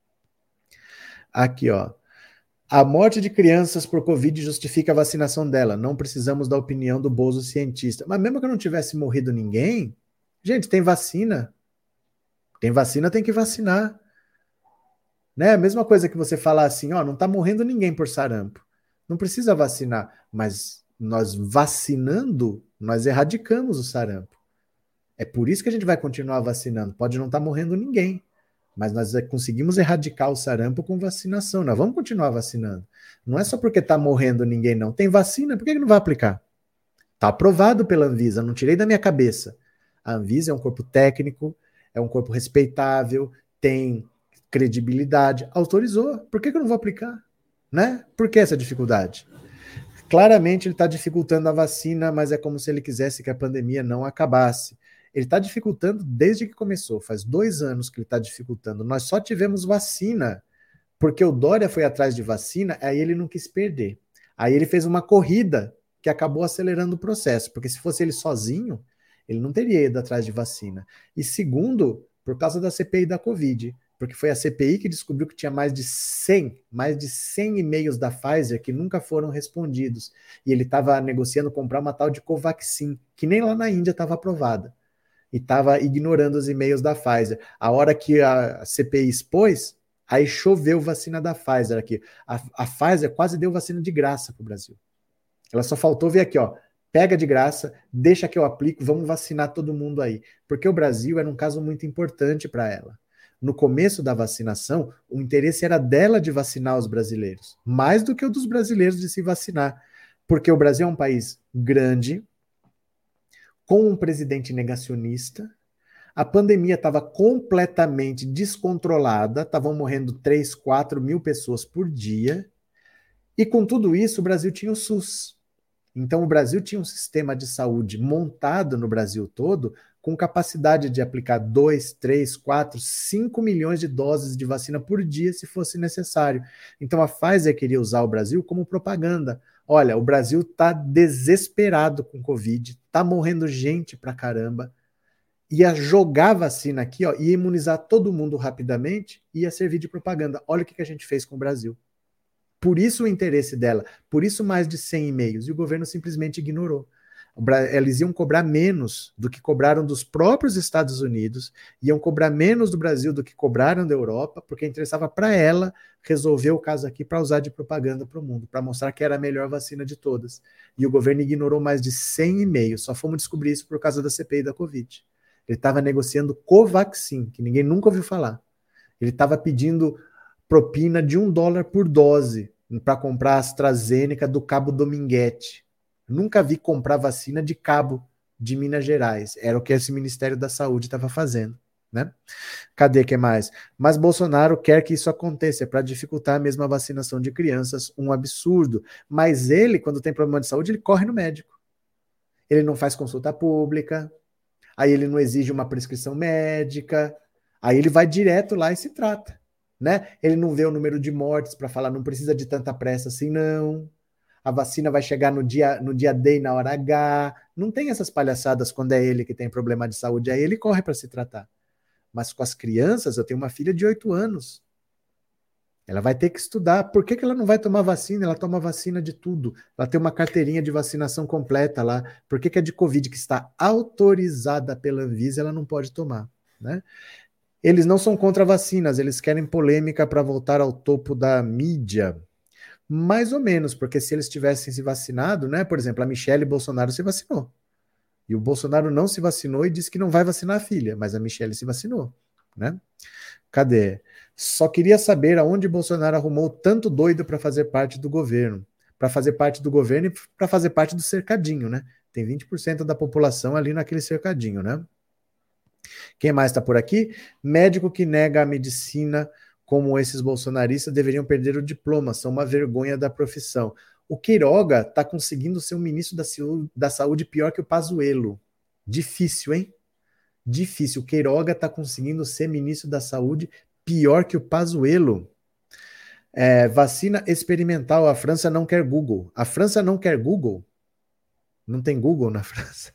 Aqui, ó. A morte de crianças por Covid justifica a vacinação dela. Não precisamos da opinião do Bozo cientista. Mas mesmo que não tivesse morrido ninguém, gente, tem vacina. Tem vacina, tem que vacinar. Né? A mesma coisa que você falar assim, ó, não tá morrendo ninguém por sarampo. Não precisa vacinar. Mas nós vacinando, nós erradicamos o sarampo. É por isso que a gente vai continuar vacinando. Pode não estar morrendo ninguém. Mas nós conseguimos erradicar o sarampo com vacinação. Nós vamos continuar vacinando. Não é só porque está morrendo ninguém, não. Tem vacina, por que não vai aplicar? Está aprovado pela Anvisa, não tirei da minha cabeça. A Anvisa é um corpo técnico, é um corpo respeitável, tem credibilidade. Autorizou, por que eu não vou aplicar? Né? Por que essa dificuldade? Claramente ele está dificultando a vacina, mas é como se ele quisesse que a pandemia não acabasse. Ele está dificultando desde que começou, faz 2 anos que ele está dificultando. Nós só tivemos vacina, porque o Dória foi atrás de vacina, aí ele não quis perder. Aí ele fez uma corrida que acabou acelerando o processo, porque se fosse ele sozinho, ele não teria ido atrás de vacina. E segundo, por causa da CPI da Covid, porque foi a CPI que descobriu que tinha mais de 100 e-mails da Pfizer que nunca foram respondidos. E ele estava negociando comprar uma tal de Covaxin, que nem lá na Índia estava aprovada. E estava ignorando os e-mails da Pfizer. A hora que a CPI expôs, aí choveu vacina da Pfizer aqui. A Pfizer quase deu vacina de graça para o Brasil. Ela só faltou ver aqui, ó, pega de graça, deixa que eu aplico, vamos vacinar todo mundo aí. Porque o Brasil era um caso muito importante para ela. No começo da vacinação, o interesse era dela de vacinar os brasileiros, mais do que o dos brasileiros de se vacinar. Porque o Brasil é um país grande, com um presidente negacionista, a pandemia estava completamente descontrolada, estavam morrendo 3, 4 mil pessoas por dia, e com tudo isso o Brasil tinha o SUS. Então o Brasil tinha um sistema de saúde montado no Brasil todo, com capacidade de aplicar 2, 3, 4, 5 milhões de doses de vacina por dia, se fosse necessário. Então a Pfizer queria usar o Brasil como propaganda. Olha, o Brasil está desesperado com Covid, está morrendo gente pra caramba, ia jogar vacina aqui, ó, ia imunizar todo mundo rapidamente, ia servir de propaganda. Olha o que a gente fez com o Brasil. Por isso o interesse dela, por isso mais de 100 e-mails, e o governo simplesmente ignorou. Eles iam cobrar menos do que cobraram dos próprios Estados Unidos, iam cobrar menos do Brasil do que cobraram da Europa, porque interessava para ela resolver o caso aqui para usar de propaganda para o mundo, para mostrar que era a melhor vacina de todas. E o governo ignorou mais de 100 e-mails, só fomos descobrir isso por causa da CPI da Covid. Ele estava negociando Covaxin, que ninguém nunca ouviu falar. Ele estava pedindo propina de $1 por dose para comprar a AstraZeneca do Cabo Dominguete. Nunca vi comprar vacina de Cabo de Minas Gerais. Era o que esse Ministério da Saúde estava fazendo, né? Cadê que mais? Mas Bolsonaro quer que isso aconteça para dificultar a mesma vacinação de crianças, um absurdo. Mas ele, quando tem problema de saúde, ele corre no médico. Ele não faz consulta pública, aí ele não exige uma prescrição médica, aí ele vai direto lá e se trata, né? Ele não vê o número de mortes para falar, não precisa de tanta pressa assim, não. A vacina vai chegar no dia D e na hora H. Não tem essas palhaçadas quando é ele que tem problema de saúde. Aí ele corre para se tratar. Mas com as crianças, eu tenho uma filha de 8 anos. Ela vai ter que estudar. Por que ela não vai tomar vacina? Ela toma vacina de tudo. Ela tem uma carteirinha de vacinação completa lá. Por que a de Covid, que está autorizada pela Anvisa, ela não pode tomar, né? Eles não são contra vacinas, eles querem polêmica para voltar ao topo da mídia. Mais ou menos, porque se eles tivessem se vacinado, né? Por exemplo, a Michelle Bolsonaro se vacinou. E o Bolsonaro não se vacinou e disse que não vai vacinar a filha, mas a Michelle se vacinou, né? Cadê? Só queria saber aonde Bolsonaro arrumou tanto doido para fazer parte do governo. Para fazer parte do governo e para fazer parte do cercadinho, né? Tem 20% da população ali naquele cercadinho, né? Quem mais está por aqui? Médico que nega a medicina como esses bolsonaristas deveriam perder o diploma, são uma vergonha da profissão. O Queiroga está conseguindo ser um ministro da saúde pior que o Pazuello. Difícil, hein? Difícil. O Queiroga está conseguindo ser ministro da saúde pior que o Pazuello. Vacina experimental, a França não quer Google. A França não quer Google? Não tem Google na França?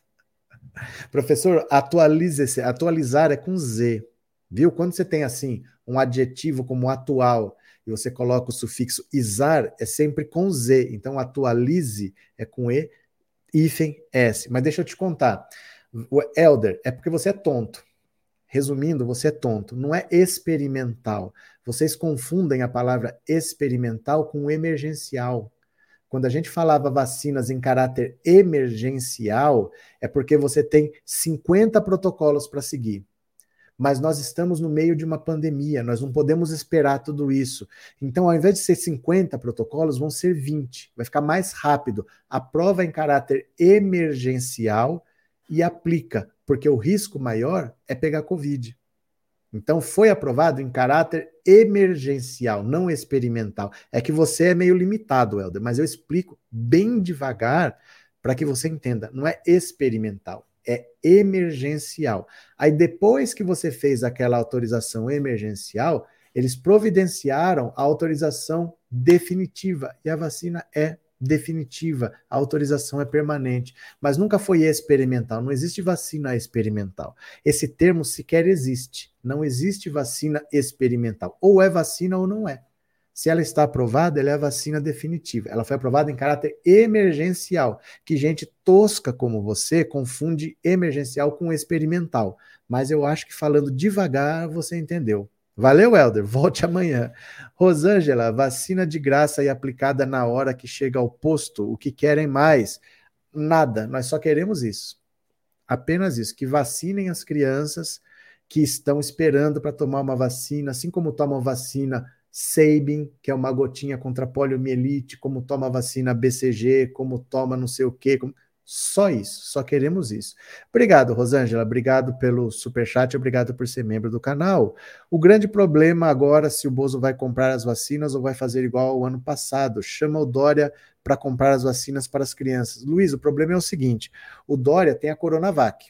Professor, atualize-se. Atualizar é com Z. Viu? Quando você tem assim um adjetivo como atual e você coloca o sufixo izar, é sempre com Z. Então, atualize é com E, hífen S. Mas deixa eu te contar. O Elder, é porque você é tonto. Resumindo, você é tonto. Não é experimental. Vocês confundem a palavra experimental com emergencial. Quando a gente falava vacinas em caráter emergencial, é porque você tem 50 protocolos para seguir. Mas nós estamos no meio de uma pandemia, nós não podemos esperar tudo isso. Então, ao invés de ser 50 protocolos, vão ser 20. Vai ficar mais rápido. Aprova em caráter emergencial e aplica, porque o risco maior é pegar Covid. Então, foi aprovado em caráter emergencial, não experimental. É que você é meio limitado, Helder, mas eu explico bem devagar para que você entenda. Não é experimental, é emergencial. Aí, depois que você fez aquela autorização emergencial, eles providenciaram a autorização definitiva, e a vacina é definitiva, a autorização é permanente, mas nunca foi experimental, não existe vacina experimental. Esse termo sequer existe, não existe vacina experimental, ou é vacina ou não é. Se ela está aprovada, ela é a vacina definitiva, ela foi aprovada em caráter emergencial, que gente tosca como você confunde emergencial com experimental, mas eu acho que falando devagar você entendeu. Valeu, Helder. Volte amanhã. Rosângela, vacina de graça e aplicada na hora que chega ao posto. O que querem mais? Nada. Nós só queremos isso. Apenas isso. Que vacinem as crianças que estão esperando para tomar uma vacina, assim como tomam vacina Sabin, que é uma gotinha contra poliomielite, como toma a vacina BCG, como toma não sei o quê. Só isso, só queremos isso. Obrigado, Rosângela, obrigado pelo superchat, obrigado por ser membro do canal. O grande problema agora, se o Bozo vai comprar as vacinas ou vai fazer igual ao ano passado, chama o Dória para comprar as vacinas para as crianças. Luiz, o problema é o seguinte, o Dória tem a Coronavac.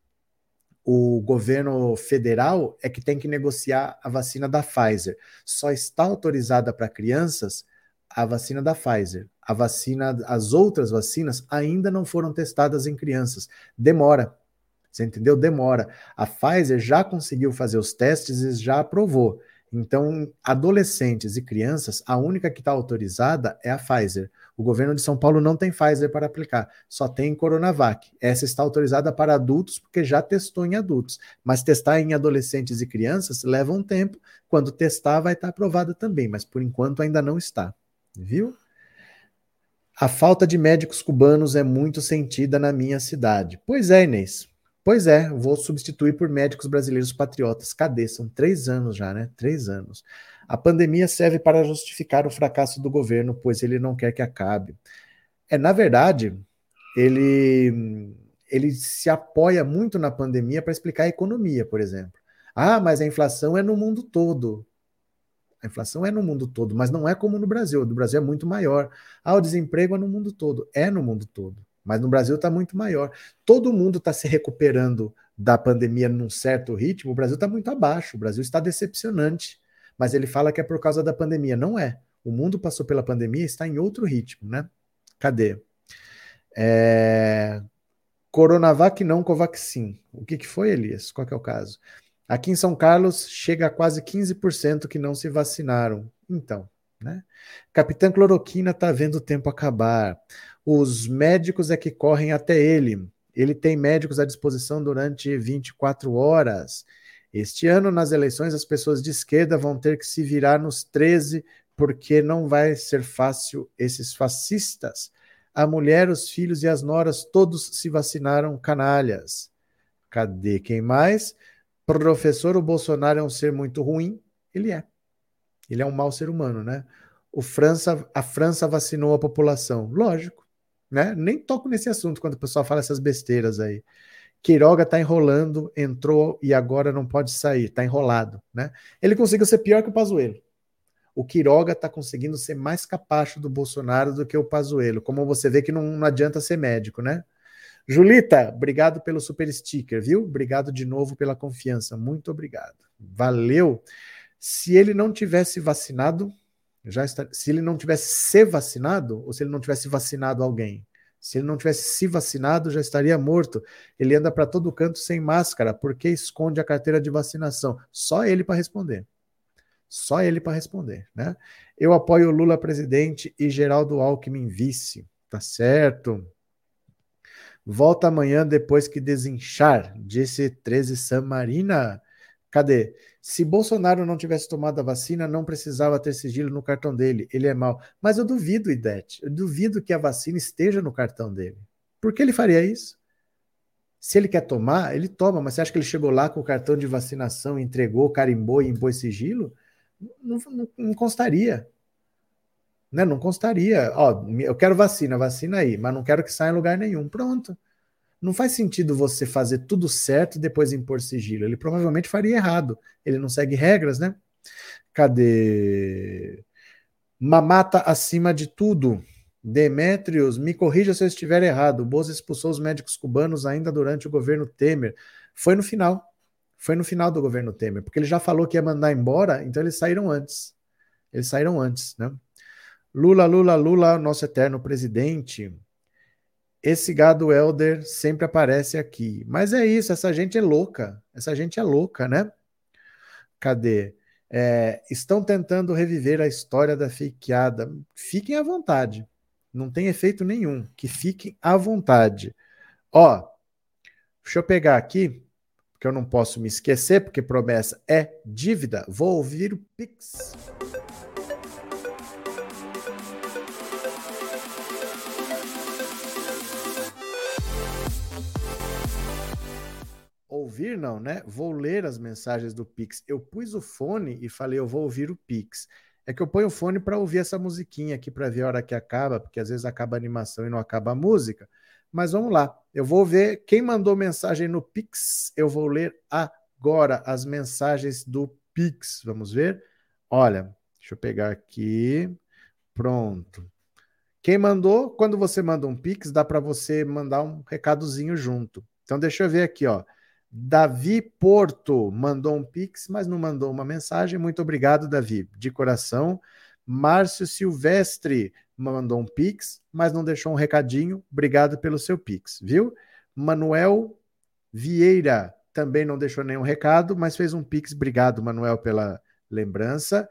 O governo federal é que tem que negociar a vacina da Pfizer. Só está autorizada para crianças a vacina da Pfizer. As outras vacinas ainda não foram testadas em crianças. Demora. Você entendeu? Demora. A Pfizer já conseguiu fazer os testes e já aprovou. Então, adolescentes e crianças, a única que está autorizada é a Pfizer. O governo de São Paulo não tem Pfizer para aplicar, só tem Coronavac. Essa está autorizada para adultos, porque já testou em adultos. Mas testar em adolescentes e crianças leva um tempo. Quando testar, vai estar aprovada também, mas por enquanto ainda não está. Viu? A falta de médicos cubanos é muito sentida na minha cidade. Pois é, Inês. Pois é, vou substituir por médicos brasileiros patriotas. Cadê? São 3 anos já, né? 3 anos. A pandemia serve para justificar o fracasso do governo, pois ele não quer que acabe. Na verdade, ele se apoia muito na pandemia para explicar a economia, por exemplo. Ah, mas a inflação é no mundo todo. A inflação é no mundo todo, mas não é como no Brasil. No Brasil é muito maior. Ah, o desemprego é no mundo todo. É no mundo todo. Mas no Brasil está muito maior. Todo mundo está se recuperando da pandemia num certo ritmo. O Brasil está muito abaixo. O Brasil está decepcionante. Mas ele fala que é por causa da pandemia. Não é. O mundo passou pela pandemia e está em outro ritmo, né? Cadê? Coronavac não Covaxin. O que foi, Elias? Qual que é o caso? Aqui em São Carlos chega a quase 15% que não se vacinaram. Então, né? Capitã Cloroquina está vendo o tempo acabar. Os médicos é que correm até ele. Ele tem médicos à disposição durante 24 horas. Este ano, nas eleições, as pessoas de esquerda vão ter que se virar nos 13, porque não vai ser fácil esses fascistas. A mulher, os filhos e as noras, todos se vacinaram, canalhas. Cadê quem mais? Professor, o Bolsonaro é um ser muito ruim. Ele é. Ele é um mau ser humano, né? A França vacinou a população. Lógico, né? Nem toco nesse assunto quando o pessoal fala essas besteiras aí. Queiroga tá enrolando, entrou e agora não pode sair. Tá enrolado, né? Ele conseguiu ser pior que o Pazuello. O Queiroga tá conseguindo ser mais capacho do Bolsonaro do que o Pazuello. Como você vê que não adianta ser médico, né? Julita, obrigado pelo super sticker, viu? Obrigado de novo pela confiança. Muito obrigado. Valeu. Se ele não tivesse vacinado, se ele não tivesse se vacinado, ou se ele não tivesse vacinado alguém, se ele não tivesse se vacinado, já estaria morto. Ele anda para todo canto sem máscara, porque esconde a carteira de vacinação. Só ele para responder. Só ele para responder, né? Eu apoio o Lula presidente e Geraldo Alckmin vice. Tá certo. Volta amanhã depois que desinchar, disse 13 Samarina. Cadê? Se Bolsonaro não tivesse tomado a vacina, não precisava ter sigilo no cartão dele. Ele é mau. Mas eu duvido, Idete. Eu duvido que a vacina esteja no cartão dele. Por que ele faria isso? Se ele quer tomar, ele toma. Mas você acha que ele chegou lá com o cartão de vacinação, entregou, carimbou e impôs sigilo? Não constaria. Né? Não constaria. Ó, eu quero vacina aí, mas não quero que saia em lugar nenhum. Pronto. Não faz sentido você fazer tudo certo e depois impor sigilo. Ele provavelmente faria errado. Ele não segue regras, né? Cadê? Mamata acima de tudo. Demétrios, me corrija se eu estiver errado. O Bozo expulsou os médicos cubanos ainda durante o governo Temer. Foi no final. Foi no final do governo Temer, porque ele já falou que ia mandar embora, então eles saíram antes. Eles saíram antes, né? Lula, Lula, Lula, nosso eterno presidente. Esse gado Helder sempre aparece aqui. Mas é isso, essa gente é louca. Essa gente é louca, né? Cadê? Estão tentando reviver a história da fakeada. Fiquem à vontade. Não tem efeito nenhum. Que fiquem à vontade. Ó, deixa eu pegar aqui, porque eu não posso me esquecer, porque promessa é dívida. Vou ouvir o Pix. Ouvir não, né? Vou ler as mensagens do Pix. Eu pus o fone e falei, eu vou ouvir o Pix. É que eu ponho o fone para ouvir essa musiquinha aqui para ver a hora que acaba, porque às vezes acaba a animação e não acaba a música. Mas vamos lá. Eu vou ver quem mandou mensagem no Pix. Eu vou ler agora as mensagens do Pix. Vamos ver? Olha, deixa eu pegar aqui. Pronto. Quem mandou, quando você manda um Pix, dá para você mandar um recadozinho junto. Então deixa eu ver aqui, ó. Davi Porto mandou um Pix, mas não mandou uma mensagem. Muito obrigado, Davi, de coração. Márcio Silvestre mandou um Pix, mas não deixou um recadinho. Obrigado pelo seu Pix, viu? Manuel Vieira também não deixou nenhum recado, mas fez um Pix. Obrigado, Manuel, lembrança.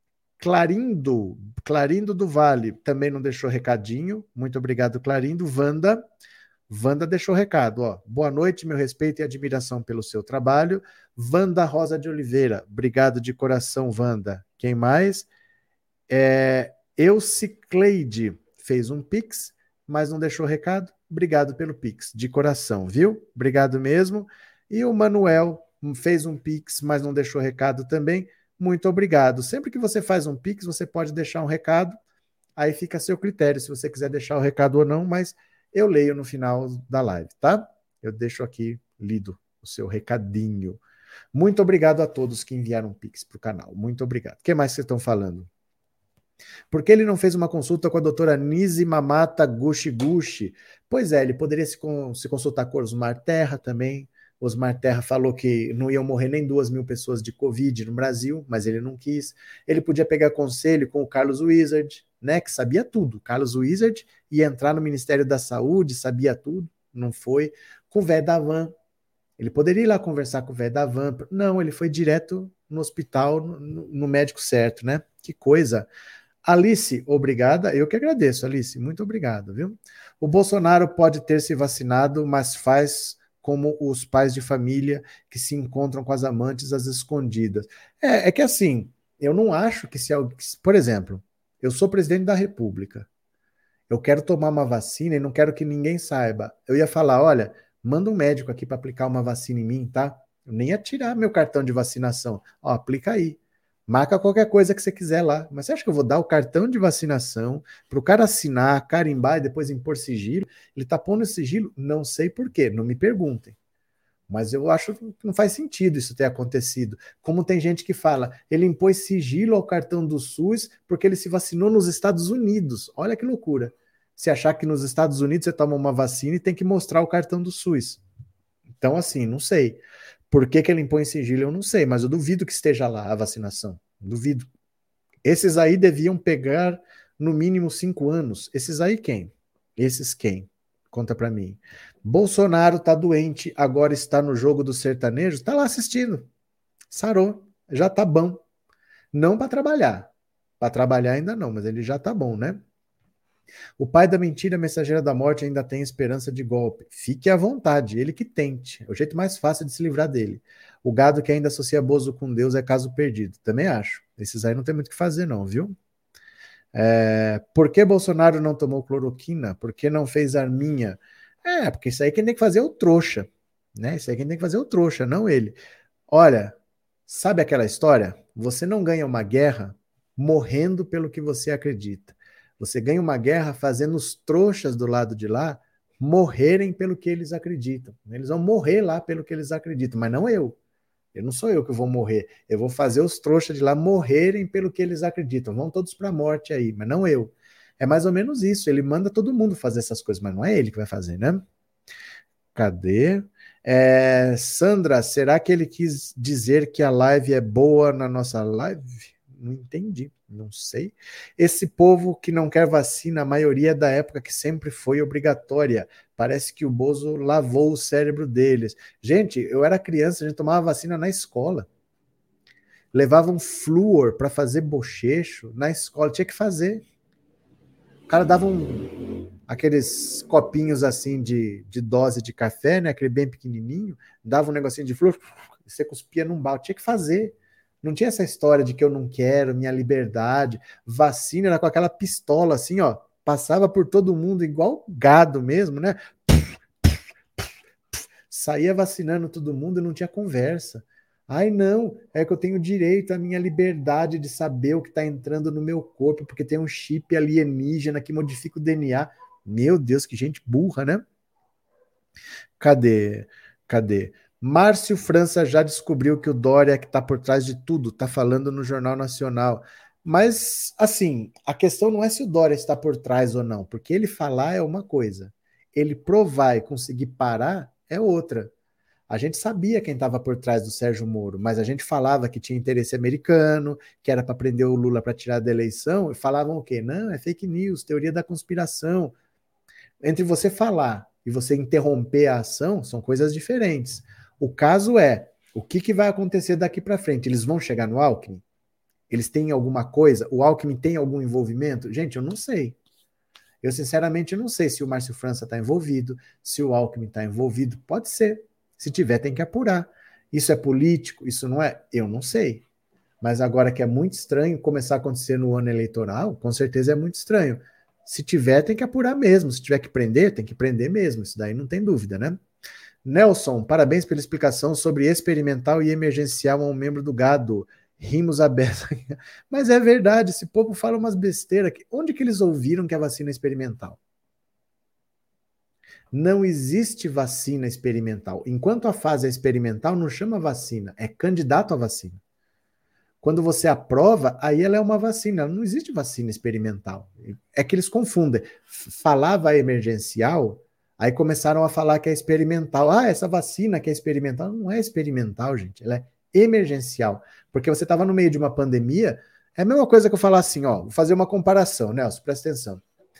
Clarindo do Vale também não deixou recadinho. Muito obrigado, Clarindo. Wanda deixou recado. Ó. Boa noite, meu respeito e admiração pelo seu trabalho. Wanda Rosa de Oliveira. Obrigado de coração, Wanda. Quem mais? Eucicleide fez um Pix, mas não deixou recado. Obrigado pelo Pix, de coração, viu? Obrigado mesmo. E o Manuel fez um Pix, mas não deixou recado também. Muito obrigado. Sempre que você faz um Pix, você pode deixar um recado, aí fica a seu critério, se você quiser deixar o recado ou não, mas eu leio no final da live, tá? Eu deixo aqui lido o seu recadinho. Muito obrigado a todos que enviaram Pix para o canal. Muito obrigado. O que mais vocês estão falando? Por que ele não fez uma consulta com a doutora Nise Mamata Gushi? Pois é, ele poderia se consultar com o Osmar Terra também. Osmar Terra falou que não iam morrer nem 2.000 pessoas de Covid no Brasil, mas ele não quis. Ele podia pegar conselho com o Carlos Wizard, né, que sabia tudo. Carlos Wizard ia entrar no Ministério da Saúde, sabia tudo, não foi. Com o Vé Davan, ele poderia ir lá conversar com o Vé Davan. Não, ele foi direto no hospital, no médico certo, né? Que coisa. Alice, obrigada. Eu que agradeço, Alice. Muito obrigado, viu? O Bolsonaro pode ter se vacinado, mas faz como os pais de família que se encontram com as amantes às escondidas. É que assim, eu não acho que se... Por exemplo, eu sou presidente da República. Eu quero tomar uma vacina e não quero que ninguém saiba. Eu ia falar, olha, manda um médico aqui para aplicar uma vacina em mim, tá? Eu nem ia tirar meu cartão de vacinação. Ó, aplica aí. Marca qualquer coisa que você quiser lá. Mas você acha que eu vou dar o cartão de vacinação para o cara assinar, carimbar e depois impor sigilo? Ele está pondo esse sigilo? Não sei por quê, não me perguntem. Mas eu acho que não faz sentido isso ter acontecido. Como tem gente que fala, ele impôs sigilo ao cartão do SUS porque ele se vacinou nos Estados Unidos. Olha que loucura. Se achar que nos Estados Unidos você toma uma vacina e tem que mostrar o cartão do SUS. Então, assim, não sei. Por que ele impõe sigilo, eu não sei, mas eu duvido que esteja lá a vacinação. Duvido. Esses aí deviam pegar no mínimo 5 anos. Esses aí quem? Esses quem? Conta pra mim. Bolsonaro tá doente, agora está no jogo do sertanejo, tá lá assistindo. Sarou, já tá bom. Não para trabalhar. Para trabalhar ainda não, mas ele já tá bom, né? O pai da mentira, mensageira da morte, ainda tem esperança de golpe. Fique à vontade, ele que tente. É o jeito mais fácil de se livrar dele. O gado que ainda associa Bozo com Deus é caso perdido. Também acho. Esses aí não tem muito o que fazer não, viu? Por que Bolsonaro não tomou cloroquina? Por que não fez arminha? Porque isso aí quem tem que fazer é o trouxa. Né? Isso aí quem tem que fazer é o trouxa, não ele. Olha, sabe aquela história? Você não ganha uma guerra morrendo pelo que você acredita. Você ganha uma guerra fazendo os trouxas do lado de lá morrerem pelo que eles acreditam. Eles vão morrer lá pelo que eles acreditam, mas não eu. Não sou eu que vou morrer. Eu vou fazer os trouxas de lá morrerem pelo que eles acreditam. Vão todos para a morte aí, mas não eu. É mais ou menos isso. Ele manda todo mundo fazer essas coisas, mas não é ele que vai fazer, né? Cadê? Sandra, será que ele quis dizer que a live é boa na nossa live? Não entendi, não sei. Esse povo que não quer vacina, a maioria é da época que sempre foi obrigatória. Parece que o Bozo lavou o cérebro deles. Gente, eu era criança, a gente tomava vacina na escola. Levavam flúor para fazer bochecho na escola, tinha que fazer. O cara dava aqueles copinhos assim de dose de café, né? Aquele bem pequenininho, dava um negocinho de flúor, você cuspia num balde, tinha que fazer. Não tinha essa história de que eu não quero, minha liberdade. Vacina era com aquela pistola assim, ó. Passava por todo mundo igual gado mesmo, né? Saía vacinando todo mundo e não tinha conversa. Ai, não, é que eu tenho direito à minha liberdade de saber o que está entrando no meu corpo, porque tem um chip alienígena que modifica o DNA. Meu Deus, que gente burra, né? Cadê? Márcio França já descobriu que o Dória é que está por trás de tudo, está falando no Jornal Nacional. Mas, assim, a questão não é se o Dória está por trás ou não, porque ele falar é uma coisa, ele provar e conseguir parar é outra. A gente sabia quem estava por trás do Sérgio Moro, mas a gente falava que tinha interesse americano, que era para prender o Lula para tirar da eleição, e falavam o quê? Não, é fake news, teoria da conspiração. Entre você falar e você interromper a ação, são coisas diferentes. O caso é, o que vai acontecer daqui para frente? Eles vão chegar no Alckmin? Eles têm alguma coisa? O Alckmin tem algum envolvimento? Gente, eu não sei. Eu, sinceramente, não sei se o Márcio França está envolvido, se o Alckmin está envolvido. Pode ser. Se tiver, tem que apurar. Isso é político? Isso não é? Eu não sei. Mas agora que é muito estranho começar a acontecer no ano eleitoral, com certeza é muito estranho. Se tiver, tem que apurar mesmo. Se tiver que prender, tem que prender mesmo. Isso daí não tem dúvida, né? Nelson, parabéns pela explicação sobre experimental e emergencial a um membro do gado. Rimos abertos. Mas é verdade, esse povo fala umas besteiras. Onde que eles ouviram que a vacina é experimental? Não existe vacina experimental. Enquanto a fase é experimental, não chama vacina, é candidato à vacina. Quando você aprova, aí ela é uma vacina. Não existe vacina experimental. É que eles confundem. Falava emergencial, aí começaram a falar que é experimental. Ah, essa vacina que é experimental. Não é experimental, gente. Ela é emergencial. Porque você estava no meio de uma pandemia. É a mesma coisa que eu falar assim, ó. Vou fazer uma comparação, Nelson, presta atenção.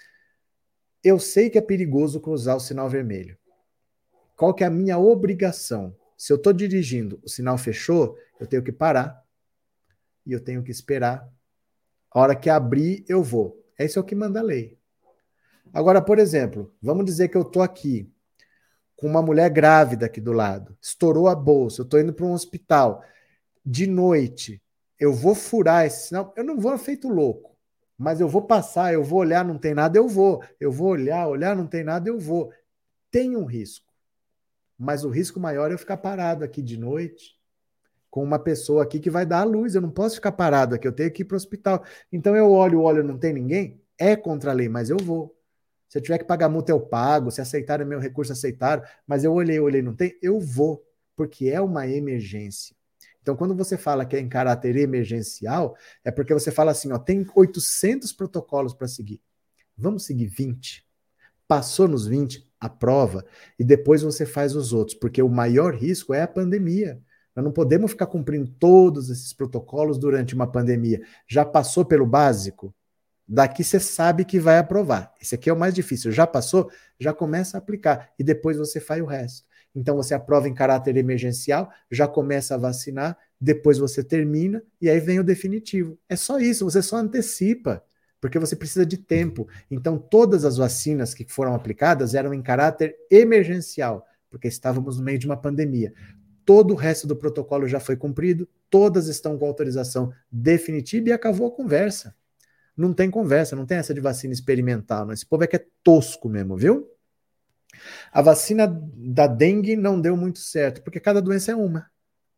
Eu sei que é perigoso cruzar o sinal vermelho. Qual que é a minha obrigação? Se eu estou dirigindo, o sinal fechou, eu tenho que parar. E eu tenho que esperar. A hora que abrir, eu vou. Esse é o que manda a lei. Agora, por exemplo, vamos dizer que eu estou aqui com uma mulher grávida aqui do lado. Estourou a bolsa, eu estou indo para um hospital. De noite, eu vou furar esse sinal. Eu não vou feito louco. Mas eu vou passar, eu vou olhar, não tem nada, eu vou. Eu vou olhar, não tem nada, eu vou. Tem um risco. Mas o risco maior é eu ficar parado aqui de noite com uma pessoa aqui que vai dar a luz. Eu não posso ficar parado aqui, eu tenho que ir para o hospital. Então eu olho, não tem ninguém? É contra a lei, mas eu vou. Se eu tiver que pagar multa, eu pago. Se aceitarem meu recurso, aceitaram. Mas eu olhei, não tem? Eu vou, porque é uma emergência. Então, quando você fala que é em caráter emergencial, é porque você fala assim, ó, tem 800 protocolos para seguir. Vamos seguir 20. Passou nos 20, aprova, e depois você faz os outros, porque o maior risco é a pandemia. Nós não podemos ficar cumprindo todos esses protocolos durante uma pandemia. Já passou pelo básico? Daqui você sabe que vai aprovar. Esse aqui é o mais difícil. Já passou? Já começa a aplicar. E depois você faz o resto. Então você aprova em caráter emergencial, já começa a vacinar, depois você termina e aí vem o definitivo. É só isso, você só antecipa, porque você precisa de tempo. Então todas as vacinas que foram aplicadas eram em caráter emergencial, porque estávamos no meio de uma pandemia. Todo o resto do protocolo já foi cumprido, todas estão com autorização definitiva e acabou a conversa. Não tem conversa, não tem essa de vacina experimental. Não. Esse povo é que é tosco mesmo, viu? A vacina da dengue não deu muito certo, porque cada doença é uma.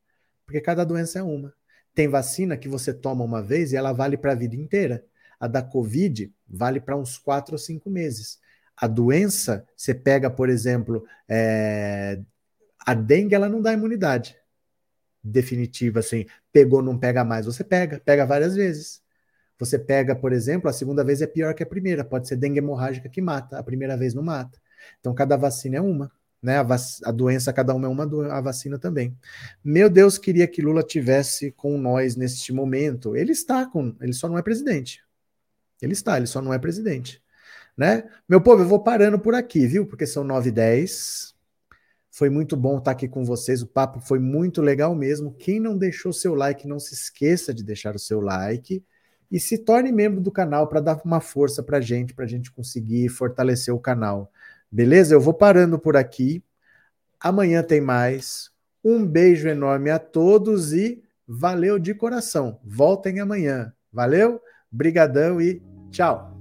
Tem vacina que você toma uma vez e ela vale para a vida inteira. A da Covid vale para uns 4 ou 5 meses. A doença, você pega, por exemplo, a dengue, ela não dá imunidade definitiva, assim, pegou, não pega mais. Você pega várias vezes. Você pega, por exemplo, a segunda vez é pior que a primeira. Pode ser dengue hemorrágica que mata, a primeira vez não mata. Então, cada vacina é uma, né? A doença, cada uma é uma, a vacina também. Meu Deus, queria que Lula tivesse com nós neste momento. Ele só não é presidente. Ele só não é presidente, né? Meu povo, eu vou parando por aqui, viu? Porque são 9h10. Foi muito bom estar aqui com vocês. O papo foi muito legal mesmo. Quem não deixou seu like, não se esqueça de deixar o seu like. E se torne membro do canal para dar uma força para a gente conseguir fortalecer o canal. Beleza? Eu vou parando por aqui. Amanhã tem mais. Um beijo enorme a todos e valeu de coração. Voltem amanhã. Valeu? Brigadão e tchau.